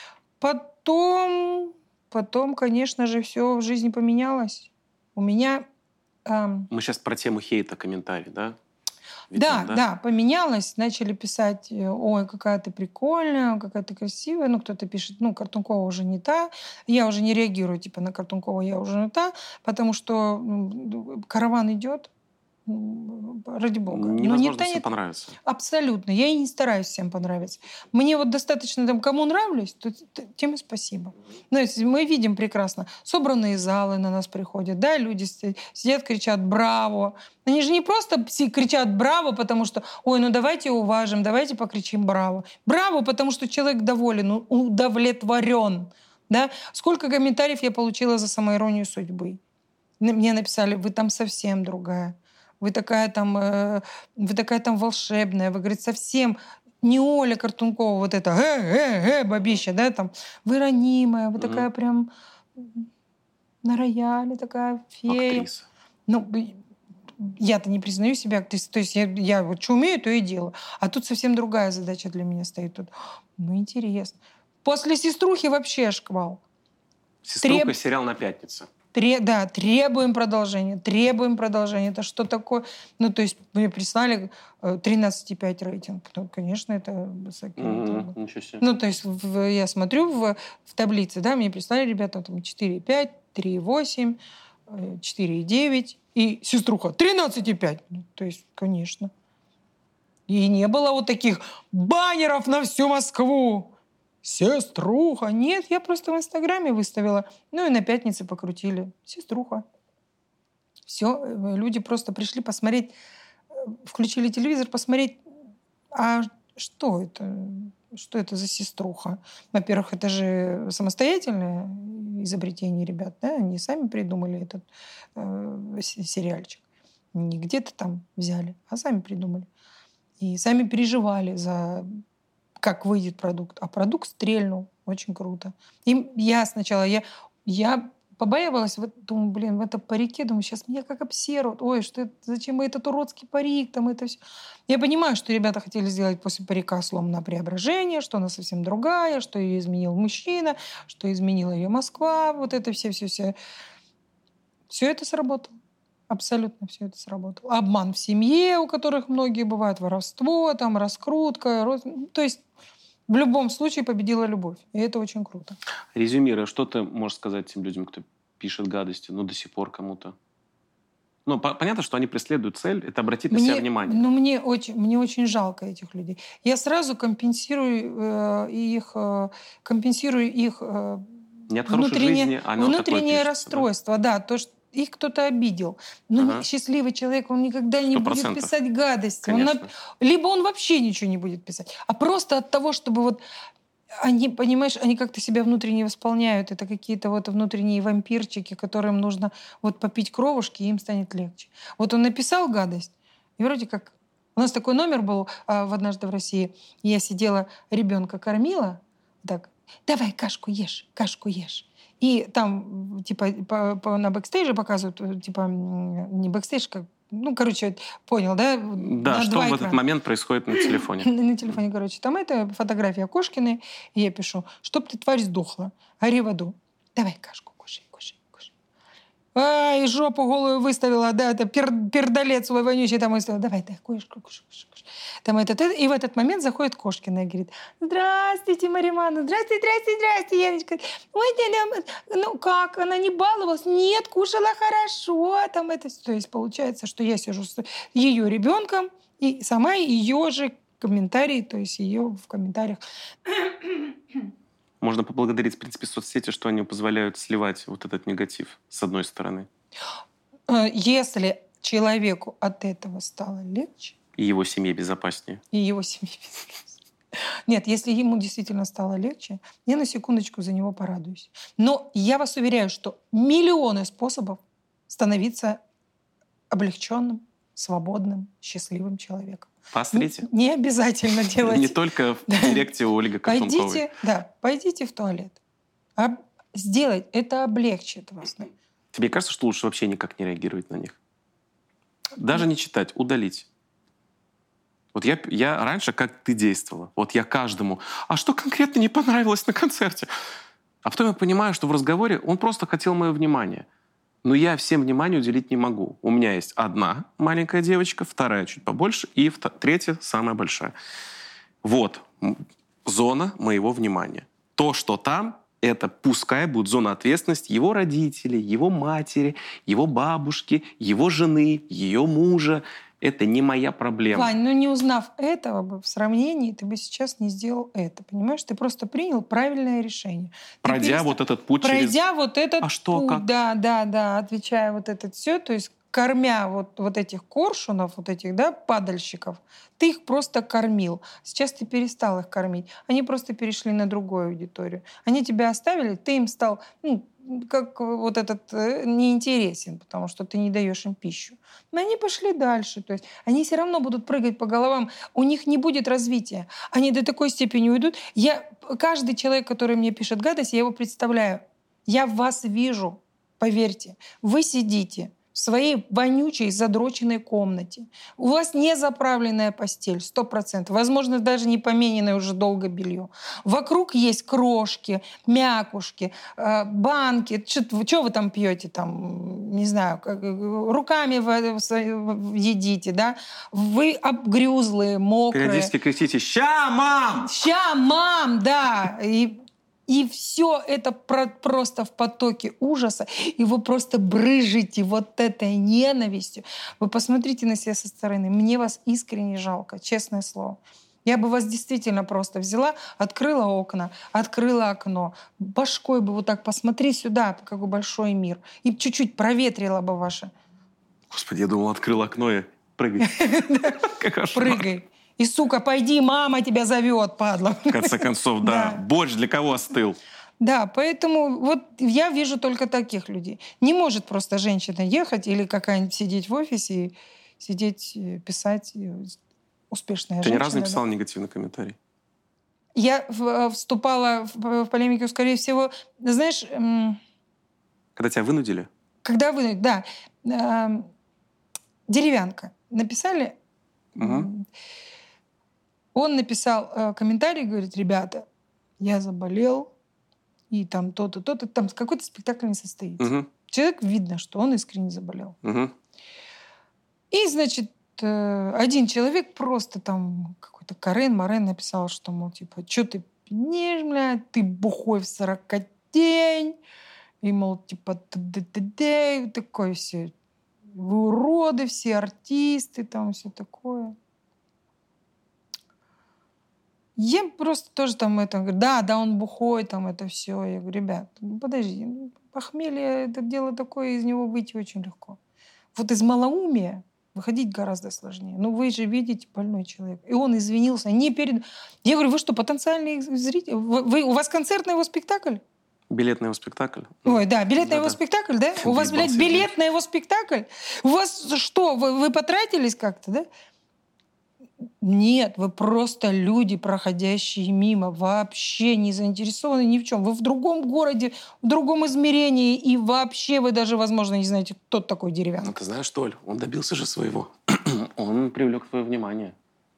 Потом, конечно же, все в жизни поменялось. У меня... Мы сейчас про тему хейта, комментарий, да? Да, поменялось. Начали писать, ой, какая ты прикольная, какая ты красивая. Ну, кто-то пишет, ну, Картункова уже не та. Я уже не реагирую, типа, на Картункова я уже не та, потому что караван идет, ради бога. Невозможно всем понравиться. Абсолютно. Я и не стараюсь всем понравиться. Мне вот достаточно, там, кому нравлюсь, то тем и спасибо. Ну, мы видим прекрасно. Собранные залы на нас приходят, да, люди сидят, кричат «Браво!». Они же не просто кричат «Браво!», потому что «Ой, ну давайте уважим, давайте покричим «Браво!». «Браво!», потому что человек доволен, удовлетворен. Да? Сколько комментариев я получила за самоиронию судьбы. Мне написали «Вы там совсем другая». Вы такая там волшебная. Вы, говорит, совсем не Оля Картункова, вот это бабища, да, там. Вы ранимая, вы такая прям на рояле, такая фея. Актриса. Ну, я-то не признаю себя актрисой. То есть я вот что умею, то и делаю. А тут совсем другая задача для меня стоит. Тут. Ну, интересно. После «Сеструхи» вообще шквал. «Сеструха» сериал на пятницу. Требуем продолжения. Это что такое? Ну, то есть мне прислали 13,5 рейтинг. Ну, конечно, это высокий рейтинг. Ничего себе. Ну, то есть я смотрю в таблице, да, мне прислали ребята там 4,5, 3,8, 4,9 и «Сеструха» 13,5. Ну, то есть, конечно. И не было вот таких баннеров на всю Москву. «Сеструха». Нет, я просто в Инстаграме выставила. Ну и на пятнице покрутили. «Сеструха». Все, люди просто пришли посмотреть, включили телевизор, посмотреть, а что это? Что это за сеструха? Во-первых, это же самостоятельное изобретение ребят, да? Они сами придумали этот сериальчик. Не где-то там взяли, а сами придумали. И сами переживали за как выйдет продукт. А продукт стрельнул. Очень круто. И я сначала, я побаивалась, думаю, в это парике, думаю, сейчас меня как обсерут. Ой, что это, зачем этот уродский парик, там это все. Я понимаю, что ребята хотели сделать после парика слом на преображение, что она совсем другая, что ее изменил мужчина, что изменила ее Москва, вот это все. Все это сработало. Абсолютно все это сработало. Обман в семье, у которых многие бывают, воровство, там, раскрутка. То есть в любом случае победила любовь. И это очень круто. Резюмируя, что ты можешь сказать тем людям, кто пишет гадости, до сих пор кому-то? Понятно, что они преследуют цель, это обратить на себя внимание. Мне очень жалко этих людей. Я сразу компенсирую их Не от хорошей жизни, а внутреннее расстройство. Да, то, что их кто-то обидел. Но счастливый человек, он никогда не будет писать гадости. Либо он вообще ничего не будет писать. А просто от того, чтобы они, понимаешь, они как-то себя внутренне восполняют. Это какие-то внутренние вампирчики, которым нужно попить кровушки, и им станет легче. Он написал гадость, и вроде как... У нас такой номер был однажды в России. Я сидела, ребенка кормила, так, давай кашку ешь. И там, на бэкстейже показывают, не бэкстейдж, как... понял, да? Да, что в этот момент происходит на телефоне? На телефоне, там это фотография Кошкиной, и я пишу, чтоб ты, тварь, сдохла, ори в аду. Давай кашку, кушай. И жопу голую выставила, да, это пердолет свой вонючий там выставила. Давай, кушай. Там и в этот момент заходит Кошкина и говорит: здравствуйте, Мария Ивановна, здравствуйте, Яночка. Ой, как, она не баловалась? Нет, кушала хорошо. Там это. То есть получается, что я сижу с ее ребенком, и сама ее же комментарии, то есть ее в комментариях. Можно поблагодарить, в принципе, соцсети, что они позволяют сливать этот негатив, с одной стороны. Если человеку от этого стало легче... И его семье безопаснее. Нет, если ему действительно стало легче, я на секундочку за него порадуюсь. Но я вас уверяю, что миллионы способов становиться облегченным, свободным, счастливым человеком. Посмотрите. Не обязательно делать. Не только в директе у Ольги Картунковой. Пойдите в туалет. Сделать это облегчит вас. Тебе кажется, что лучше вообще никак не реагировать на них? Даже не читать, удалить. Я раньше как ты действовала. Я каждому. А что конкретно не понравилось на концерте? А потом я понимаю, что в разговоре он просто хотел мое внимание. Но я всем внимание уделить не могу. У меня есть одна маленькая девочка, вторая чуть побольше, и третья самая большая. Зона моего внимания. То, что там, это пускай будет зона ответственности его родителей, его матери, его бабушки, его жены, ее мужа. Это не моя проблема. Вань, не узнав этого бы в сравнении, ты бы сейчас не сделал это. Понимаешь? Ты просто принял правильное решение. Пройдя этот путь А что, путь, как? Да, отвечая это все, то есть кормя этих коршунов, падальщиков, ты их просто кормил. Сейчас ты перестал их кормить. Они просто перешли на другую аудиторию. Они тебя оставили, ты им стал... как неинтересен, потому что ты не даешь им пищу. Но они пошли дальше. То есть они все равно будут прыгать по головам. У них не будет развития. Они до такой степени уйдут. Каждый человек, который мне пишет гадость, я его представляю. Я вас вижу, поверьте. Вы сидите в своей вонючей, задроченной комнате. У вас не заправленная постель, 100%. Возможно, даже не помененное уже долго белье. Вокруг есть крошки, мякушки, банки. Что вы там пьете? Не знаю, руками едите, да? Вы обгрюзлые, мокрые. Периодически кричите: «Ща, мам!» «Ща, мам!» Да. И все это просто в потоке ужаса, и вы просто брызжете этой ненавистью. Вы посмотрите на себя со стороны. Мне вас искренне жалко, честное слово. Я бы вас действительно просто взяла, открыла окна, открыла окно, башкой бы так посмотри сюда, какой большой мир, и чуть-чуть проветрила бы ваше. Господи, я думал, открыл окно и прыгай. Прыгай. И, сука, пойди, мама тебя зовет, падла. В конце концов, да. Борщ для кого остыл? Да, поэтому вот я вижу только таких людей. Не может просто женщина ехать или какая-нибудь сидеть в офисе и сидеть, писать. Успешная женщина. Ты ни разу не писала негативный комментарий? Я вступала в полемику, скорее всего, знаешь... Когда тебя вынудили? Когда вынудили, да. Деревянка. Написали... Угу. Он написал комментарий, говорит, ребята, я заболел, и там то-то, то-то. Там какой-то спектакль не состоится. Угу. Человек, видно, что он искренне заболел. Угу. И, значит, один человек просто там какой-то Карен-Марен написал, что, мол, типа, что ты пьянешь, блядь, ты бухой в 40-день. И, мол, типа, такое все. Вы уроды, все артисты, там все такое. Я просто тоже там это говорю, да, он бухой, там это все. Я говорю, ребят, подожди, похмелье, это дело такое, из него выйти очень легко. Вот из малоумия выходить гораздо сложнее. Ну, вы же видите, больной человек. И он извинился не перед... Я говорю, вы что, потенциальный зритель? У вас концерт на его спектакль? Билет на его спектакль? Ой, да, билет на его спектакль, да? У вас, блядь, билет на его спектакль? У вас что, вы потратились как-то, да? Нет, вы просто люди, проходящие мимо, вообще не заинтересованы ни в чем. Вы в другом городе, в другом измерении, и вообще вы даже, возможно, не знаете, кто такой Деревянко. Ну, ты знаешь, Толь, он добился же своего. Он привлек твое внимание.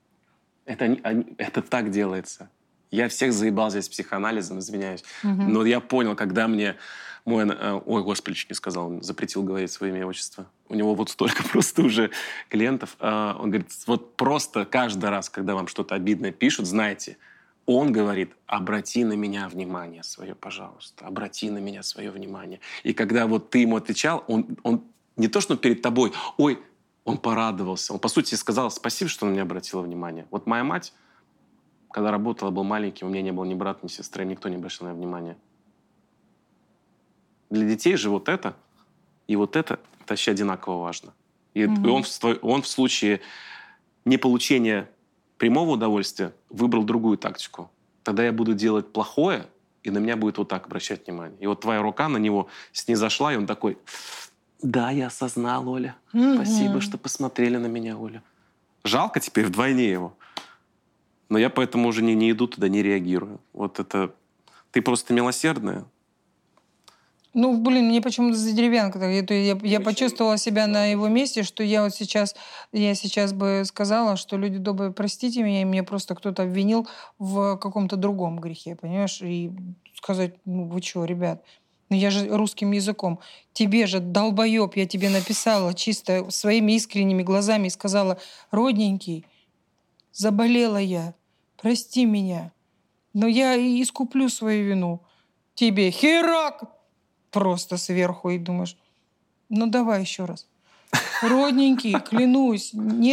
Это так делается. Я всех заебал здесь психоанализом, извиняюсь. Но я понял, когда мне мой... Ой, господи, чуть не сказал, он запретил говорить свое имя и отчество. У него вот столько просто уже клиентов. Он говорит, вот просто каждый раз, когда вам что-то обидное пишут, знайте, он говорит, обрати на меня внимание свое, пожалуйста. Обрати на меня свое внимание. И когда вот ты ему отвечал, он не то, что перед тобой, ой, он порадовался. Он, по сути, сказал, спасибо, что он на меня обратил внимание. Вот моя мать, когда работала, был маленький, у меня не было ни брата, ни сестры, никто не обращал на меня внимания. Для детей же вот это и вот это вообще одинаково важно. И он в случае неполучения прямого удовольствия выбрал другую тактику. Тогда я буду делать плохое, и на меня будет вот так обращать внимание. И вот твоя рука на него снизошла, и он такой, да, я осознал, Оля. Спасибо, что посмотрели на меня, Оля. Жалко теперь вдвойне его. Но я поэтому уже не иду туда, не реагирую. Вот это... Ты просто милосердная. Ну, блин, мне почему-то за Деревянко. Я почувствовала себя на его месте, что я сейчас бы сказала, что люди добрые, простите меня, и меня просто кто-то обвинил в каком-то другом грехе, понимаешь? И сказать, ну вы что, ребят, ну я же русским языком. Тебе же, долбоеб, я тебе написала чисто своими искренними глазами и сказала, родненький, заболела я, прости меня, но я искуплю свою вину. Тебе херак! Просто сверху, и думаешь, ну давай еще раз. Родненький, клянусь.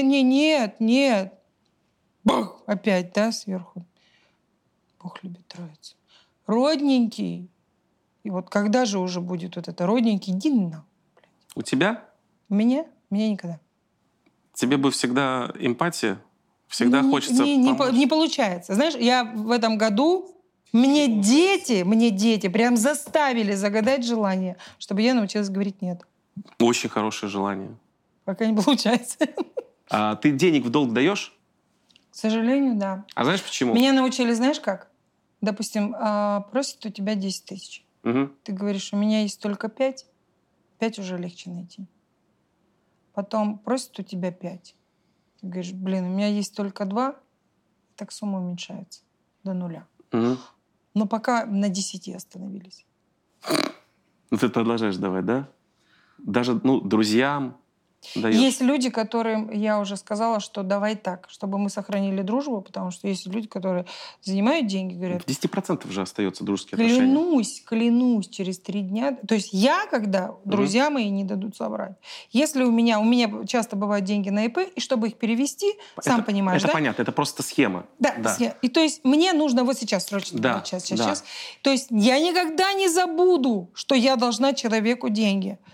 Нет. Бах! Опять, да, сверху. Бог любит троицу. Родненький. И вот когда же уже будет вот это родненький? Иди на. У тебя? У меня? У меня никогда. Тебе бы всегда эмпатия? Всегда хочется помочь? Не получается. Знаешь, я в этом году... Мне дети прям заставили загадать желание, чтобы я научилась говорить «нет». Очень хорошее желание. Пока не получается. А ты денег в долг даешь? К сожалению, да. А знаешь почему? Меня научили, знаешь как? Допустим, просят у тебя 10 тысяч. Угу. Ты говоришь, у меня есть только 5. 5 уже легче найти. Потом просят у тебя 5. Ты говоришь, блин, у меня есть только 2. Так сумма уменьшается до 0. Угу. Но пока на 10 остановились. Ну, ты продолжаешь давать, да? Даже, друзьям даешь? Есть люди, которым я уже сказала, что давай так, чтобы мы сохранили дружбу, потому что есть люди, которые занимают деньги, говорят... 10% же остается дружеские отношения. Клянусь, через 3 дня... То есть я, когда друзья мои не дадут собрать. Если у меня часто бывают деньги на ИП, и чтобы их перевести, сам понимаешь, это понятно, это просто схема. Да. И то есть мне нужно вот сейчас срочно, сейчас. То есть я никогда не забуду, что я должна человеку деньги.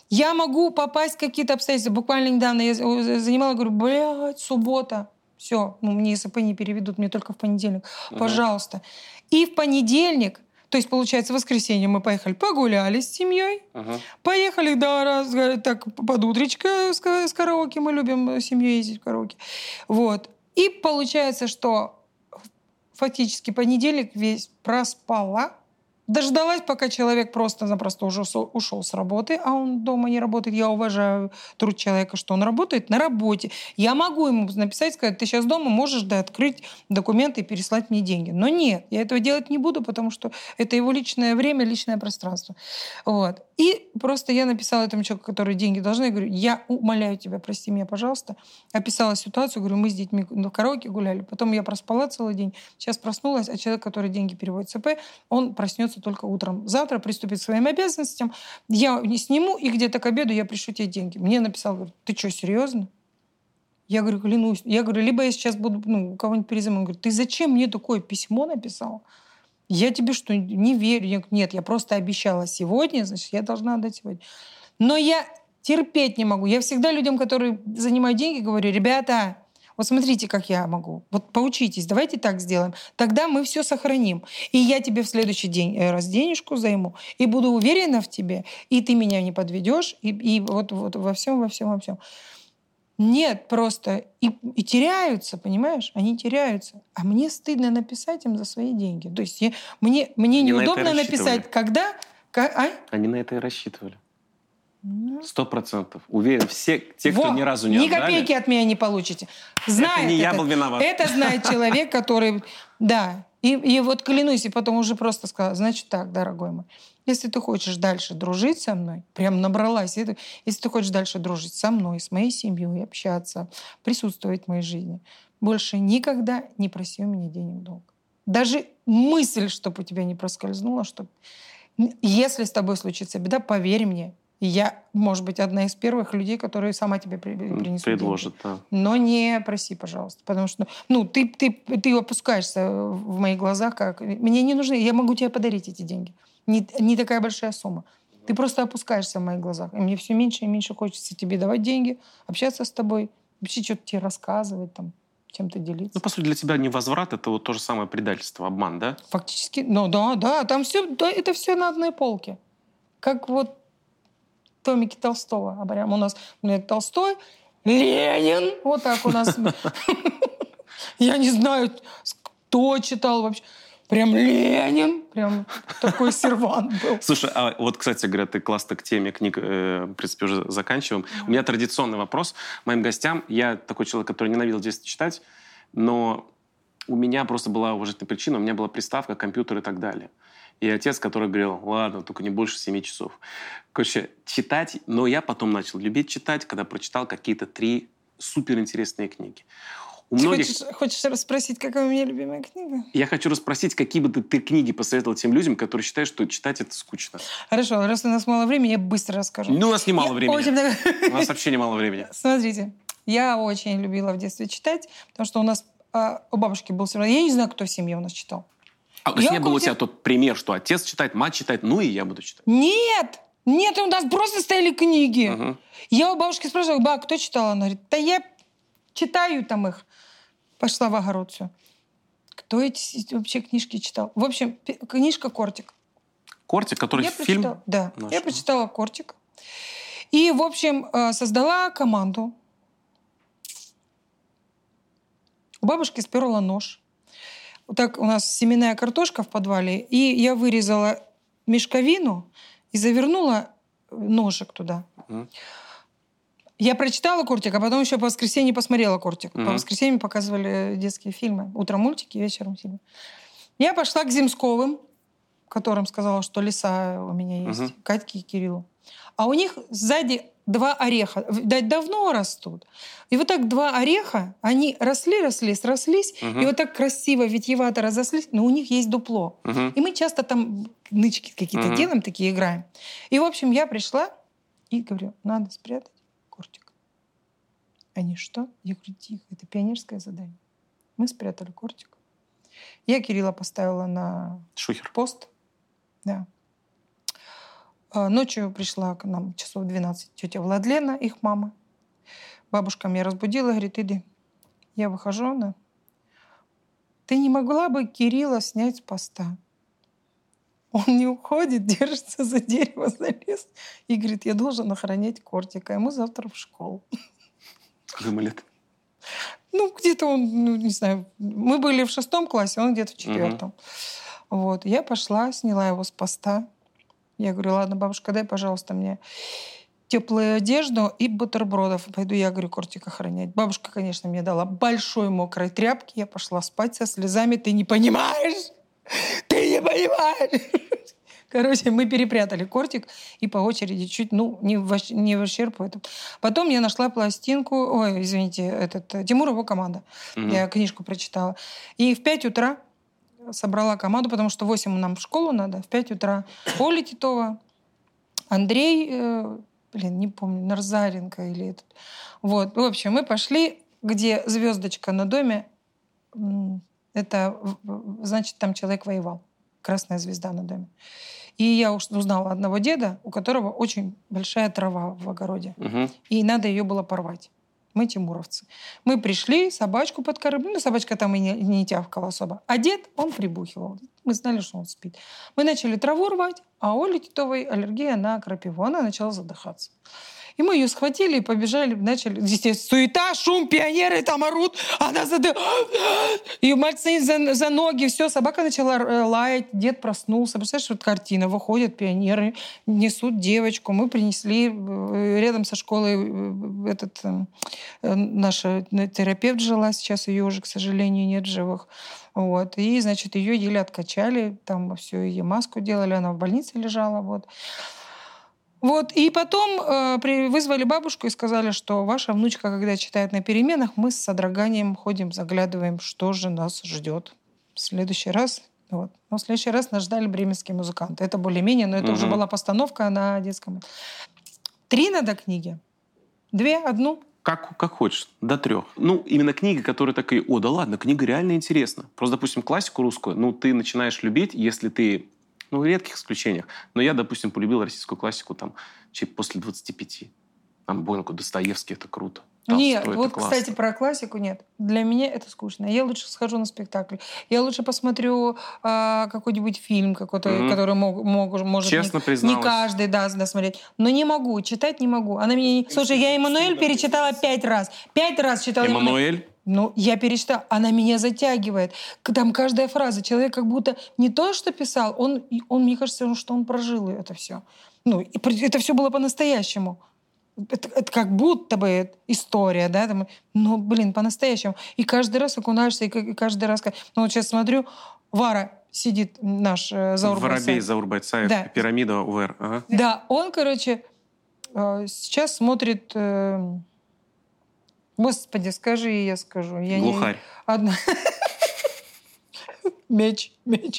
Я могу попасть в какие-то обстоятельства. Буквально недавно я занимала, говорю, блядь, суббота. Все, мне ИСП не переведут, мне только в понедельник. Пожалуйста. И в понедельник, то есть, получается, в воскресенье мы поехали, погуляли с семьей. Поехали, так, под утречко с караоке. Мы любим с семьей ездить в караоке. Вот. И получается, что фактически понедельник весь проспала. Дождалась, пока человек просто-напросто уже ушел с работы, а он дома не работает. Я уважаю труд человека, что он работает на работе. Я могу ему написать, сказать, ты сейчас дома, можешь открыть документы и переслать мне деньги. Но нет, я этого делать не буду, потому что это его личное время, личное пространство. Вот. И просто я написала этому человеку, который деньги должны, я говорю, я умоляю тебя, прости меня, пожалуйста. Описала ситуацию, говорю, мы с детьми в караоке гуляли, потом я проспала целый день, сейчас проснулась, а человек, который деньги переводит в ЦП, он проснется только утром. Завтра приступит к своим обязанностям, я не сниму, и где-то к обеду я пришлю тебе деньги. Мне написал, говорит, ты что, серьезно? Я говорю, клянусь. Я говорю, либо я сейчас буду у кого-нибудь перезвоню. Он говорит, ты зачем мне такое письмо написал? Я тебе что, не верю? Я говорю, нет, я просто обещала сегодня, значит, я должна отдать сегодня. Но я терпеть не могу. Я всегда людям, которые занимают деньги, говорю, ребята, вот смотрите, как я могу. Вот поучитесь, давайте так сделаем. Тогда мы все сохраним. И я тебе в следующий день раз денежку займу, и буду уверена в тебе, и ты меня не подведешь, и вот во всем. Нет, просто. И теряются, понимаешь? Они теряются. А мне стыдно написать им за свои деньги. То есть мне неудобно написать, когда... Они на это и рассчитывали. 100%. Уверен, все те, кто ни разу не отдали... Ни копейки от меня не получите. Знает это не я был виноват. Это знает человек, который... Да. И вот клянусь, и потом уже просто сказала, значит так, дорогой мой, если ты хочешь дальше дружить со мной, прям набралась, если ты хочешь дальше дружить со мной, с моей семьей, общаться, присутствовать в моей жизни, больше никогда не проси у меня денег в долг. Даже мысль, чтобы у тебя не проскользнула, что если с тобой случится беда, поверь мне, я, может быть, одна из первых людей, которые сама тебе принесут предложит, деньги. Да. Но не проси, пожалуйста. Потому что ты опускаешься в моих глазах. Как... Мне не нужны. Я могу тебе подарить эти деньги. Не такая большая сумма. Ты просто опускаешься в моих глазах. И мне все меньше и меньше хочется тебе давать деньги, общаться с тобой, вообще что-то тебе рассказывать, там, чем-то делиться. Ну, по сути, для тебя невозврат — это вот то же самое предательство, обман, да? Фактически, ну да. Там все, да, это все на одной полке. Как вот томики Толстого. А прям у нас Толстой, Ленин. Вот так у нас. Я не знаю, кто читал вообще. Прям Ленин. Прям такой сервант был. Слушай, а вот, кстати говоря, ты классно к теме книг, в принципе, уже заканчиваем. У меня традиционный вопрос моим гостям. Я такой человек, который ненавидел в детстве читать, но у меня просто была уважительная причина. У меня была приставка, компьютер и так далее. И отец, который говорил, ладно, только не больше 7 часов. Короче, читать, но я потом начал любить читать, когда прочитал какие-то 3 суперинтересные книги. У многих... Хочешь расспросить, какая у меня любимая книга? Я хочу расспросить, какие бы ты книги посоветовал тем людям, которые считают, что читать это скучно. Хорошо, раз у нас мало времени, я быстро расскажу. Ну, у нас немало времени. У нас вообще немало времени. Смотрите, я очень любила в детстве читать, потому что у нас у бабушки был сериал. Я не знаю, кто в семье у нас читал. А то есть не было у тебя тот пример, что отец читает, мать читает, ну и я буду читать? Нет, у нас просто стояли книги. Я у бабушки спрашивала, ба, кто читал? Она говорит, да я читаю там их. Пошла в огород, все. Кто эти вообще книжки читал? В общем, книжка «Кортик». «Кортик», который фильм? Да, я прочитала «Кортик». И, в общем, создала команду. У бабушки сперла нож. Вот так у нас семенная картошка в подвале, и я вырезала мешковину и завернула ножик туда. Я прочитала «Кортик», а потом еще по воскресенье посмотрела «Кортик». По воскресеньям показывали детские фильмы. Утром мультики, вечером фильмы. Я пошла к Земсковым, которым сказала, что леса у меня есть, Катьке и Кириллу. А у них сзади 2 ореха. Давно растут. И вот так 2 ореха, они срослись, и вот так красиво, витьевато разослись, но у них есть дупло. И мы часто там нычки какие-то делаем, такие играем. И, в общем, я пришла и говорю, надо спрятать «Кортик». Они что? Я говорю, тихо, это пионерское задание. Мы спрятали «Кортик». Я Кирилла поставила на шухер. Пост. Да. Ночью пришла к нам часов 12 тетя Владлена, их мама. Бабушка меня разбудила, говорит, иди. Я выхожу, она. Ты не могла бы Кирилла снять с поста? Он не уходит, держится за дерево, залез. И говорит, я должен охранять Кортика. Ему завтра в школу. Сколько ему лет? Ну, где-то он, не знаю, мы были в 6 классе, он где-то в 4. Вот. Я пошла, сняла его с поста. Я говорю, ладно, бабушка, дай, пожалуйста, мне теплую одежду и бутербродов. Пойду я, говорю, Кортик охранять. Бабушка, конечно, мне дала большой мокрой тряпки. Я пошла спать со слезами. Ты не понимаешь! Ты не понимаешь! Короче, мы перепрятали Кортик и по очереди чуть, не в ущерб этому. Потом я нашла пластинку, Тимур его команда. Я книжку прочитала. И в 5 утра собрала команду, потому что в 8 нам в школу надо. В 5 утра Оля Титова, Андрей, не помню, Нарзаренко или этот. Вот. В общем, мы пошли, где звездочка на доме, это значит, там человек воевал. Красная звезда на доме. И я узнала одного деда, у которого очень большая трава в огороде. И надо ее было порвать. Мы тимуровцы. Мы пришли, собачку подкормили. Ну, собачка там и не тявкала особо. А дед, он прибухивал. Мы знали, что он спит. Мы начали траву рвать, а у Оли Титовой аллергия на крапиву. Она начала задыхаться. И мы ее схватили и побежали, начали. Здесь суета, шум, пионеры там орут. Она ее мальцы за ноги, все. Собака начала лаять, дед проснулся. Представляешь, вот картина. Выходят пионеры, несут девочку. Мы принесли рядом со школой наша терапевт жила, сейчас ее уже, к сожалению, нет в живых. Вот. И, значит, ее еле откачали, там все, ей маску делали, она в больнице лежала. Вот. И потом вызвали бабушку и сказали, что ваша внучка, когда читает на переменах, мы с содроганием ходим, заглядываем, что же нас ждет. В следующий раз... Вот. Но в следующий раз нас ждали бременские музыканты. Это более-менее, но это уже была постановка на детском. 3 надо книги? 2? 1? Как хочешь, до 3. Ну, именно книга, которая такая, да ладно, книга реально интересна. Просто, допустим, классику русскую, ты начинаешь любить, если ты, в редких исключениях. Но я, допустим, полюбил российскую классику там после 25. Там Бонку, Достоевский, это круто. Нет, вот, кстати, про классику нет. Для меня это скучно. Я лучше схожу на спектакль. Я лучше посмотрю какой-нибудь фильм, который может честно призналась. Не каждый даст смотреть. Но не могу, читать не могу. Она меня... Слушай, я «Эммануэль» перечитала 5 раз. 5 раз читала «Эммануэль»? Я перечитала. Она меня затягивает. Там каждая фраза. Человек как будто не то, что писал, он мне кажется, что он прожил это все. Это все было по-настоящему. Это как будто бы история, да, по-настоящему. И каждый раз окунаешься, и каждый раз... вот сейчас смотрю, Вара сидит, наш Заур Воробей Заур Байцаев, да. Пирамида УР. Ага. Да, он, сейчас смотрит... Господи, скажи, и я скажу. Глухарь. Меч.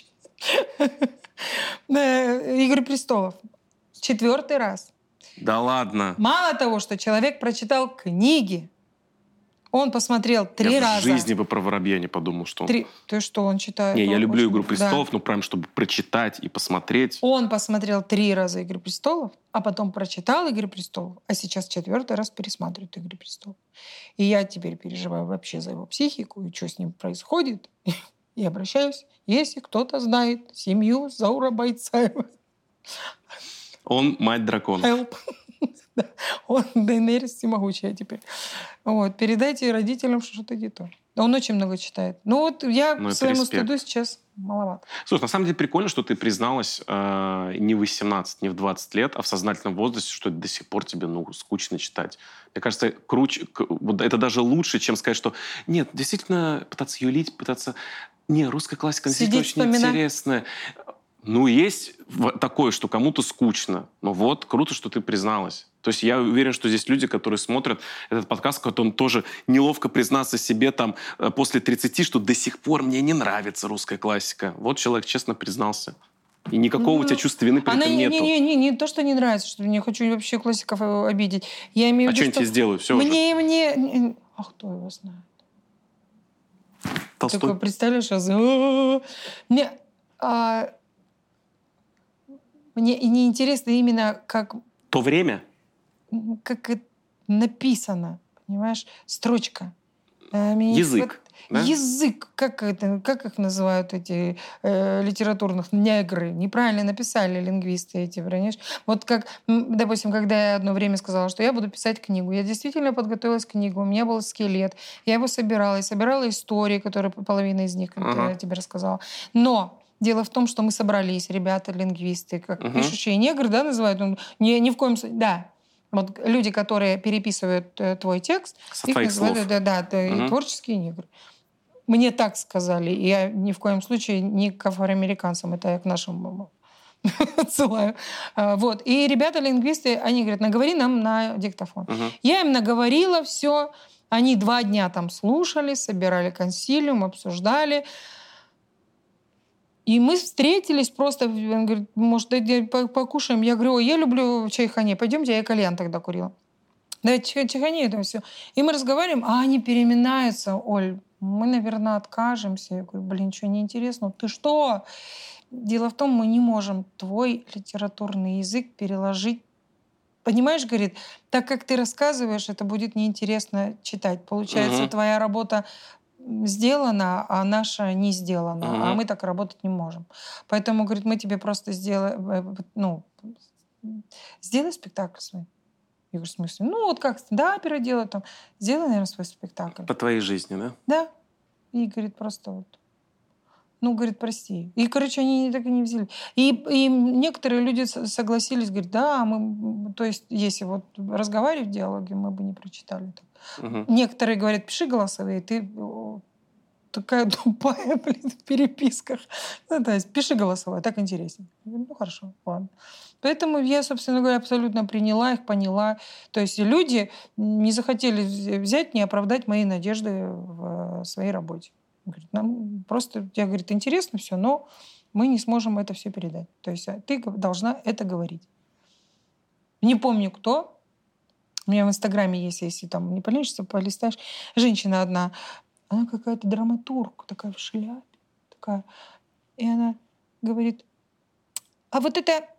«Игры престолов». 4 раз. Да ладно. Мало того, что человек прочитал книги, он посмотрел 3 раза. Я в жизни бы про Воробья не подумал, что он... Ты что, он читает? Не, я люблю «Игру престолов», прям чтобы прочитать и посмотреть. Он посмотрел 3 раза «Игры престолов», а потом прочитал «Игры престолов», а сейчас 4-й раз пересматривает «Игры престолов». И я теперь переживаю вообще за его психику, и что с ним происходит. И обращаюсь, если кто-то знает семью Заура Байцаева. Он мать дракона. Help. Он Дейенерис всемогущая теперь. Вот. Передайте родителям, что что-то не то. Он очень много читает. Я к своему стыду сейчас маловато. Слушай, на самом деле прикольно, что ты призналась не в 18, не в 20 лет, а в сознательном возрасте, что до сих пор тебе скучно читать. Мне кажется, это даже лучше, чем сказать, что нет, действительно пытаться юлить, русская классика действительно очень интересная. Есть такое, что кому-то скучно. Но круто, что ты призналась. То есть я уверен, что здесь люди, которые смотрят этот подкаст, которым тоже неловко признаться себе после 30, что до сих пор мне не нравится русская классика. Вот человек честно признался. И никакого у тебя чувства вины при этом нету. Не то, что не нравится, что не хочу вообще классиков обидеть. Я имею в виду, что они тебе сделают? Все мне... А кто его знает? Толстой? Только представляешь, Мне не интересно именно как То время? это написано, понимаешь? Строчка. Язык. Да? Язык, как их называют эти литературных негры? Неправильно написали лингвисты эти, понимаешь? Вот как, допустим, когда я одно время сказала, что я буду писать книгу, я действительно подготовилась к книгу, у меня был скелет, я его собирала истории, которые половина из них я тебе рассказала. Но дело в том, что мы собрались, ребята, лингвисты, как пишущие негры, да, называют, ни в коем случае, да. Вот люди, которые переписывают твой текст, со твоих слов. и творческие негры. Мне так сказали. И я ни в коем случае не к афроамериканцам, это я к нашим отсылаю. Вот. И ребята-лингвисты, они говорят, наговори нам на диктофон. Я им наговорила все. Они 2 дня там слушали, собирали консилиум, обсуждали. И мы встретились просто, он говорит, может, покушаем? Я говорю, я люблю чайхане, пойдемте, я кальян тогда курила. Да, чайхане, это все. И мы разговариваем, а они переминаются, Оль, мы, наверное, откажемся. Я говорю, блин, что, неинтересно? Ты что? Дело в том, мы не можем твой литературный язык переложить. Понимаешь, говорит, так как ты рассказываешь, это будет неинтересно читать. Получается, твоя работа сделана, а наша не сделана. А мы так работать не можем. Поэтому, говорит, мы тебе просто сделай спектакль свой. Я говорю, в смысле? Ну, вот как стендапера делают, там, сделай, наверное, свой спектакль. По твоей жизни, да? Да. И, говорит, просто вот. Ну, говорит, прости. И, короче, они так и не взяли. И некоторые люди согласились, говорят, да, мы, то есть, если вот разговаривать в диалоге, мы бы не прочитали. Некоторые говорят, пиши голосовые, ты такая тупая, блин, в переписках. Ну, то есть, пиши голосовое, так интереснее. Ну, хорошо, ладно. Поэтому я, собственно говоря, абсолютно приняла их, поняла. То есть люди не захотели взять, не оправдать мои надежды в своей работе. Говорит, нам просто, я, говорит, интересно все, но мы не сможем это все передать. То есть ты должна это говорить. Не помню, кто. У меня в Инстаграме есть, если там не поленишься, полистаешь. Женщина одна, она какая-то драматург, такая в шляпе. Такая. И она говорит, а вот это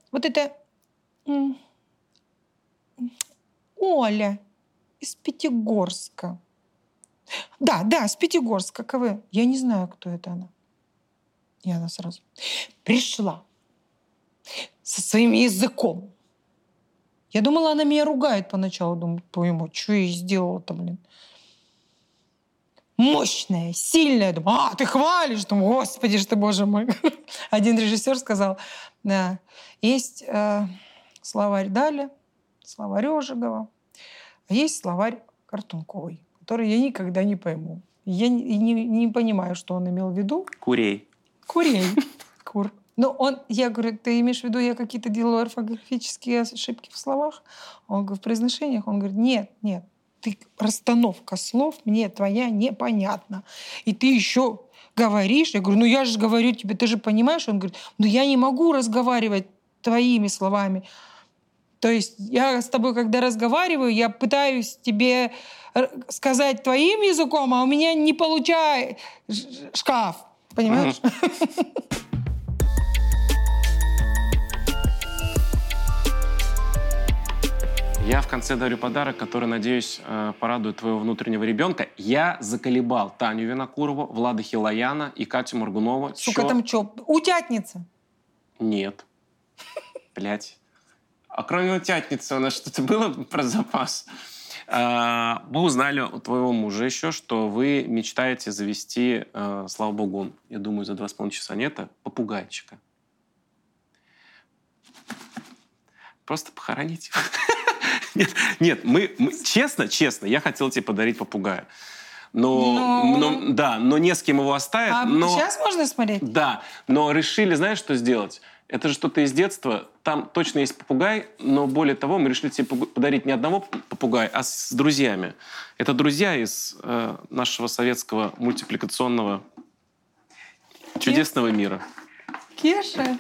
Оля из Пятигорска. Да, с Пятигорска, КВ. Я не знаю, кто это она. И она сразу пришла со своим языком. Я думала, она меня ругает поначалу. Думаю, твою, что я ей сделала-то, блин. Мощная, сильная. Думаю, ты хвалишь? Думаю, господи ж ты, боже мой. Один режиссер сказал, да, есть словарь Даля, словарь Ожегова, а есть словарь Картунковой, который я никогда не пойму. Я не понимаю, что он имел в виду. Курей. Кур. Но я говорю, ты имеешь в виду, я какие-то делаю орфографические ошибки в словах? Он говорит, в произношениях? Он говорит, нет. Расстановка слов мне твоя непонятна. И ты еще говоришь. Я говорю, я же говорю тебе, ты же понимаешь? Он говорит, я не могу разговаривать твоими словами. То есть я с тобой, когда разговариваю, я пытаюсь тебе сказать твоим языком, а у меня не получается шкаф. Понимаешь? Я в конце дарю подарок, который, надеюсь, порадует твоего внутреннего ребенка. Я заколебал Таню Винокурову, Влада Хилаяна и Катю Моргунову. Сука, там что, утятница? Нет. Блять. А кроме утятницы у нас что-то было про запас? Мы узнали у твоего мужа еще, что вы мечтаете завести, слава богу, я думаю, за 2,5 часа нет, попугайчика. Просто похоронить его. Нет, мы честно, я хотел тебе подарить попугая. Но не с кем его оставить. Сейчас можно смотреть? Да, но решили, знаешь, что сделать? Это же что-то из детства. Там точно есть попугай, но более того, мы решили тебе подарить не одного попугая, а с друзьями. Это друзья из нашего советского мультипликационного чудесного мира. Кеша?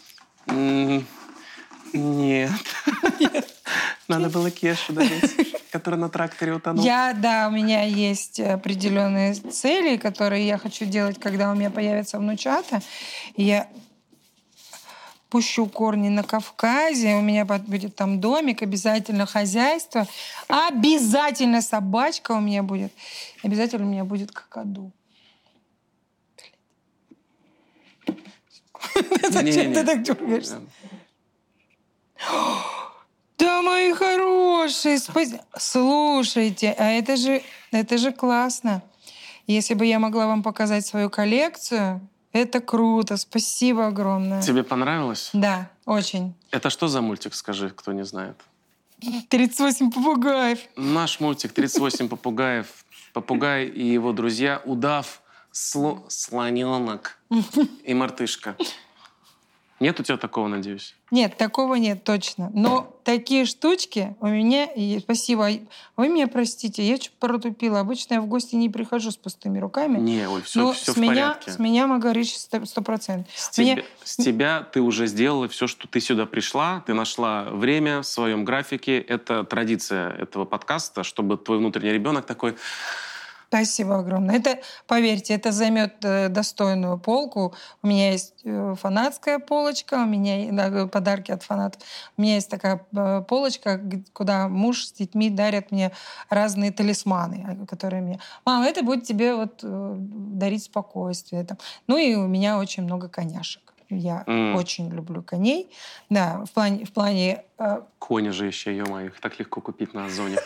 Нет. Надо было Кешу дарить, который на тракторе утонул. У меня есть определенные цели, которые я хочу делать, когда у меня появятся внучата. пущу корни на Кавказе, у меня будет там домик, обязательно хозяйство, обязательно собачка у меня будет, обязательно у меня будет какаду. Зачем ты так дергаешься? Да, мои хорошие, слушайте, а это же классно. Если бы я могла вам показать свою коллекцию, это круто, спасибо огромное. Тебе понравилось? Да, очень. Это что за мультик, скажи, кто не знает? 38 попугаев. Наш мультик «38 попугаев». Попугай и его друзья, удав, слоненок и мартышка. Нет у тебя такого, надеюсь? Нет, такого нет, точно. Но такие штучки у меня есть. Спасибо. Вы меня простите, я чуть протупила. Обычно я в гости не прихожу с пустыми руками. Не, Оль, все в порядке. С меня Магарыч 100%. С тебя ты уже сделала все, что ты сюда пришла. Ты нашла время в своем графике. Это традиция этого подкаста, чтобы твой внутренний ребенок такой... Спасибо огромное. Это, поверьте, это займет достойную полку. У меня есть фанатская полочка, у меня подарки от фанатов. У меня есть такая полочка, куда муж с детьми дарят мне разные талисманы, которые мне... Мама, это будет тебе вот дарить спокойствие. Ну и у меня очень много коняшек. Я очень люблю коней. Да, в плане... Кони же еще, ё-моё, их так легко купить на Озоне.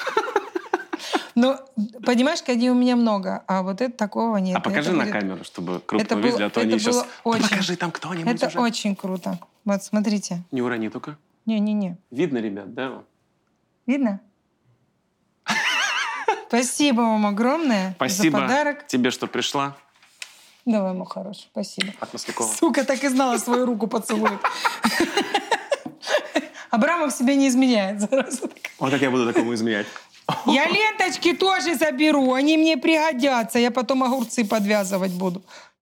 Ну, понимаешь, коней у меня много, а вот это такого нет. А покажи на камеру, чтобы круто увидели, а то они сейчас... Покажи там кто-нибудь Это очень круто. Вот, смотрите. Не урони только. Не-не-не. Видно, ребят, да? Видно? Спасибо вам огромное за подарок. Спасибо тебе, что пришла. Давай, мой хороший, спасибо. От Маслякова. Сука, так и знала, свою руку поцелует. Абрамов себе не изменяет. Вот так я буду такому изменять. Я ленточки тоже заберу, они мне пригодятся. Я потом огурцы подвязывать буду.